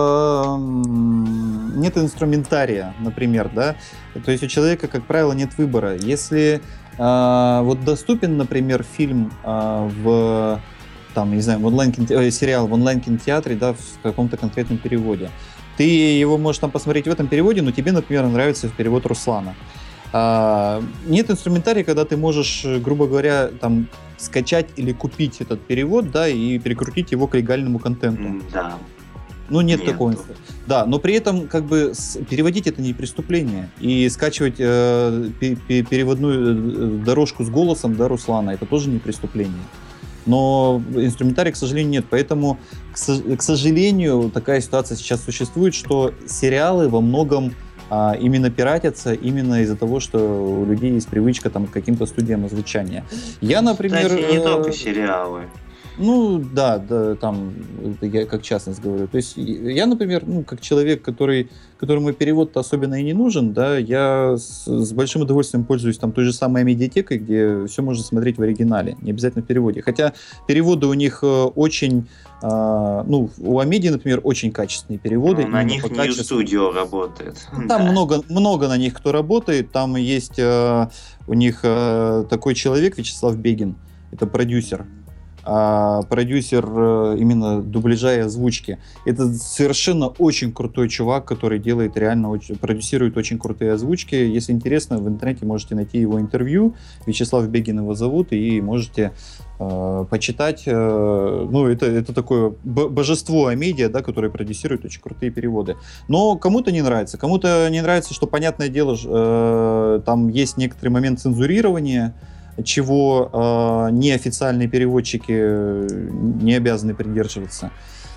инструментария, например, да, то есть у человека, как правило, нет выбора. Если доступен, например, фильм в там, не знаю, сериал в онлайн-кинотеатре, да, в каком-то конкретном переводе. Ты его можешь там посмотреть в этом переводе, но тебе, например, нравится перевод Руслана. Нет инструментария, когда ты можешь, грубо говоря, там скачать или купить этот перевод, да, и перекрутить его к легальному контенту. Да. Ну, нет такого. Да, но при этом, как бы, переводить это не преступление. И скачивать переводную дорожку с голосом, да, Руслана, это тоже не преступление. Но инструментария, к сожалению, нет. Поэтому, к сожалению, такая ситуация сейчас существует, что сериалы во многом именно пиратятся именно из-за того, что у людей есть привычка там, к каким-то студиям озвучания. Я, например... Кстати, не только сериалы. Ну, да, там, я как частность говорю. То есть я, например, как человек, которому перевод-то особенно и не нужен, да, я с большим удовольствием пользуюсь там той же самой медиатекой, где все можно смотреть в оригинале, не обязательно в переводе. Хотя переводы у них очень, у Амедии, например, очень качественные переводы. На них New Studio работает. Там много на них кто работает. Там есть у них такой человек, Вячеслав Бегин, это продюсер. Продюсер именно дубляжа и озвучки. Это совершенно очень крутой чувак, который делает реально, продюсирует очень крутые озвучки. Если интересно, в интернете можете найти его интервью. Вячеслав Бегин его зовут, и можете почитать. Это такое божество Амедиа, да, которое продюсирует очень крутые переводы. Но кому-то не нравится. Кому-то не нравится, что, понятное дело, там есть некоторый момент цензурирования, чего неофициальные переводчики не обязаны придерживаться.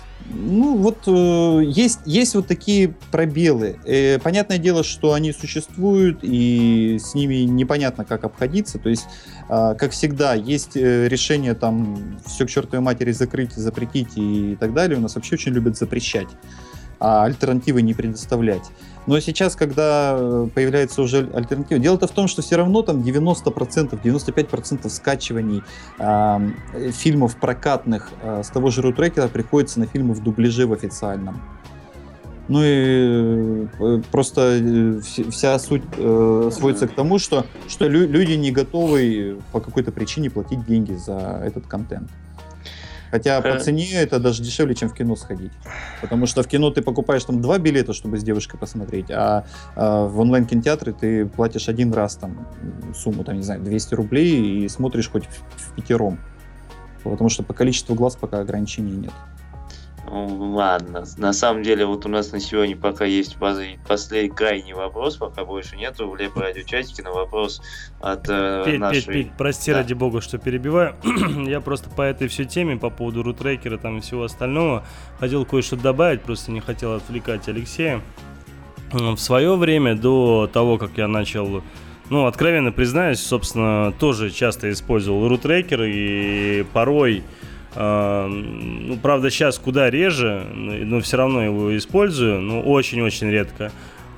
Есть вот такие пробелы. Понятное дело, что они существуют, и с ними непонятно, как обходиться. То есть, как всегда, есть решение там все к чертовой матери закрыть, запретить и так далее. У нас вообще очень любят запрещать, а альтернативы не предоставлять. Но сейчас, когда появляется уже альтернатива, дело-то в том, что все равно там 90%, 95% скачиваний фильмов прокатных с того же рутрекера приходится на фильмы в дубляже в официальном. Ну и просто вся суть сводится к тому, что люди не готовы по какой-то причине платить деньги за этот контент. Хотя по цене это даже дешевле, чем в кино сходить. Потому что в кино ты покупаешь там 2 билета, чтобы с девушкой посмотреть, а в онлайн-кинотеатре ты платишь один раз там сумму, там, не знаю, 200 рублей и смотришь хоть в пятером. Потому что по количеству глаз пока ограничений нет. Ну, ладно. На самом деле, вот у нас на сегодня пока есть последний крайний вопрос, пока больше нету в леп-радиочатике, на вопрос от нашей... Петь, прости, да. Ради бога, что перебиваю. Я просто по этой всей теме, по поводу рутрекера там и всего остального, хотел кое-что добавить, просто не хотел отвлекать Алексея. В свое время, до того, как я начал... откровенно признаюсь, собственно, тоже часто использовал рутрекер, и порой... правда, сейчас куда реже, но все равно его использую, очень-очень редко.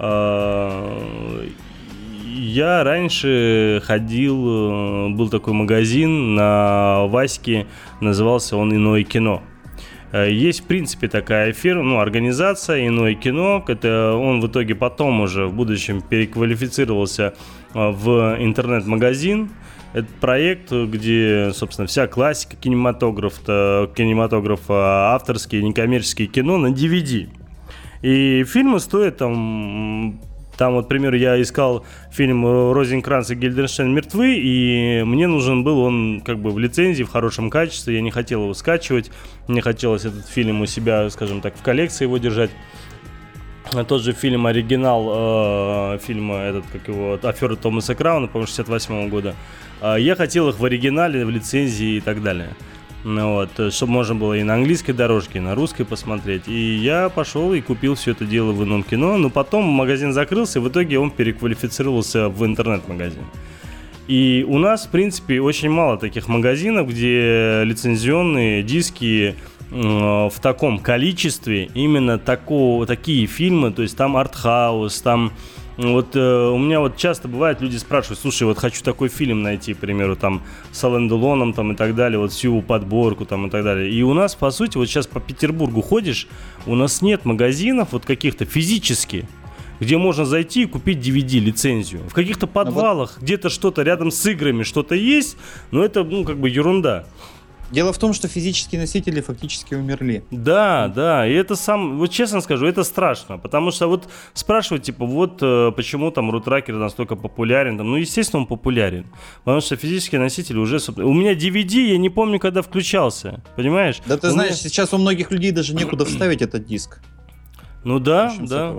Я раньше ходил, был такой магазин на Ваське, назывался он «Иное кино». Есть, в принципе, такая фирма, организация «Иное кино». Это он в итоге потом уже в будущем переквалифицировался в интернет-магазин. Это проект, где, собственно, вся классика кинематографа, авторские, некоммерческие кино на DVD. И фильмы стоят там, вот, к примеру, я искал фильм «Розенкранц и Гильденштерн мертвы», и мне нужен был он как бы в лицензии, в хорошем качестве, я не хотел его скачивать, мне хотелось этот фильм у себя, скажем так, в коллекции его держать. Тот же фильм, оригинал фильма, «Афера Томаса Крауна», по-моему, 68 года. Я хотел их в оригинале, в лицензии и так далее. Чтобы можно было и на английской дорожке, и на русской посмотреть. И я пошел и купил все это дело в «Ином кино», но потом магазин закрылся, и в итоге он переквалифицировался в интернет-магазин. И у нас, в принципе, очень мало таких магазинов, где лицензионные диски в таком количестве, именно такие фильмы, то есть там артхаус, там у меня часто бывает, люди спрашивают: слушай, хочу такой фильм найти, к примеру, там с Ален Делоном там и так далее, всю подборку там и так далее. И у нас, по сути, сейчас по Петербургу ходишь, у нас нет магазинов каких-то физически, где можно зайти и купить DVD, лицензию. В каких-то подвалах где-то что-то рядом с играми что-то есть, но это, ерунда. Дело в том, что физические носители фактически умерли. Да, и это вот честно скажу, это страшно, потому что вот спрашивают, типа, вот почему там рутракер настолько популярен, там, ну, естественно, он популярен, потому что физические носители уже, у меня DVD, я не помню, когда включался, понимаешь? Да ты знаешь, сейчас у многих людей даже некуда вставить этот диск. Ну да.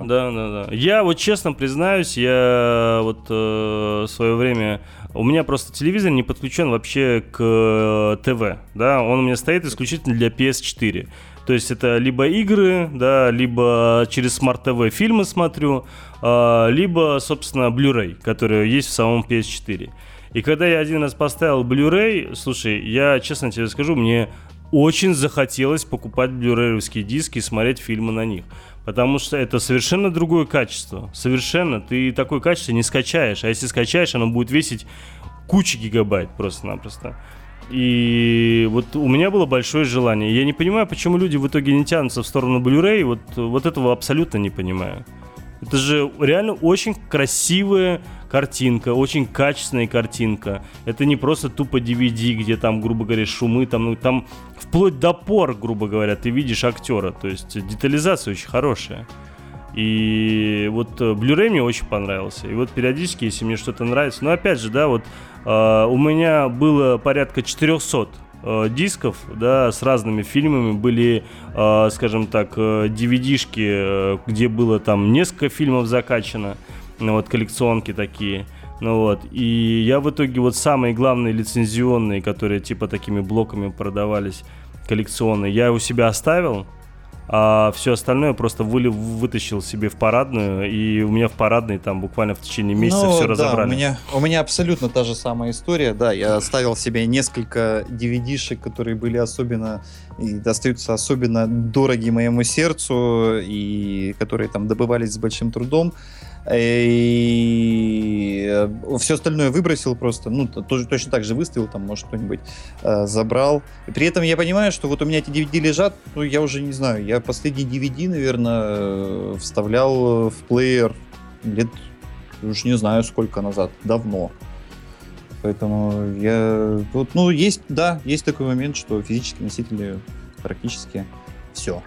Я вот честно признаюсь, я вот в свое время, у меня просто телевизор не подключен вообще к ТВ, да, он у меня стоит исключительно для PS4. То есть это либо игры, да, либо через Smart TV фильмы смотрю, либо, собственно, Blu-ray, который есть в самом PS4. И когда я один раз поставил Blu-ray, слушай, я честно тебе скажу, мне очень захотелось покупать блюрейовские диски и смотреть фильмы на них. Потому что это совершенно другое качество. Совершенно. Ты такое качество не скачаешь. А если скачаешь, оно будет весить кучу гигабайт просто-напросто. И вот у меня было большое желание. Я не понимаю, почему люди в итоге не тянутся в сторону Blu-ray. Вот этого абсолютно не понимаю. Это же реально очень красивая картинка, очень качественная картинка. Это не просто тупо DVD, где там, грубо говоря, шумы, там вплоть до пор, грубо говоря, ты видишь актера. То есть детализация очень хорошая. И вот Blu-ray мне очень понравился. И вот периодически, если мне что-то нравится... Но опять же, да, вот у меня было порядка 400 дисков, да, с разными фильмами. Были, скажем так, DVD-шки, где было там несколько фильмов закачано, ну, вот, коллекционки такие. Ну вот, и я в итоге вот самые главные лицензионные, которые типа такими блоками продавались, коллекционные, я у себя оставил, а все остальное просто вытащил себе в парадную, и у меня в парадной там буквально в течение месяца все разобрали. У меня абсолютно та же самая история, да, я оставил себе несколько DVD-шек, которые были особенно, и остаются особенно дороги моему сердцу, и которые там добывались с большим трудом. И все остальное выбросил просто, ну, тоже точно так же выставил, там, может, кто-нибудь забрал. И при этом я понимаю, что вот у меня эти DVD лежат, ну, я уже не знаю, я последний DVD, наверное, вставлял в плеер лет, уж не знаю, сколько назад, давно. Поэтому я, вот, ну, есть такой момент, что физические носители практически все.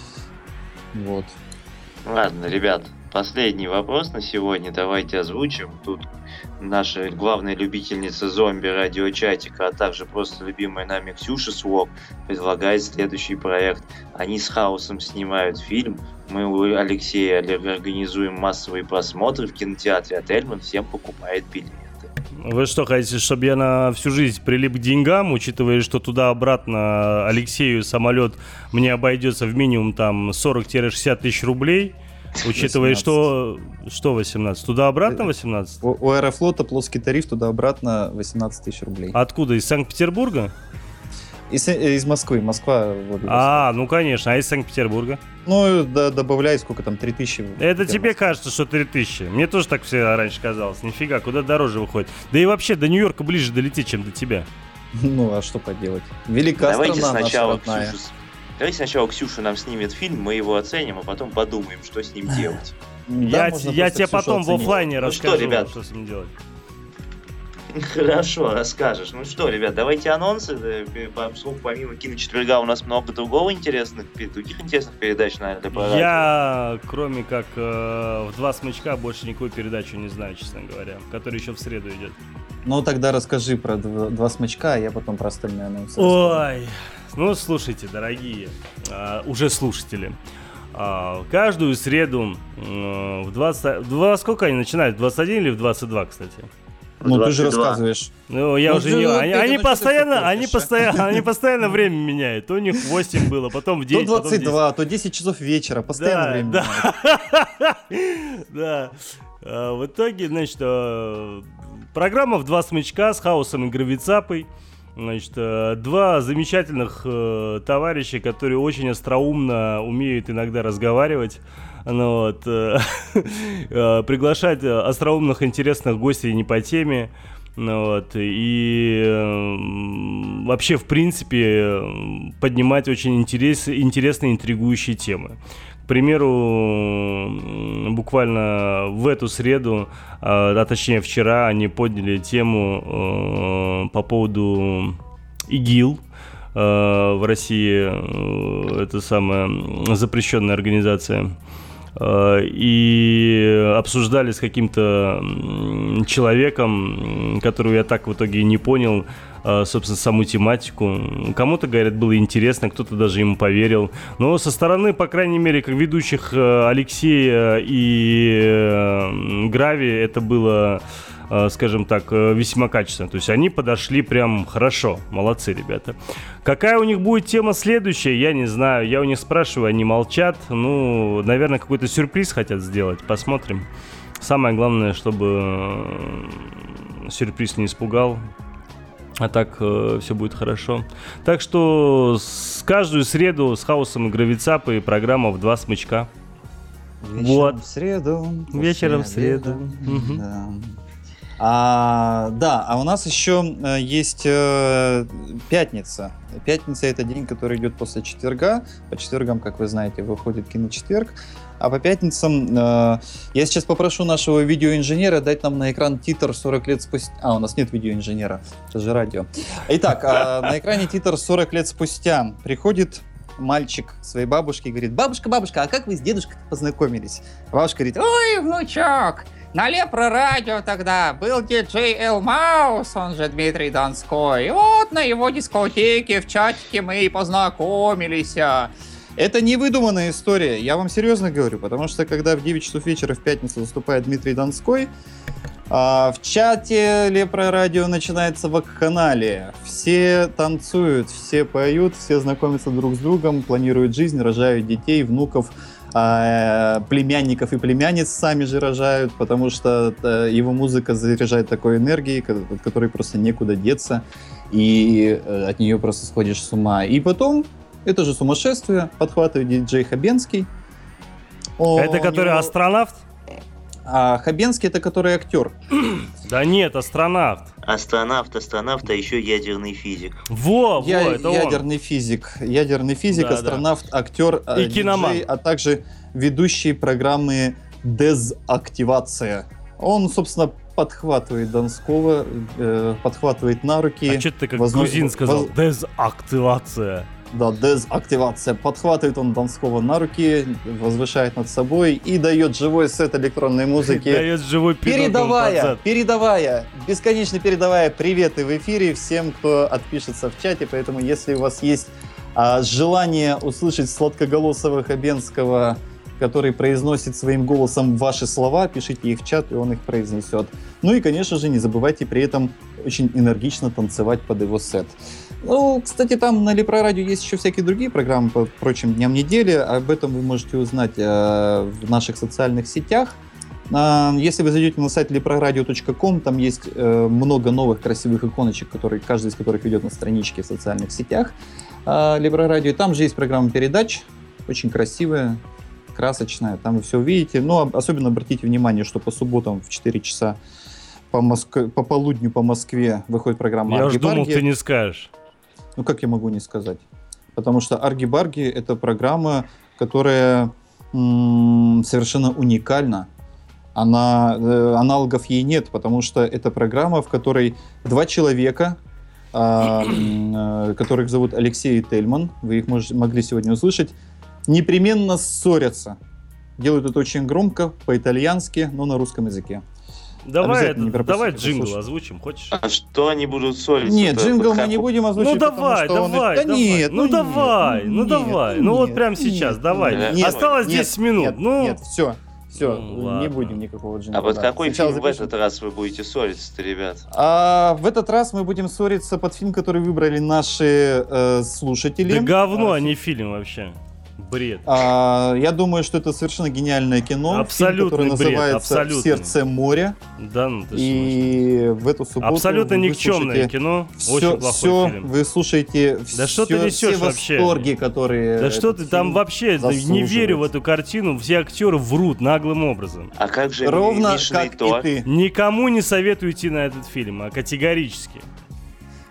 Вот. Ладно, ребят. Последний вопрос на сегодня давайте озвучим. Тут наша главная любительница зомби радиочатика, а также просто любимая нами Ксюша Свок предлагает следующий проект. Они с Хаосом снимают фильм. Мы у Алексея организуем массовые просмотры в кинотеатре, а Тельман всем покупает билеты. Вы что, хотите, чтобы я на всю жизнь прилип к деньгам, учитывая, что туда-обратно Алексею самолет мне обойдется в минимум там 40-60 тысяч рублей? Учитывая, 18. что 18? Туда-обратно 18? У Аэрофлота плоский тариф, туда-обратно 18 тысяч рублей. Откуда? Из Санкт-Петербурга? Из Москвы. Москва. Ну конечно. А из Санкт-Петербурга? Ну, добавляй, сколько там, 3000. Это тебе кажется, что 3000. Мне тоже так все раньше казалось. Нифига, куда дороже выходит. Да и вообще, до Нью-Йорка ближе долететь, чем до тебя. Ну, а что поделать? Велика страна наша родная. Давайте сначала Ксюша нам снимет фильм, мы его оценим, а потом подумаем, что с ним делать. Я тебе потом в офлайне расскажу, что, ребят, что с ним делать. Хорошо, расскажешь. Ну что, ребят, давайте анонсы. Помимо киночетверга у нас много других интересных передач, наверное, для Я, кроме как в «Два смычка», больше никакой передачи не знаю, честно говоря, которая еще в среду идет. Ну, тогда расскажи про «Два смычка», а я потом про остальные анонсы. Ой, ну, слушайте, дорогие, уже слушатели. Каждую среду в 20... сколько они начинают? В 21 или в 22, кстати? Ну, 22. Ты же рассказываешь. Ну, я уже не... Они постоянно время меняют. То у них 8 было, потом в 9, то 22, то 10 часов вечера. Постоянно время меняют. Да. В итоге, значит, программа в «Два смычка» с Хаосом и Гравицапой. Значит, два замечательных товарища, которые очень остроумно умеют иногда разговаривать. Ну, вот, приглашать остроумных, интересных гостей не по теме. Ну, вот, и вообще, в принципе, поднимать очень интересные, интригующие темы. К примеру, буквально в эту среду, а точнее вчера, они подняли тему по поводу ИГИЛ. в России, это самая запрещенная организация. И обсуждали с каким-то человеком, которого я так в итоге и не понял, собственно, саму тематику. Кому-то, говорят, было интересно, кто-то даже ему поверил. Но со стороны, по крайней мере, как ведущих Алексея и Грави, это было, скажем так, весьма качественно. То есть они подошли прям хорошо. Молодцы, ребята. Какая у них будет тема следующая, я не знаю. Я у них спрашиваю, они молчат. Ну, наверное, какой-то сюрприз хотят сделать. Посмотрим. Самое главное, чтобы сюрприз не испугал. А так все будет хорошо. Так что каждую среду с Хаосом и Гравицапой программа в 2 смычка. Вечером Вот. в среду. Вечером в после обеда. среду. Мгм. Да. Да, у нас еще есть пятница. Пятница — это день, который идет после четверга. По четвергам, как вы знаете, выходит киночетверг. А по пятницам я сейчас попрошу нашего видеоинженера дать нам на экран титр 40 лет спустя. У нас нет видеоинженера, это же радио. Итак, на экране титр 40 лет спустя. Приходит мальчик к своей бабушке и говорит: бабушка, а как вы с дедушкой познакомились? Бабушка говорит: Ой, внучок, на Лепро-радио тогда был диджей Эл Маус, он же Дмитрий Донской. И вот на его дискотеке в чатике мы и познакомились. это не выдуманная история, я вам серьезно говорю, потому что когда в 9 часов вечера в пятницу выступает Дмитрий Донской, в чате Лепро-радио начинается вакханалия. Все танцуют, все поют, все знакомятся друг с другом, планируют жизнь, рожают детей, внуков, племянников и племянниц сами же рожают, потому что его музыка заряжает такой энергией, от которой просто некуда деться, и от нее просто сходишь с ума. И потом это же сумасшествие подхватывает диджей Хабенский. Это который астронавт? А Хабенский — это который актер. Да нет, астронавт. Астронавт, а еще ядерный физик. Это ядерный физик, Да, астронавт, актер, И киноман. диджей, а также ведущий программы «Дезактивация». Он, собственно, подхватывает Донского, подхватывает на руки. А что ты как грузин сказал? Дезактивация. Да, дезактивация. Подхватывает он Донского на руки, возвышает над собой и дает живой сет электронной музыки. Дает живой передавая, бесконечно передавая приветы в эфире всем, кто отпишется в чате. Поэтому, если у вас есть желание услышать сладкоголосого Хабенского, который произносит своим голосом ваши слова, пишите их в чат, и он их произнесет. Ну и, конечно же, не забывайте при этом очень энергично танцевать под его сет. Ну, кстати, там на Лепро-радио есть еще всякие другие программы по прочим дням недели. Об этом вы можете узнать в наших социальных сетях. Если вы зайдете на сайт leproradio.com, там есть много новых красивых иконочек, каждый из которых ведет на страничке в социальных сетях Лепро-радио. Там же есть программа передач, очень красивая, красочная. Там вы все увидите. Но особенно обратите внимание, что по субботам в 4 часа по полудню по Москве выходит программа Я «Арги-барги». уж думал, ты не скажешь. Ну, как я могу не сказать? Потому что «Арги-барги» — это программа, которая совершенно уникальна. Аналогов ей нет, потому что это программа, в которой 2 человека, которых зовут Алексей и Тельман, вы их могли сегодня услышать, непременно ссорятся. Делают это очень громко, по-итальянски, но на русском языке. Давай джингл озвучим, хочешь? А что они будут ссориться? Нет, джингл мы не будем озвучивать. Давай. Ну вот прямо сейчас, давай. Осталось 10 минут. Нет, все, не будем никакого джингла. А вот какой фильм в этот раз вы будете ссориться-то, ребят? В этот раз мы будем ссориться под фильм, который выбрали наши слушатели. Да говно, а не фильм вообще. Бред. Я думаю, что это совершенно гениальное кино. Абсолютный фильм, который называется бред, «В сердце моря». Да, ну ты И в эту субботу абсолютно никчемное кино. Очень плохой фильм. Вы слушаете что ты несешь все восторги, которые... Да что ты там вообще, не верю в эту картину, все актеры врут наглым образом. А как же ровно Мишель как Тор? и ты. Никому не советую идти на этот фильм, категорически.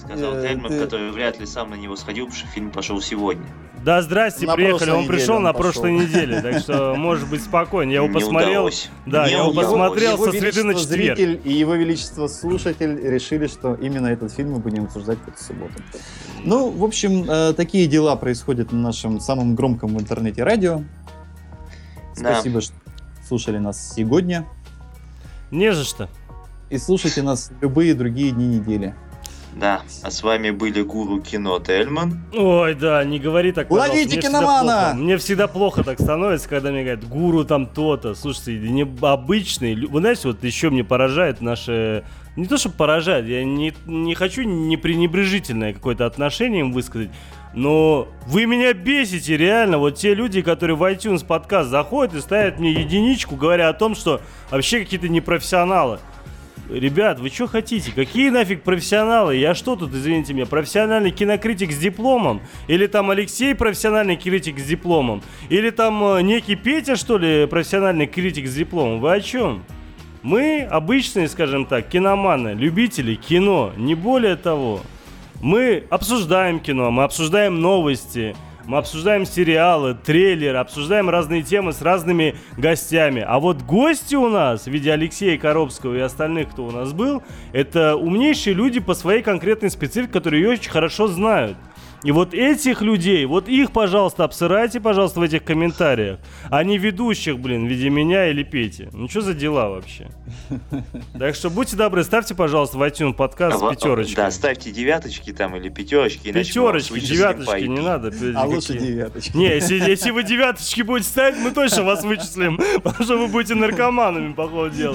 сказал Тельман, который вряд ли сам на него сходил, потому что фильм пошел сегодня. Да, здрасте, На приехали. прошлой Он пришел неделе на он пошел. прошлой неделе, так что может быть спокойно. Я его Не посмотрел. удалось. Да, Не я его удалось. посмотрел Его со среды на Величество четверг. зритель и его величество слушатель решили, что именно этот фильм мы будем обсуждать в эту субботу. Ну, в общем, такие дела происходят на нашем самом громком в интернете радио. Да. Спасибо, что слушали нас сегодня. Не за что. И слушайте нас в любые другие дни недели. Да, а с вами были гуру кино Тельман. Ой, да, не говори так, пожалуйста. Ловите Мне киномана! всегда плохо. Мне всегда плохо так становится, когда мне говорят, гуру там то-то. Слушайте, не обычные. Вы знаете, вот еще мне поражает наше... Не то, что поражает, я не хочу непренебрежительное какое-то отношение им высказать, но вы меня бесите, реально. Вот те люди, которые в iTunes подкаст заходят и ставят мне единичку, говоря о том, что вообще какие-то непрофессионалы. Ребят, вы что хотите? Какие нафиг профессионалы? Я что тут, извините меня, профессиональный кинокритик с дипломом? Или там Алексей профессиональный критик с дипломом? Или там некий Петя, что ли, профессиональный критик с дипломом? Вы о чем? Мы обычные, скажем так, киноманы, любители кино, не более того. Мы обсуждаем кино, мы обсуждаем новости, мы обсуждаем сериалы, трейлеры, обсуждаем разные темы с разными гостями. А вот гости у нас, в виде Алексея Коробского и остальных, кто у нас был, это умнейшие люди по своей конкретной специфике, которые ее очень хорошо знают. И вот этих людей, вот их, пожалуйста, обсырайте, пожалуйста, в этих комментариях, а не ведущих, блин, в виде меня или Пети. Ну что за дела вообще? Так что будьте добры, ставьте, пожалуйста, в iTunes подкаст с пятерочкой. Да, ставьте девяточки там или пятерочки. иначе мы вас Пятерочки, вычислим девяточки, по IP. не надо. А лучше девяточки. Не, если вы девяточки будете ставить, мы точно вас вычислим, потому что вы будете наркоманами, по ходу дела.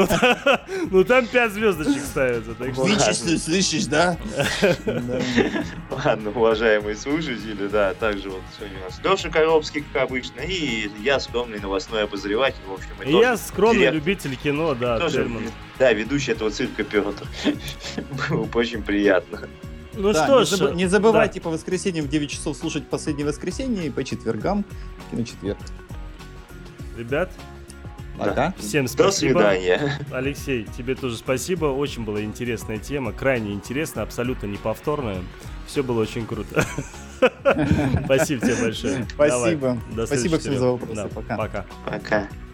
Ну там 5 звездочек ставится. Так что... Вычислю, слышишь, да? Ладно, уважаемые слушатели, да, также вот сегодня у нас Леша Коробский, как обычно, и я скромный новостной обозреватель, в общем. И я скромный любитель кино, да, тоже, Тельман. да, ведущий этого цирка Петр. Было очень приятно. Ну Да, что ж, не забывайте по воскресеньям в 9 часов слушать «Последнее воскресенье» и по четвергам «Киночетверг». ребят, Пока. всем До спасибо. свидания. Алексей, тебе тоже спасибо. Очень была интересная тема, крайне интересная, абсолютно неповторная. Все было очень круто. Спасибо тебе большое. Спасибо. Давай, до Спасибо следующего. всем за вопросы. Да, Пока. Пока. Пока.